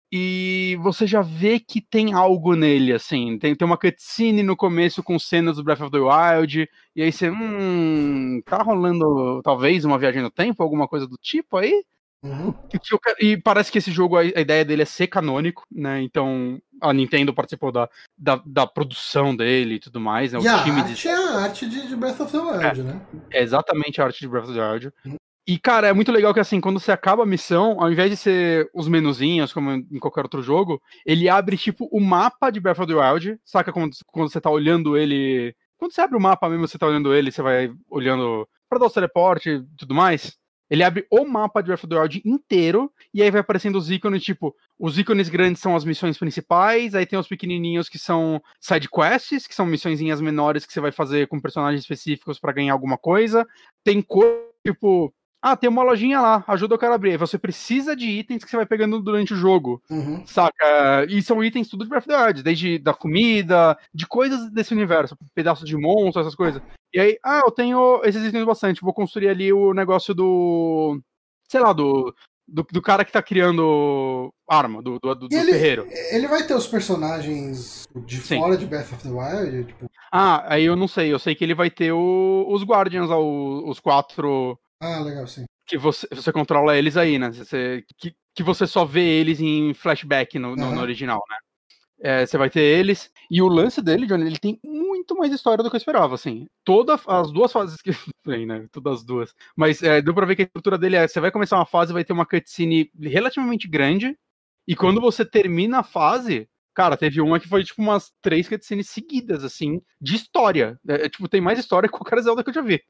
[SPEAKER 2] E você já vê que tem algo nele, assim. Tem, tem uma cutscene no começo com cenas do Breath of the Wild, e aí você, hum, tá rolando talvez uma viagem no tempo, alguma coisa do tipo aí?
[SPEAKER 1] Uhum.
[SPEAKER 2] E parece que esse jogo, a ideia dele é ser canônico, né? Então a Nintendo participou da, da, da produção dele e tudo mais, né?
[SPEAKER 1] E
[SPEAKER 2] O
[SPEAKER 1] a
[SPEAKER 2] time
[SPEAKER 1] arte
[SPEAKER 2] de...
[SPEAKER 1] é a arte de, de Breath of the Wild,
[SPEAKER 2] é,
[SPEAKER 1] né?
[SPEAKER 2] é exatamente a arte de Breath of the Wild.
[SPEAKER 1] Uhum.
[SPEAKER 2] E, cara, é muito legal que, assim, quando você acaba a missão, ao invés de ser os menuzinhos, como em qualquer outro jogo, ele abre, tipo, o mapa de Breath of the Wild, saca? Quando, quando você tá olhando ele... Quando você abre o mapa mesmo, você tá olhando ele, você vai olhando pra dar o teleporte e tudo mais. Ele abre o mapa de Breath of the Wild inteiro, e aí vai aparecendo os ícones, tipo, os ícones grandes são as missões principais, aí tem os pequenininhos que são side quests, que são missõezinhas menores que você vai fazer com personagens específicos pra ganhar alguma coisa. Tem coisa, tipo... Ah, tem uma lojinha lá, ajuda o cara a abrir. Você precisa de itens que você vai pegando durante o jogo,
[SPEAKER 1] uhum.
[SPEAKER 2] saca? E são itens tudo de Breath of the Wild, desde da comida, de coisas desse universo, pedaços de monstro, essas coisas. E aí, ah, eu tenho esses itens bastante, vou construir ali o negócio do, sei lá, do, do, do cara que tá criando arma, do, do, do, do
[SPEAKER 1] ele,
[SPEAKER 2] ferreiro.
[SPEAKER 1] Ele vai ter os personagens de
[SPEAKER 2] Sim.
[SPEAKER 1] fora de Breath of the Wild? Tipo...
[SPEAKER 2] Ah, aí eu não sei, eu sei que ele vai ter o, os Guardians, ó, os quatro...
[SPEAKER 1] Ah, legal, sim.
[SPEAKER 2] Que você, você controla eles aí, né? Você, que, que você só vê eles em flashback no, no,
[SPEAKER 1] uhum.
[SPEAKER 2] no original, né? É, você vai ter eles. E o lance dele, Johnny, ele tem muito mais história do que eu esperava, assim. Todas as duas fases que tem, né? Todas as duas. Mas é, deu pra ver que a estrutura dele é: você vai começar uma fase, vai ter uma cutscene relativamente grande. E quando você termina a fase. Cara, teve uma que foi tipo umas três cutscenes seguidas, assim, de história. É, tipo, tem mais história que qualquer Zelda que eu já vi.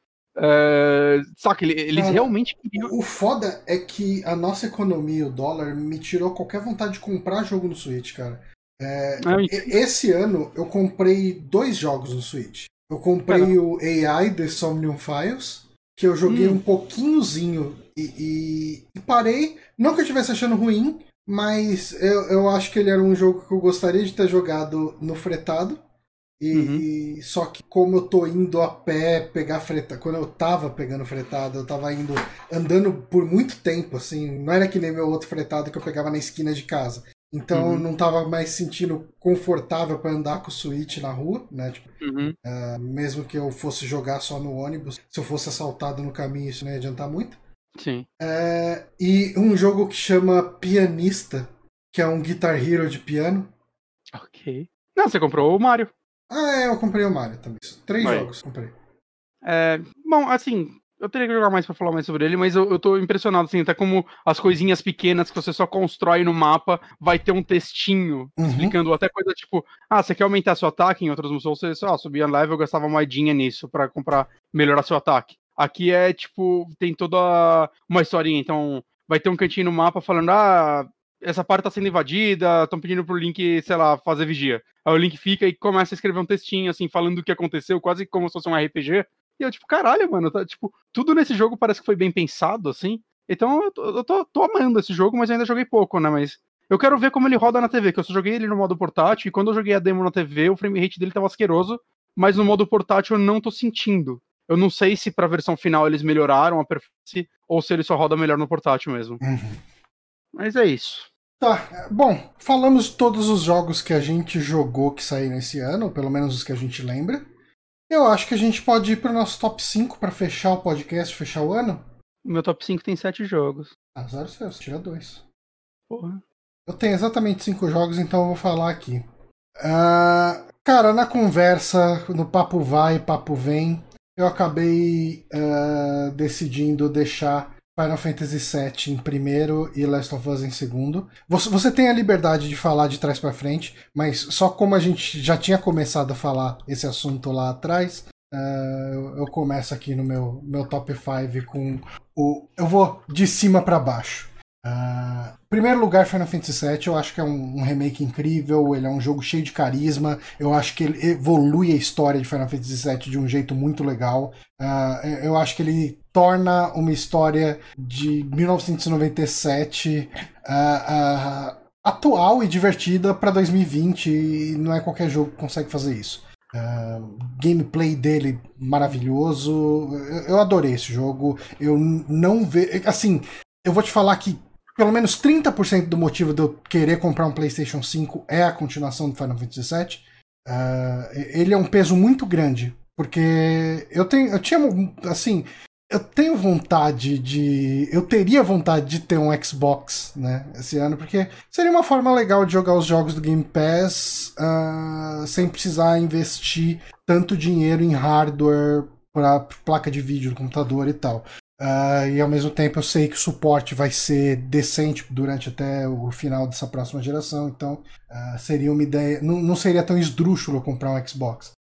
[SPEAKER 2] Uh, saca, eles
[SPEAKER 1] Cara,
[SPEAKER 2] realmente queriam...
[SPEAKER 1] O foda é que a nossa economia, o dólar, me tirou qualquer vontade de comprar jogo no Switch, cara. É, esse ano eu comprei dois jogos no Switch. Eu comprei Caramba. o A I The Somnium Files, que eu joguei hum. um pouquinhozinho e, e, e parei. Não que eu estivesse achando ruim, mas eu, eu acho que ele era um jogo que eu gostaria de ter jogado no fretado. E, uhum. e só que como eu tô indo a pé pegar fretado, quando eu tava pegando fretado, eu tava indo andando por muito tempo, assim, não era que nem meu outro fretado que eu pegava na esquina de casa. Então uhum. eu não tava mais sentindo confortável para andar com o Switch na rua, né? Tipo,
[SPEAKER 2] uhum.
[SPEAKER 1] uh, mesmo que eu fosse jogar só no ônibus, se eu fosse assaltado no caminho, isso não ia adiantar muito.
[SPEAKER 2] Sim.
[SPEAKER 1] Uh, e um jogo que chama Pianista, que é um Guitar Hero de piano.
[SPEAKER 2] Ok. Não, você comprou o Mario.
[SPEAKER 1] Ah, é, eu comprei o Mario também. Três
[SPEAKER 2] Vai.
[SPEAKER 1] jogos comprei.
[SPEAKER 2] É, bom, assim, eu teria que jogar mais pra falar mais sobre ele, mas eu, eu tô impressionado, assim, até como as coisinhas pequenas que você só constrói no mapa, vai ter um textinho
[SPEAKER 1] Uhum.
[SPEAKER 2] explicando até coisa tipo, ah, você quer aumentar seu ataque? Em outras músicas você só ah, subia level, eu gastava moedinha nisso pra comprar, melhorar seu ataque. Aqui é, tipo, tem toda uma historinha, então vai ter um cantinho no mapa falando, ah, essa parte tá sendo invadida, estão pedindo pro Link, sei lá, fazer vigia. Aí o Link fica e começa a escrever um textinho, assim, falando do que aconteceu, quase como se fosse um R P G. E eu, tipo, caralho, mano, tá, tipo, tudo nesse jogo parece que foi bem pensado, assim. Então eu, tô, eu tô, tô amando esse jogo, mas eu ainda joguei pouco, né? Mas eu quero ver como ele roda na T V, que eu só joguei ele no modo portátil, e quando eu joguei a demo na T V, o frame rate dele tava asqueroso, mas no modo portátil eu não tô sentindo. Eu não sei se pra versão final eles melhoraram a performance, ou se ele só roda melhor no portátil mesmo.
[SPEAKER 1] Uhum.
[SPEAKER 2] Mas é isso.
[SPEAKER 1] Tá, bom, falamos de todos os jogos que a gente jogou que saíram esse ano, ou pelo menos os que a gente lembra. Eu acho que a gente pode ir pro nosso top cinco para fechar o podcast, fechar o ano.
[SPEAKER 2] O meu top cinco tem sete jogos.
[SPEAKER 1] Azar seu, você tira dois.
[SPEAKER 2] Porra.
[SPEAKER 1] Eu tenho exatamente cinco jogos, então eu vou falar aqui. Uh, cara, na conversa, no papo vai, papo vem, eu acabei uh, decidindo deixar Final Fantasy sete em primeiro e Last of Us em segundo. Você, você tem a liberdade de falar de trás pra frente, mas só como a gente já tinha começado a falar esse assunto lá atrás, uh, eu, eu começo aqui no meu, meu top cinco com o... Eu vou de cima pra baixo. Uh, primeiro lugar, Final Fantasy sete, eu acho que é um, um remake incrível, ele é um jogo cheio de carisma, eu acho que ele evolui a história de Final Fantasy sete de um jeito muito legal. Uh, eu acho que ele torna uma história de mil novecentos e noventa e sete uh, uh, atual e divertida para dois mil e vinte, e não é qualquer jogo que consegue fazer isso. Uh, gameplay dele maravilhoso, eu, eu adorei esse jogo. Eu não vejo, assim, eu vou te falar que pelo menos trinta por cento do motivo de eu querer comprar um PlayStation cinco é a continuação do Final Fantasy sete. Uh, ele é um peso muito grande, porque eu tenho, eu tinha, assim, eu tenho vontade de, eu teria vontade de ter um Xbox, né, esse ano, porque seria uma forma legal de jogar os jogos do Game Pass uh, sem precisar investir tanto dinheiro em hardware para placa de vídeo do computador e tal. Uh, e ao mesmo tempo eu sei que o suporte vai ser decente durante até o final dessa próxima geração, então uh, seria uma ideia. Não, não seria tão esdrúxulo eu comprar um Xbox.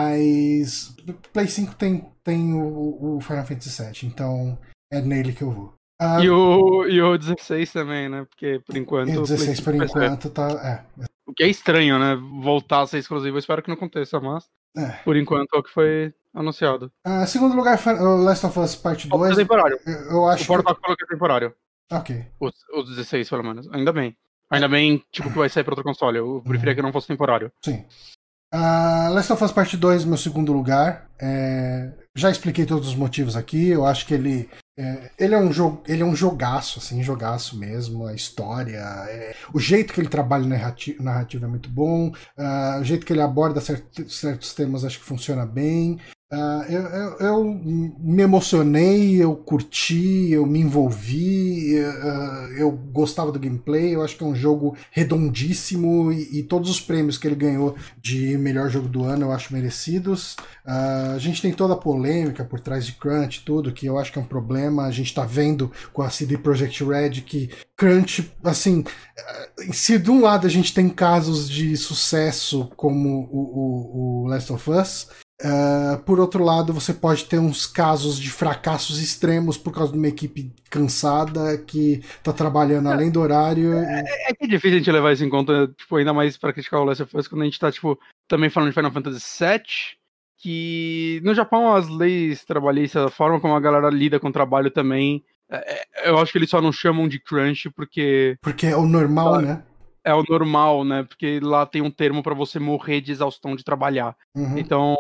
[SPEAKER 1] Mas Play cinco tem, tem o, o Final Fantasy sete, então é nele que eu vou. Uh,
[SPEAKER 2] e, o, e o dezesseis também, né? Porque por enquanto.
[SPEAKER 1] E o dezesseis por enquanto tá. É.
[SPEAKER 2] O que é estranho, né? Voltar a ser exclusivo, eu espero que não aconteça, mas. É. Por enquanto é o que foi anunciado.
[SPEAKER 1] Uh, segundo lugar, Last of Us Part dois.
[SPEAKER 2] É temporário.
[SPEAKER 1] Eu, eu acho
[SPEAKER 2] o Portal que... falou que é temporário.
[SPEAKER 1] Ok.
[SPEAKER 2] O, o dezesseis, pelo menos. Ainda bem. Ainda bem, tipo, que vai sair pra outro console. Eu preferia uhum. que não fosse temporário.
[SPEAKER 1] Sim. Uh, Last of Us Part dois, meu segundo lugar. É... Já expliquei todos os motivos aqui. Eu acho que ele. É... Ele é um jogo. Ele é um jogaço, assim, jogaço mesmo. A história. É... O jeito que ele trabalha narrativo, narrativo é muito bom. Uh, o jeito que ele aborda certos, certos temas acho que funciona bem. Uh, eu, eu, eu me emocionei, eu curti, eu me envolvi, uh, eu gostava do gameplay, eu acho que é um jogo redondíssimo e, e todos os prêmios que ele ganhou de melhor jogo do ano eu acho merecidos. Uh, a gente tem toda a polêmica por trás de Crunch e tudo, que eu acho que é um problema. A gente tá vendo com a C D Projekt Red que Crunch, assim, se de um lado a gente tem casos de sucesso como o, o, o Last of Us, Uh, por outro lado, você pode ter uns casos de fracassos extremos por causa de uma equipe cansada que tá trabalhando além do horário.
[SPEAKER 2] É, é, é que é difícil a gente levar isso em conta, tipo, ainda mais pra criticar o Last of Us, quando a gente tá, tipo, também falando de Final Fantasy sete, que no Japão as leis trabalhistas, a forma como a galera lida com o trabalho também, é, eu acho que eles só não chamam de crunch porque...
[SPEAKER 1] Porque é o normal,
[SPEAKER 2] claro,
[SPEAKER 1] né?
[SPEAKER 2] É o normal, né? Porque lá tem um termo pra você morrer de exaustão de trabalhar. Uhum. Então,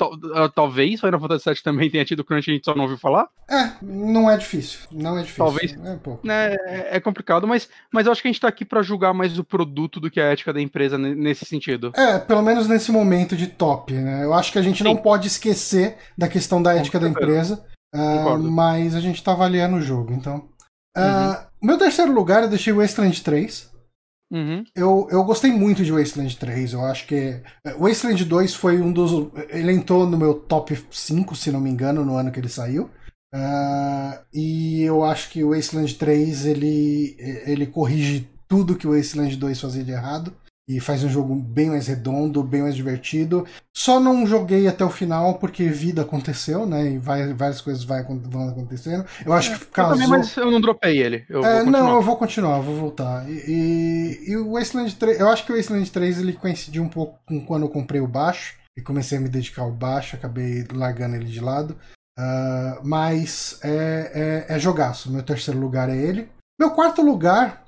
[SPEAKER 2] talvez Final Fantasy sete também tenha tido crunch e a gente só não ouviu falar?
[SPEAKER 1] É, não é difícil. Não é difícil.
[SPEAKER 2] Talvez.
[SPEAKER 1] É, um pouco.
[SPEAKER 2] Né, é complicado, mas, mas eu acho que a gente tá aqui pra julgar mais o produto do que a ética da empresa nesse sentido.
[SPEAKER 1] É, pelo menos nesse momento de top, né? Eu acho que a gente Sim. não pode esquecer da questão da ética da empresa, uh, mas a gente tá avaliando o jogo, então... Uh, uhum. Meu terceiro lugar eu deixei o Wasteland três.
[SPEAKER 2] Uhum.
[SPEAKER 1] Eu, eu gostei muito de Wasteland três. Eu acho que o Wasteland dois foi um dos... Ele entrou no meu top cinco, se não me engano, no ano que ele saiu. Uh, e eu acho que o Wasteland três ele, ele corrige tudo que o Wasteland dois fazia de errado. E faz um jogo bem mais redondo, bem mais divertido. Só não joguei até o final porque vida aconteceu, né? E vai, várias coisas vai, vão acontecendo. Eu acho
[SPEAKER 2] é,
[SPEAKER 1] que casou...
[SPEAKER 2] Eu também, mas eu não dropei ele. Eu
[SPEAKER 1] é,
[SPEAKER 2] vou continuar.
[SPEAKER 1] Não, eu vou continuar, eu vou voltar. E, e, e o Wasteland três, eu acho que o Wasteland três ele coincidiu um pouco com quando eu comprei o baixo. E comecei a me dedicar ao baixo, acabei largando ele de lado. Uh, mas é, é, é jogaço. Meu terceiro lugar é ele. Meu quarto lugar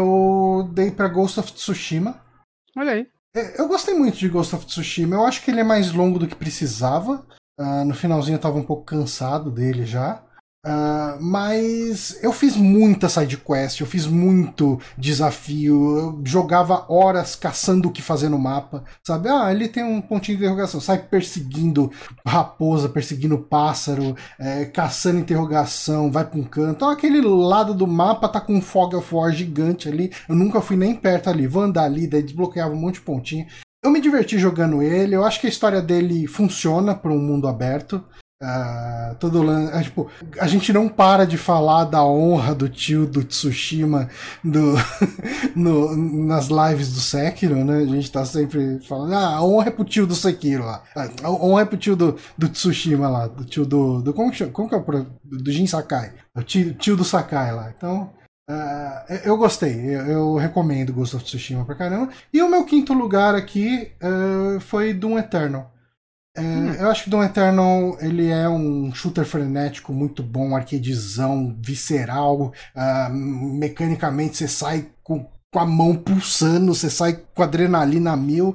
[SPEAKER 1] eu dei pra Ghost of Tsushima.
[SPEAKER 2] Olha aí.
[SPEAKER 1] Eu gostei muito de Ghost of Tsushima. Eu acho que ele é mais longo do que precisava. Uh, no finalzinho eu tava um pouco cansado dele já. Uh, mas eu fiz muita sidequest, eu fiz muito desafio, eu jogava horas caçando o que fazer no mapa, sabe? Ah, ele tem um pontinho de interrogação, sai perseguindo raposa, perseguindo pássaro, é, caçando interrogação, vai pra um canto. Ah, aquele lado do mapa tá com um fog of war gigante ali, eu nunca fui nem perto ali, vou andar ali, daí desbloqueava um monte de pontinho. Eu me diverti jogando ele, eu acho que a história dele funciona para um mundo aberto. Uh, todo é, tipo, a gente não para de falar da honra do tio do Tsushima do, no, nas lives do Sekiro, né? A gente tá sempre falando, ah, a honra é pro tio do Sekiro lá, a honra é pro tio do, do Tsushima lá, do tio do, do como, que chama? Como que é o do Jin Sakai, o tio, tio do Sakai lá. Então, uh, eu gostei, eu, eu recomendo Ghost of Tsushima pra caramba. E o meu quinto lugar aqui uh, foi Doom Eternal. É, hum. Eu acho que Doom Eternal ele é um shooter frenético muito bom, arcadezão, visceral, uh, mecanicamente você sai com, com a mão pulsando, você sai com adrenalina mil,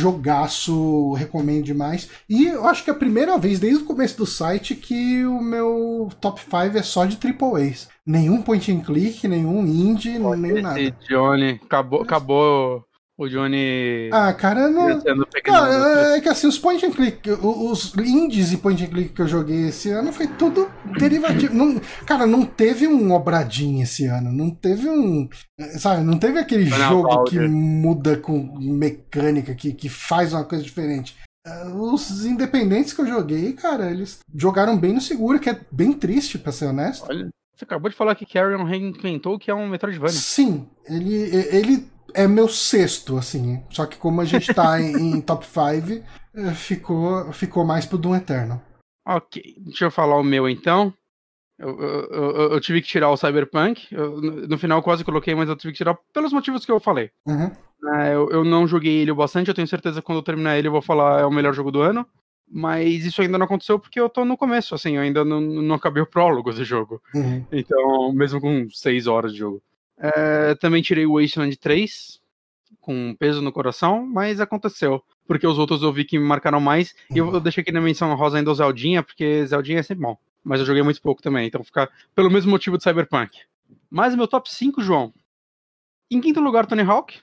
[SPEAKER 1] jogaço, recomendo demais. E eu acho que é a primeira vez desde o começo do site que o meu top cinco é só de triple A's. Nenhum point and click, nenhum indie,
[SPEAKER 2] Pode
[SPEAKER 1] nem
[SPEAKER 2] esse
[SPEAKER 1] nada.
[SPEAKER 2] Johnny, acabou, acabou o Johnny.
[SPEAKER 1] Ah, cara, não. Cara, é que assim, os point and click, os indies e point and click que eu joguei esse ano foi tudo derivativo. Não, cara, não teve um Obradinho esse ano. Não teve um. Sabe, não teve aquele não, jogo não, que muda com mecânica, que, que faz uma coisa diferente. Os independentes que eu joguei, cara, eles jogaram bem no seguro, que é bem triste, pra ser honesto.
[SPEAKER 2] Olha, você acabou de falar que Carrion reinventou que é um Metroidvania.
[SPEAKER 1] Sim, ele. ele é meu sexto, assim. Só que como a gente tá em, em top cinco, ficou, ficou mais pro Doom Eternal.
[SPEAKER 2] Ok, deixa eu falar o meu então. Eu, eu, eu, eu tive que tirar o Cyberpunk. Eu, no final eu quase coloquei, mas eu tive que tirar pelos motivos que eu falei.
[SPEAKER 1] Uhum.
[SPEAKER 2] É, eu, eu não joguei ele o bastante, eu tenho certeza que quando eu terminar ele eu vou falar é o melhor jogo do ano. Mas isso ainda não aconteceu porque eu tô no começo, assim, eu ainda não, não acabei o prólogo do jogo.
[SPEAKER 1] Uhum.
[SPEAKER 2] Então, mesmo com seis horas de jogo. É, também tirei o Wasteland três, com um peso no coração, mas aconteceu. Porque os outros eu vi que me marcaram mais, uhum. E eu, eu deixei aqui na menção rosa ainda o Zeldinha, porque Zeldinha é sempre bom. Mas eu joguei muito pouco também, então fica pelo mesmo motivo de Cyberpunk. Mas o meu top cinco, João. Em quinto lugar, Tony Hawk.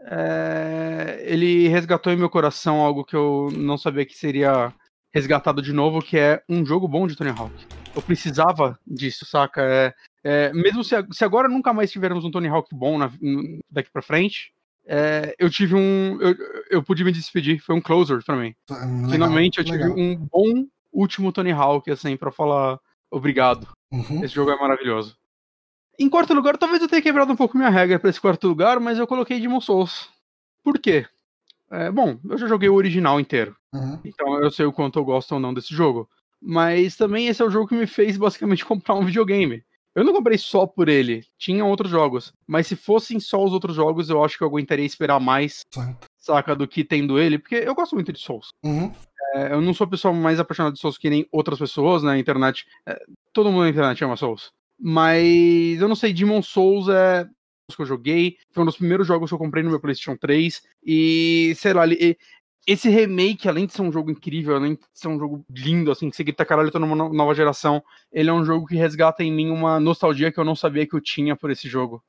[SPEAKER 2] É, ele resgatou em meu coração algo que eu não sabia que seria resgatado de novo, que é um jogo bom de Tony Hawk. Eu precisava disso, saca? É, é, mesmo se, se agora nunca mais tivermos um Tony Hawk bom na, daqui pra frente, é, eu tive um... Eu, eu pude me despedir, foi um closer pra mim. Legal, finalmente eu tive legal. um bom último Tony Hawk, assim, pra falar obrigado. Uhum. Esse jogo é maravilhoso. Em quarto lugar, talvez eu tenha quebrado um pouco minha regra pra esse quarto lugar, mas eu coloquei Demon's Souls. Por quê? É, bom, eu já joguei o original inteiro. Uhum. Então eu sei o quanto eu gosto ou não desse jogo. Mas também esse é o jogo que me fez basicamente comprar um videogame. Eu não comprei só por ele, tinha outros jogos. Mas se fossem só os outros jogos, eu acho que eu aguentaria esperar mais, Sim. saca, do que tendo ele. Porque eu gosto muito de Souls. Uhum. É, eu não sou a pessoa mais apaixonada de Souls que nem outras pessoas na internet. É, todo mundo na internet ama Souls. Mas eu não sei, Demon's Souls é que eu joguei, foi um dos primeiros jogos que eu comprei no meu PlayStation três, e sei lá, esse remake, além de ser um jogo incrível, além de ser um jogo lindo, assim, que você grita, caralho, eu tô numa nova geração, ele é um jogo que resgata em mim uma nostalgia que eu não sabia que eu tinha por esse jogo.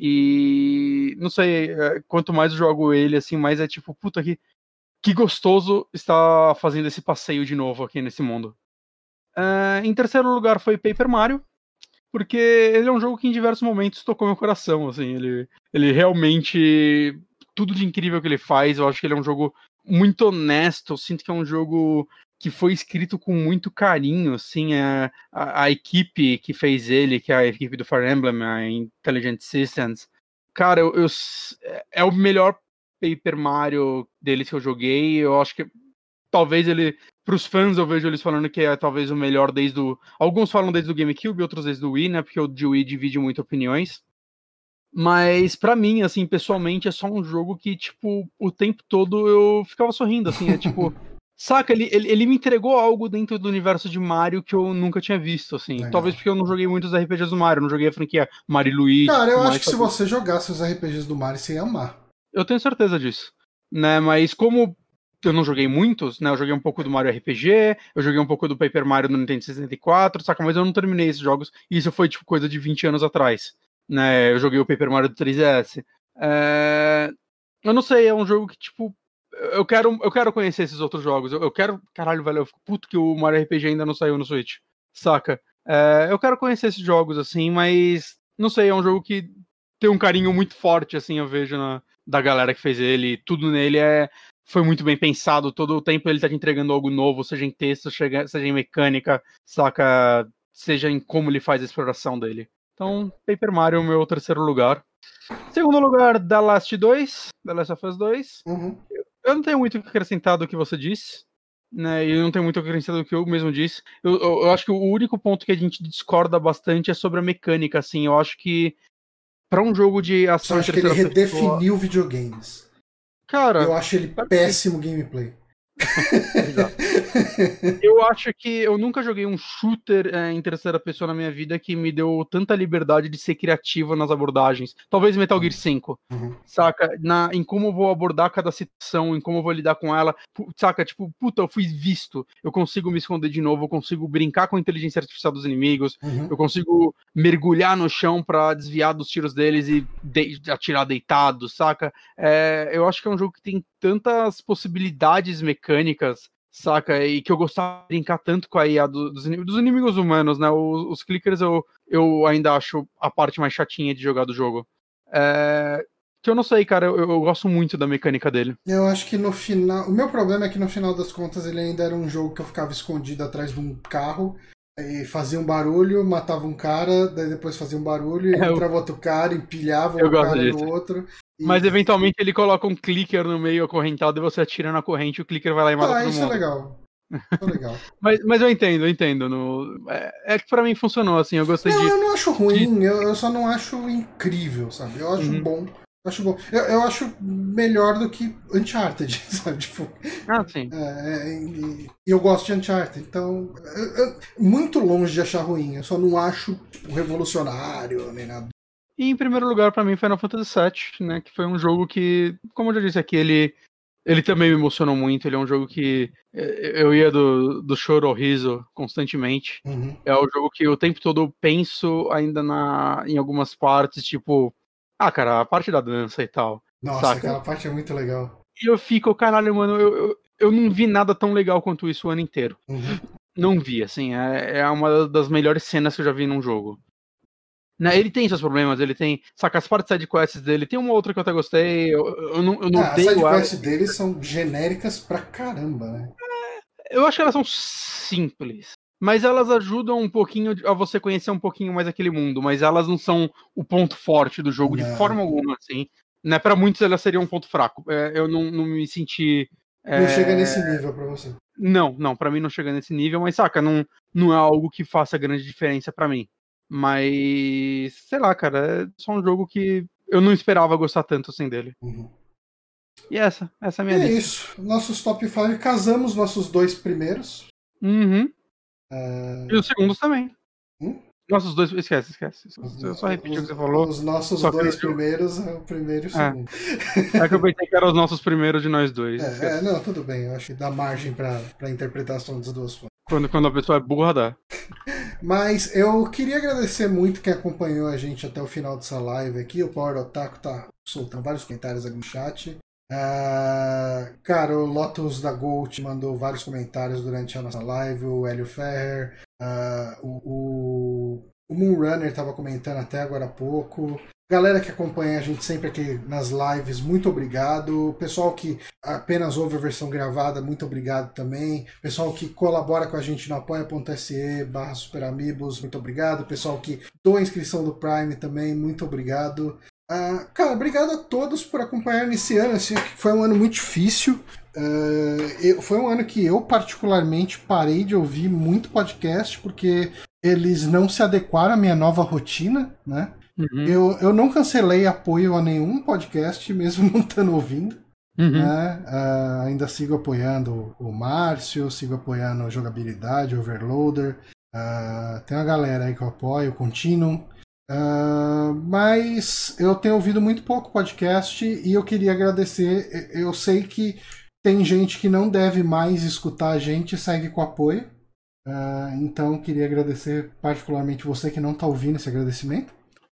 [SPEAKER 2] E não sei, quanto mais eu jogo ele, assim, mais é tipo, puta que, que gostoso estar fazendo esse passeio de novo aqui nesse mundo. Uh, em terceiro lugar foi Paper Mario, porque ele é um jogo que em diversos momentos tocou meu coração, assim, ele, ele realmente, tudo de incrível que ele faz, eu acho que ele é um jogo muito honesto, eu sinto que é um jogo que foi escrito com muito carinho, assim, a, a, a equipe que fez ele, que é a equipe do Fire Emblem, a Intelligent Systems, cara, eu, eu, é o melhor Paper Mario deles que eu joguei. Eu acho que talvez ele, pros fãs eu vejo eles falando que é talvez o melhor desde o, alguns falam desde o GameCube, outros desde o Wii, né, porque o de Wii divide muito opiniões. Mas pra mim, assim, pessoalmente, é só um jogo que, tipo, o tempo todo eu ficava sorrindo, assim, é tipo... Saca, ele, ele, ele me entregou algo dentro do universo de Mario que eu nunca tinha visto, assim.
[SPEAKER 1] Legal.
[SPEAKER 2] Talvez porque eu não joguei muitos R P Gs do Mario, não joguei a franquia Mario e Luigi.
[SPEAKER 1] Cara, eu
[SPEAKER 2] mas
[SPEAKER 1] acho que se você jogasse os R P Gs do Mario, você ia amar.
[SPEAKER 2] Eu tenho certeza disso, né, mas como eu não joguei muitos, né, eu joguei um pouco do Mario R P G, eu joguei um pouco do Paper Mario no Nintendo sessenta e quatro, saca, mas eu não terminei esses jogos, e isso foi, tipo, coisa de vinte anos atrás, né, eu joguei o Paper Mario do três D S. É... Eu não sei, é um jogo que, tipo, eu quero, eu quero conhecer esses outros jogos, eu, eu quero, caralho, velho, eu fico puto que o Mario R P G ainda não saiu no Switch, saca, é... eu quero conhecer esses jogos, assim, mas, não sei, é um jogo que tem um carinho muito forte, assim, eu vejo na, da galera que fez ele, tudo nele é, foi muito bem pensado, todo o tempo ele tá te entregando algo novo, seja em texto, seja, seja em mecânica, saca, seja em como ele faz a exploração dele. Então, Paper Mario é o meu terceiro lugar. Segundo lugar, The Last dois, The Last of Us dois.
[SPEAKER 1] Uhum.
[SPEAKER 2] Eu não tenho muito o que acrescentar do que você disse, né, e eu não tenho muito o que acrescentar do que eu mesmo disse. Eu, eu, eu acho que o único ponto que a gente discorda bastante é sobre a mecânica, assim, eu acho que pra um jogo de ação...
[SPEAKER 1] Eu acho que ele redefiniu pessoa... videogames.
[SPEAKER 2] Cara...
[SPEAKER 1] Eu acho ele péssimo gameplay.
[SPEAKER 2] Eu acho que eu nunca joguei um shooter é, em terceira pessoa na minha vida que me deu tanta liberdade de ser criativo nas abordagens. Talvez Metal Gear cinco,
[SPEAKER 1] uhum.
[SPEAKER 2] saca? Na, em como eu vou abordar cada situação, em como eu vou lidar com ela, saca? Tipo, puta, eu fui visto, eu consigo me esconder de novo, eu consigo brincar com a inteligência artificial dos inimigos,
[SPEAKER 1] uhum.
[SPEAKER 2] eu consigo mergulhar no chão pra desviar dos tiros deles e de, atirar deitado, saca? É, eu acho que é um jogo que tem tantas possibilidades mecânicas, saca? E que eu gostava de brincar tanto com a I A do, dos, dos inimigos humanos, né? Os, os clickers eu, eu ainda acho a parte mais chatinha de jogar do jogo. É... Que eu não sei, cara, eu, eu gosto muito da mecânica dele.
[SPEAKER 1] Eu acho que no final... O meu problema é que no final das contas ele ainda era um jogo que eu ficava escondido atrás de um carro e fazia um barulho, matava um cara, daí depois fazia um barulho, e é, entrava eu... outro cara, empilhava um cara disso. no outro... E...
[SPEAKER 2] Mas eventualmente ele coloca um clicker no meio acorrentado e você atira na corrente e o clicker vai lá e mata
[SPEAKER 1] ah,
[SPEAKER 2] todo
[SPEAKER 1] isso
[SPEAKER 2] mundo.
[SPEAKER 1] É legal. Isso é legal.
[SPEAKER 2] mas, mas eu entendo, eu entendo. No... É, é que pra mim funcionou, assim, eu gostei
[SPEAKER 1] não,
[SPEAKER 2] de...
[SPEAKER 1] Não, eu não acho ruim, eu, eu só não acho incrível, sabe? Eu acho uhum. bom. Eu acho bom. Eu, eu acho melhor do que Uncharted, sabe? Tipo,
[SPEAKER 2] ah, sim.
[SPEAKER 1] É, e, eu gosto de Uncharted, então... Eu, eu, muito longe de achar ruim, eu só não acho tipo, revolucionário, nem nada.
[SPEAKER 2] E em primeiro lugar, pra mim, Final Fantasy sete, né? Que foi um jogo que, como eu já disse aqui, ele, ele também me emocionou muito. Ele é um jogo que eu ia do, do choro ao riso constantemente.
[SPEAKER 1] Uhum.
[SPEAKER 2] É o jogo que o tempo todo eu penso ainda na, em algumas partes, tipo, ah, cara, a parte da dança e tal.
[SPEAKER 1] Nossa,
[SPEAKER 2] saca?
[SPEAKER 1] Aquela parte é muito legal.
[SPEAKER 2] E eu fico, caralho, mano, eu, eu, eu não vi nada tão legal quanto isso o ano inteiro.
[SPEAKER 1] Uhum.
[SPEAKER 2] Não vi, assim, é, é uma das melhores cenas que eu já vi num jogo. Né, ele tem seus problemas, ele tem. Saca, as partes sidequests dele, tem uma outra que eu até gostei. Eu, eu não, eu não
[SPEAKER 1] ah,
[SPEAKER 2] odeio
[SPEAKER 1] as sidequests dele são genéricas pra caramba, né?
[SPEAKER 2] É, eu acho que elas são simples. Mas elas ajudam um pouquinho a você conhecer um pouquinho mais aquele mundo. Mas elas não são o ponto forte do jogo
[SPEAKER 1] não.
[SPEAKER 2] de forma alguma, assim. Né, pra muitos elas seriam um ponto fraco. É, eu não, não me senti.
[SPEAKER 1] Não
[SPEAKER 2] é...
[SPEAKER 1] chega nesse nível pra você.
[SPEAKER 2] Não, não, pra mim não chega nesse nível, mas saca, não, não é algo que faça grande diferença pra mim. Mas, sei lá, cara, é só um jogo que eu não esperava gostar tanto assim dele.
[SPEAKER 1] Uhum.
[SPEAKER 2] E essa, essa é a minha
[SPEAKER 1] e
[SPEAKER 2] lista.
[SPEAKER 1] É isso. Nossos top cinco, casamos nossos dois primeiros.
[SPEAKER 2] Uhum.
[SPEAKER 1] Uh...
[SPEAKER 2] E os segundos também.
[SPEAKER 1] Hum?
[SPEAKER 2] Nossos dois, esquece, esquece. Eu só repeti
[SPEAKER 1] os,
[SPEAKER 2] o que você falou.
[SPEAKER 1] Os nossos dois que... primeiros é o primeiro e o segundo.
[SPEAKER 2] É. é que eu pensei que eram os nossos primeiros de nós dois.
[SPEAKER 1] É, é, não, tudo bem. Eu acho que dá margem pra, pra interpretação das duas formas.
[SPEAKER 2] Quando, quando a pessoa é burra, dá.
[SPEAKER 1] Mas eu queria agradecer muito quem acompanhou a gente até o final dessa live aqui. O Power Otaku tá soltando vários comentários aqui no chat. Uh, cara, o Lotus da Gold mandou vários comentários durante a nossa live. O Hélio Ferrer, uh, o, o O Moonrunner tava comentando até agora há pouco. Galera que acompanha a gente sempre aqui nas lives, muito obrigado. Pessoal que apenas ouve a versão gravada, muito obrigado também. Pessoal que colabora com a gente no apoia.se barra superamigos, muito obrigado. Pessoal que doa a inscrição do Prime também, muito obrigado. Uh, cara, obrigado a todos por acompanhar nesse ano. Esse foi um ano muito difícil. Uh, eu, foi um ano que eu particularmente parei de ouvir muito podcast, porque eles não se adequaram à minha nova rotina, né? Uhum. Eu, eu não cancelei apoio a nenhum podcast, mesmo não estando ouvindo. Uhum. Né? Uh, ainda sigo apoiando o Márcio, sigo apoiando a Jogabilidade, Overloader. Uh, tem uma galera aí que eu apoio, o Continuum. Uh, mas eu tenho ouvido muito pouco podcast e eu queria agradecer. Eu sei que tem gente que não deve mais escutar a gente e segue com apoio. Uh, então queria agradecer particularmente você que não está ouvindo esse agradecimento.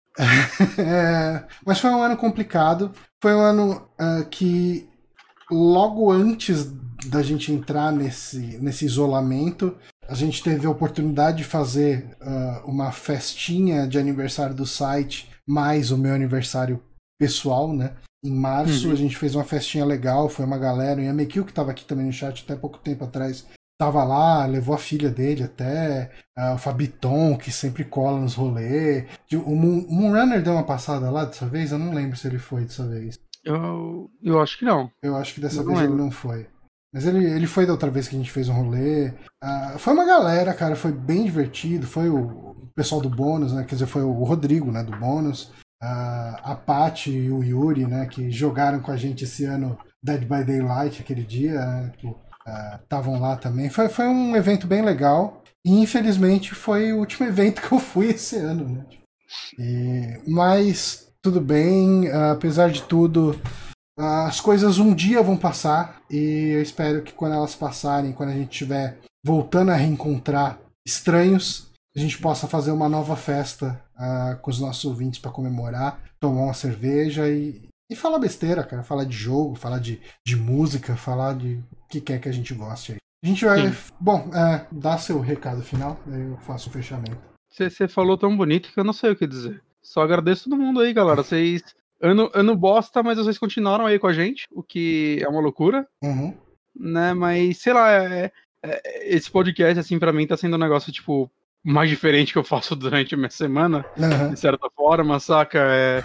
[SPEAKER 1] É, mas foi um ano complicado. Foi um ano uh, que logo antes da gente entrar nesse, nesse isolamento, a gente teve a oportunidade de fazer uh, uma festinha de aniversário do site, mais o meu aniversário pessoal, né? Em março uhum. a gente fez uma festinha legal, foi uma galera, o Yamekil, que estava aqui também no chat até pouco tempo atrás, tava lá, levou a filha dele até, uh, o Fabiton, que sempre cola nos rolês. O Moon, Moonrunner deu uma passada lá dessa vez? Eu não lembro se ele foi dessa vez.
[SPEAKER 2] Eu, eu acho que não.
[SPEAKER 1] Eu acho que dessa
[SPEAKER 2] não
[SPEAKER 1] vez
[SPEAKER 2] lembro.
[SPEAKER 1] ele não foi. Mas ele, ele foi da outra vez que a gente fez um rolê. Uh, foi uma galera, cara, foi bem divertido. Foi o, o pessoal do Bônus, né? Quer dizer, foi o Rodrigo, né, do Bônus. Uh, a Paty e o Yuri, né, que jogaram com a gente esse ano Dead by Daylight, aquele dia, né, que estavam uh, lá também. Foi, foi um evento bem legal. E infelizmente foi o último evento que eu fui esse ano, né? E, mas tudo bem, uh, apesar de tudo. As coisas um dia vão passar e eu espero que quando elas passarem, quando a gente estiver voltando a reencontrar estranhos, a gente possa fazer uma nova festa uh, com os nossos ouvintes para comemorar, tomar uma cerveja e, e falar besteira, cara. Falar de jogo, falar de, de música, falar de o que quer que a gente goste aí. A gente vai... Sim. Bom, é, dá seu recado final, aí eu faço o fechamento.
[SPEAKER 2] Você falou tão bonito que eu não sei o que dizer. Só agradeço todo mundo aí, galera. Vocês... Ano, ano bosta, mas vocês continuaram aí com a gente, o que é uma loucura,
[SPEAKER 1] uhum.
[SPEAKER 2] né, mas sei lá, é, é, esse podcast, assim, pra mim tá sendo um negócio, tipo, mais diferente que eu faço durante a minha semana,
[SPEAKER 1] uhum.
[SPEAKER 2] de certa forma, saca, é,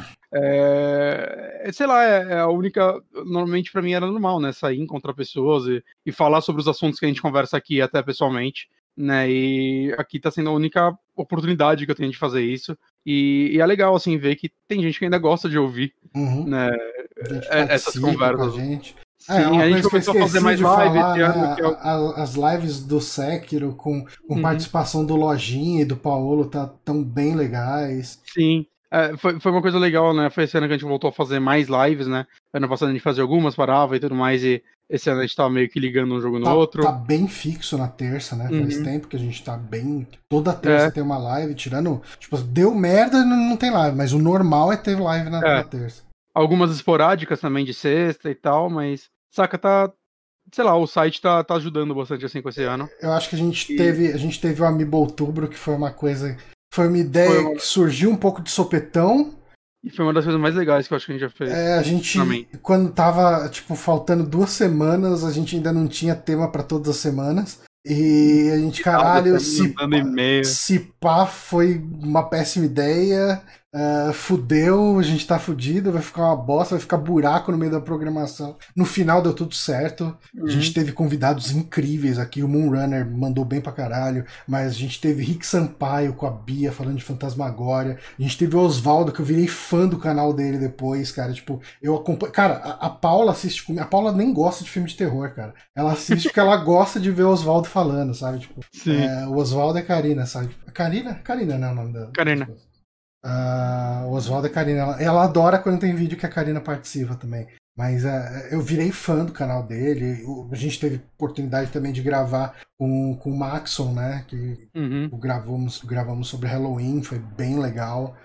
[SPEAKER 2] é, é sei lá, é, é a única, normalmente pra mim era normal, né, sair, encontrar pessoas e, e falar sobre os assuntos que a gente conversa aqui, até pessoalmente, né, e aqui tá sendo a única oportunidade que eu tenho de fazer isso. E, e é legal, assim, ver que tem gente que ainda gosta de ouvir,
[SPEAKER 1] uhum.
[SPEAKER 2] né, essas conversas.
[SPEAKER 1] Com a gente.
[SPEAKER 2] Sim, é, a gente começou a fazer mais live
[SPEAKER 1] falar,
[SPEAKER 2] esse ano.
[SPEAKER 1] Né,
[SPEAKER 2] que eu...
[SPEAKER 1] As lives do Sekiro com, com
[SPEAKER 2] uhum.
[SPEAKER 1] participação do Lojinha e do Paolo tá tão bem legais.
[SPEAKER 2] Sim, é, foi, foi uma coisa legal, né, foi esse ano que a gente voltou a fazer mais lives, né, ano passado a gente fazia algumas, parava e tudo mais, e esse ano a gente tava meio que ligando um jogo no
[SPEAKER 1] tá,
[SPEAKER 2] outro.
[SPEAKER 1] Tá bem fixo na terça, né? Faz
[SPEAKER 2] uhum.
[SPEAKER 1] tempo que a gente tá bem... Toda terça
[SPEAKER 2] é.
[SPEAKER 1] tem uma live, tirando... Tipo, deu merda, não tem live, mas o normal é ter live na,
[SPEAKER 2] é.
[SPEAKER 1] na terça.
[SPEAKER 2] Algumas esporádicas também de sexta e tal, mas, saca, tá... Sei lá, o site tá, tá ajudando bastante, assim, com esse ano.
[SPEAKER 1] Eu acho que a gente
[SPEAKER 2] e...
[SPEAKER 1] teve a gente teve o Amiibo Outubro, que foi uma coisa... Foi uma ideia foi uma... que surgiu um pouco de sopetão.
[SPEAKER 2] E foi uma das coisas mais legais que eu acho que a gente já fez.
[SPEAKER 1] É, a gente, quando tava, tipo, faltando duas semanas, a gente ainda não tinha tema pra todas as semanas. E a gente, caralho, se pá, se pá foi uma péssima ideia. Uh, fudeu, a gente tá fudido, vai ficar uma bosta, vai ficar buraco no meio da programação. No final deu tudo certo. Uhum. A gente teve convidados incríveis aqui. O Moonrunner mandou bem pra caralho. Mas a gente teve Rick Sampaio com a Bia falando de Fantasmagória. A gente teve o Osvaldo, que eu virei fã do canal dele depois, cara. Tipo, eu acompanho. Cara, a, a Paula assiste comigo. A Paula nem gosta de filme de terror, cara. Ela assiste porque ela gosta de ver o Osvaldo falando, sabe? Tipo, é, o Osvaldo é Karina, sabe? Karina? Karina, não é o nome da.
[SPEAKER 2] Karina.
[SPEAKER 1] Uh, o Osvaldo é Karina. Ela, ela adora quando tem vídeo que a Karina participa também. Mas uh, eu virei fã do canal dele. A gente teve oportunidade também de gravar com, com o Maxon, né? Que
[SPEAKER 2] uhum.
[SPEAKER 1] gravamos, gravamos sobre Halloween, foi bem legal.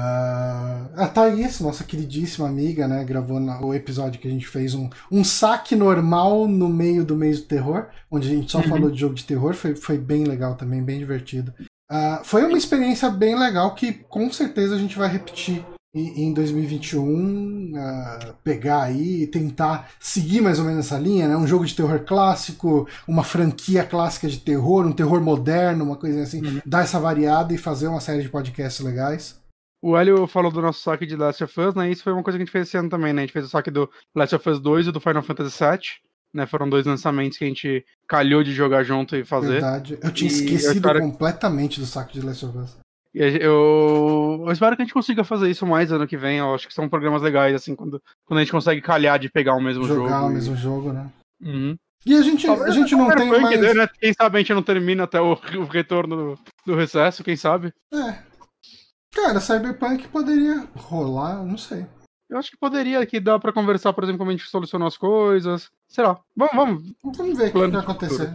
[SPEAKER 1] Uh, a Thaís, nossa queridíssima amiga, né? Gravou no, o episódio que a gente fez um, um saque normal no meio do mês do terror, onde a gente só uhum. falou de jogo de terror. Foi, foi bem legal também, bem divertido. Uh, foi uma experiência bem legal que com certeza a gente vai repetir em, em dois mil e vinte e um, uh, pegar aí e tentar seguir mais ou menos essa linha, né? Um jogo de terror clássico, uma franquia clássica de terror, um terror moderno, uma coisa assim, uhum. Dar essa variada e fazer uma série de podcasts legais.
[SPEAKER 2] O Hélio falou do nosso saque de Last of Us, né? Isso foi uma coisa que a gente fez esse ano também, né? A gente fez o saque do Last of Us dois e do Final Fantasy sete. Né, foram dois lançamentos que a gente calhou de jogar junto e fazer.
[SPEAKER 1] Verdade. Eu tinha e esquecido eu espero... completamente do saco de Last of Us.
[SPEAKER 2] E eu... eu espero que a gente consiga fazer isso mais ano que vem. Eu acho que são programas legais, assim, quando, quando a gente consegue calhar de pegar o mesmo
[SPEAKER 1] jogar
[SPEAKER 2] jogo.
[SPEAKER 1] Jogar o
[SPEAKER 2] e...
[SPEAKER 1] mesmo jogo, né?
[SPEAKER 2] Uhum.
[SPEAKER 1] E a gente, a gente não tem mais...
[SPEAKER 2] Dele, né? Quem sabe a gente não termina até o, o retorno do, do recesso, quem sabe?
[SPEAKER 1] É. Cara, Cyberpunk poderia rolar, não sei.
[SPEAKER 2] Eu acho que poderia, que dá pra conversar, por exemplo, como a gente solucionou as coisas. Sei lá. Vamos, vamos.
[SPEAKER 1] Vamos ver o que vai acontecer.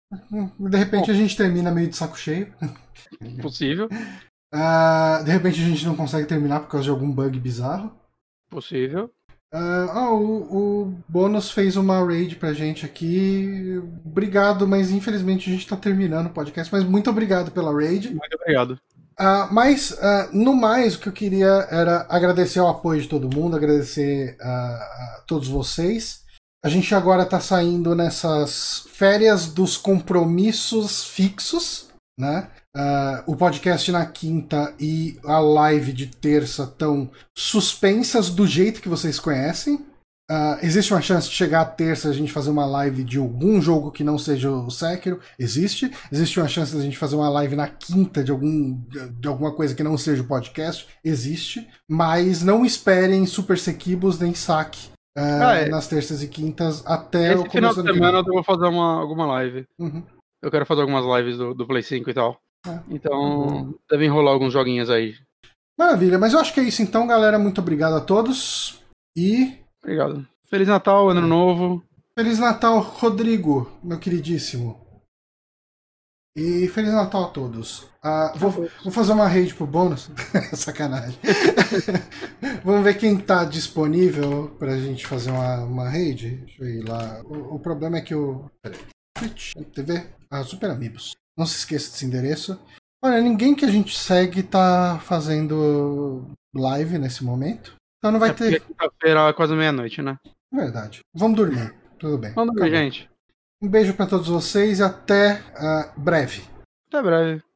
[SPEAKER 1] De repente Bom. a gente termina meio de saco cheio.
[SPEAKER 2] Possível.
[SPEAKER 1] Uh, de repente a gente não consegue terminar por causa de algum bug bizarro.
[SPEAKER 2] Possível.
[SPEAKER 1] Uh, oh, o, o Bônus fez uma raid pra gente aqui. Obrigado, mas infelizmente a gente tá terminando o podcast. Mas muito obrigado pela raid.
[SPEAKER 2] Muito obrigado.
[SPEAKER 1] Uh, mas, uh, no mais, o que eu queria era agradecer o apoio de todo mundo, agradecer uh, a todos vocês. A gente agora está saindo nessas férias dos compromissos fixos, né? Uh, o podcast na quinta e a live de terça estão suspensas do jeito que vocês conhecem. Uh, existe uma chance de chegar a terça a gente fazer uma live de algum jogo que não seja o Sekiro? Existe. Existe uma chance de a gente fazer uma live na quinta de, algum, de alguma coisa que não seja o podcast? Existe. Mas não esperem Super Sekibos nem saque uh, ah, é. nas terças e quintas até
[SPEAKER 2] Esse
[SPEAKER 1] o
[SPEAKER 2] final
[SPEAKER 1] começo
[SPEAKER 2] de semana eu vou fazer uma, alguma live.
[SPEAKER 1] Uhum.
[SPEAKER 2] Eu quero fazer algumas lives do, do Play cinco e tal. É. Então
[SPEAKER 1] uhum.
[SPEAKER 2] devem rolar alguns joguinhos aí.
[SPEAKER 1] Maravilha, mas eu acho que é isso então, galera. Muito obrigado a todos e...
[SPEAKER 2] Obrigado. Feliz Natal, Ano Novo.
[SPEAKER 1] Feliz Natal, Rodrigo, meu queridíssimo. E Feliz Natal a todos. Uh, vou, vou fazer uma raid pro bônus. Sacanagem. Vamos ver quem tá disponível pra gente fazer uma, uma raid. Deixa eu ir lá. O, o problema é que o... Peraí. Twitch, T V, ah, Super Amigos. Não se esqueça desse endereço. Olha, ninguém que a gente segue tá fazendo live nesse momento. Então não vai
[SPEAKER 2] é
[SPEAKER 1] ter...
[SPEAKER 2] Quinta-feira, quase meia-noite, né?
[SPEAKER 1] Verdade. Vamos dormir. Tudo bem.
[SPEAKER 2] Vamos dormir, gente.
[SPEAKER 1] Um beijo pra todos vocês e até uh, breve.
[SPEAKER 2] Até breve.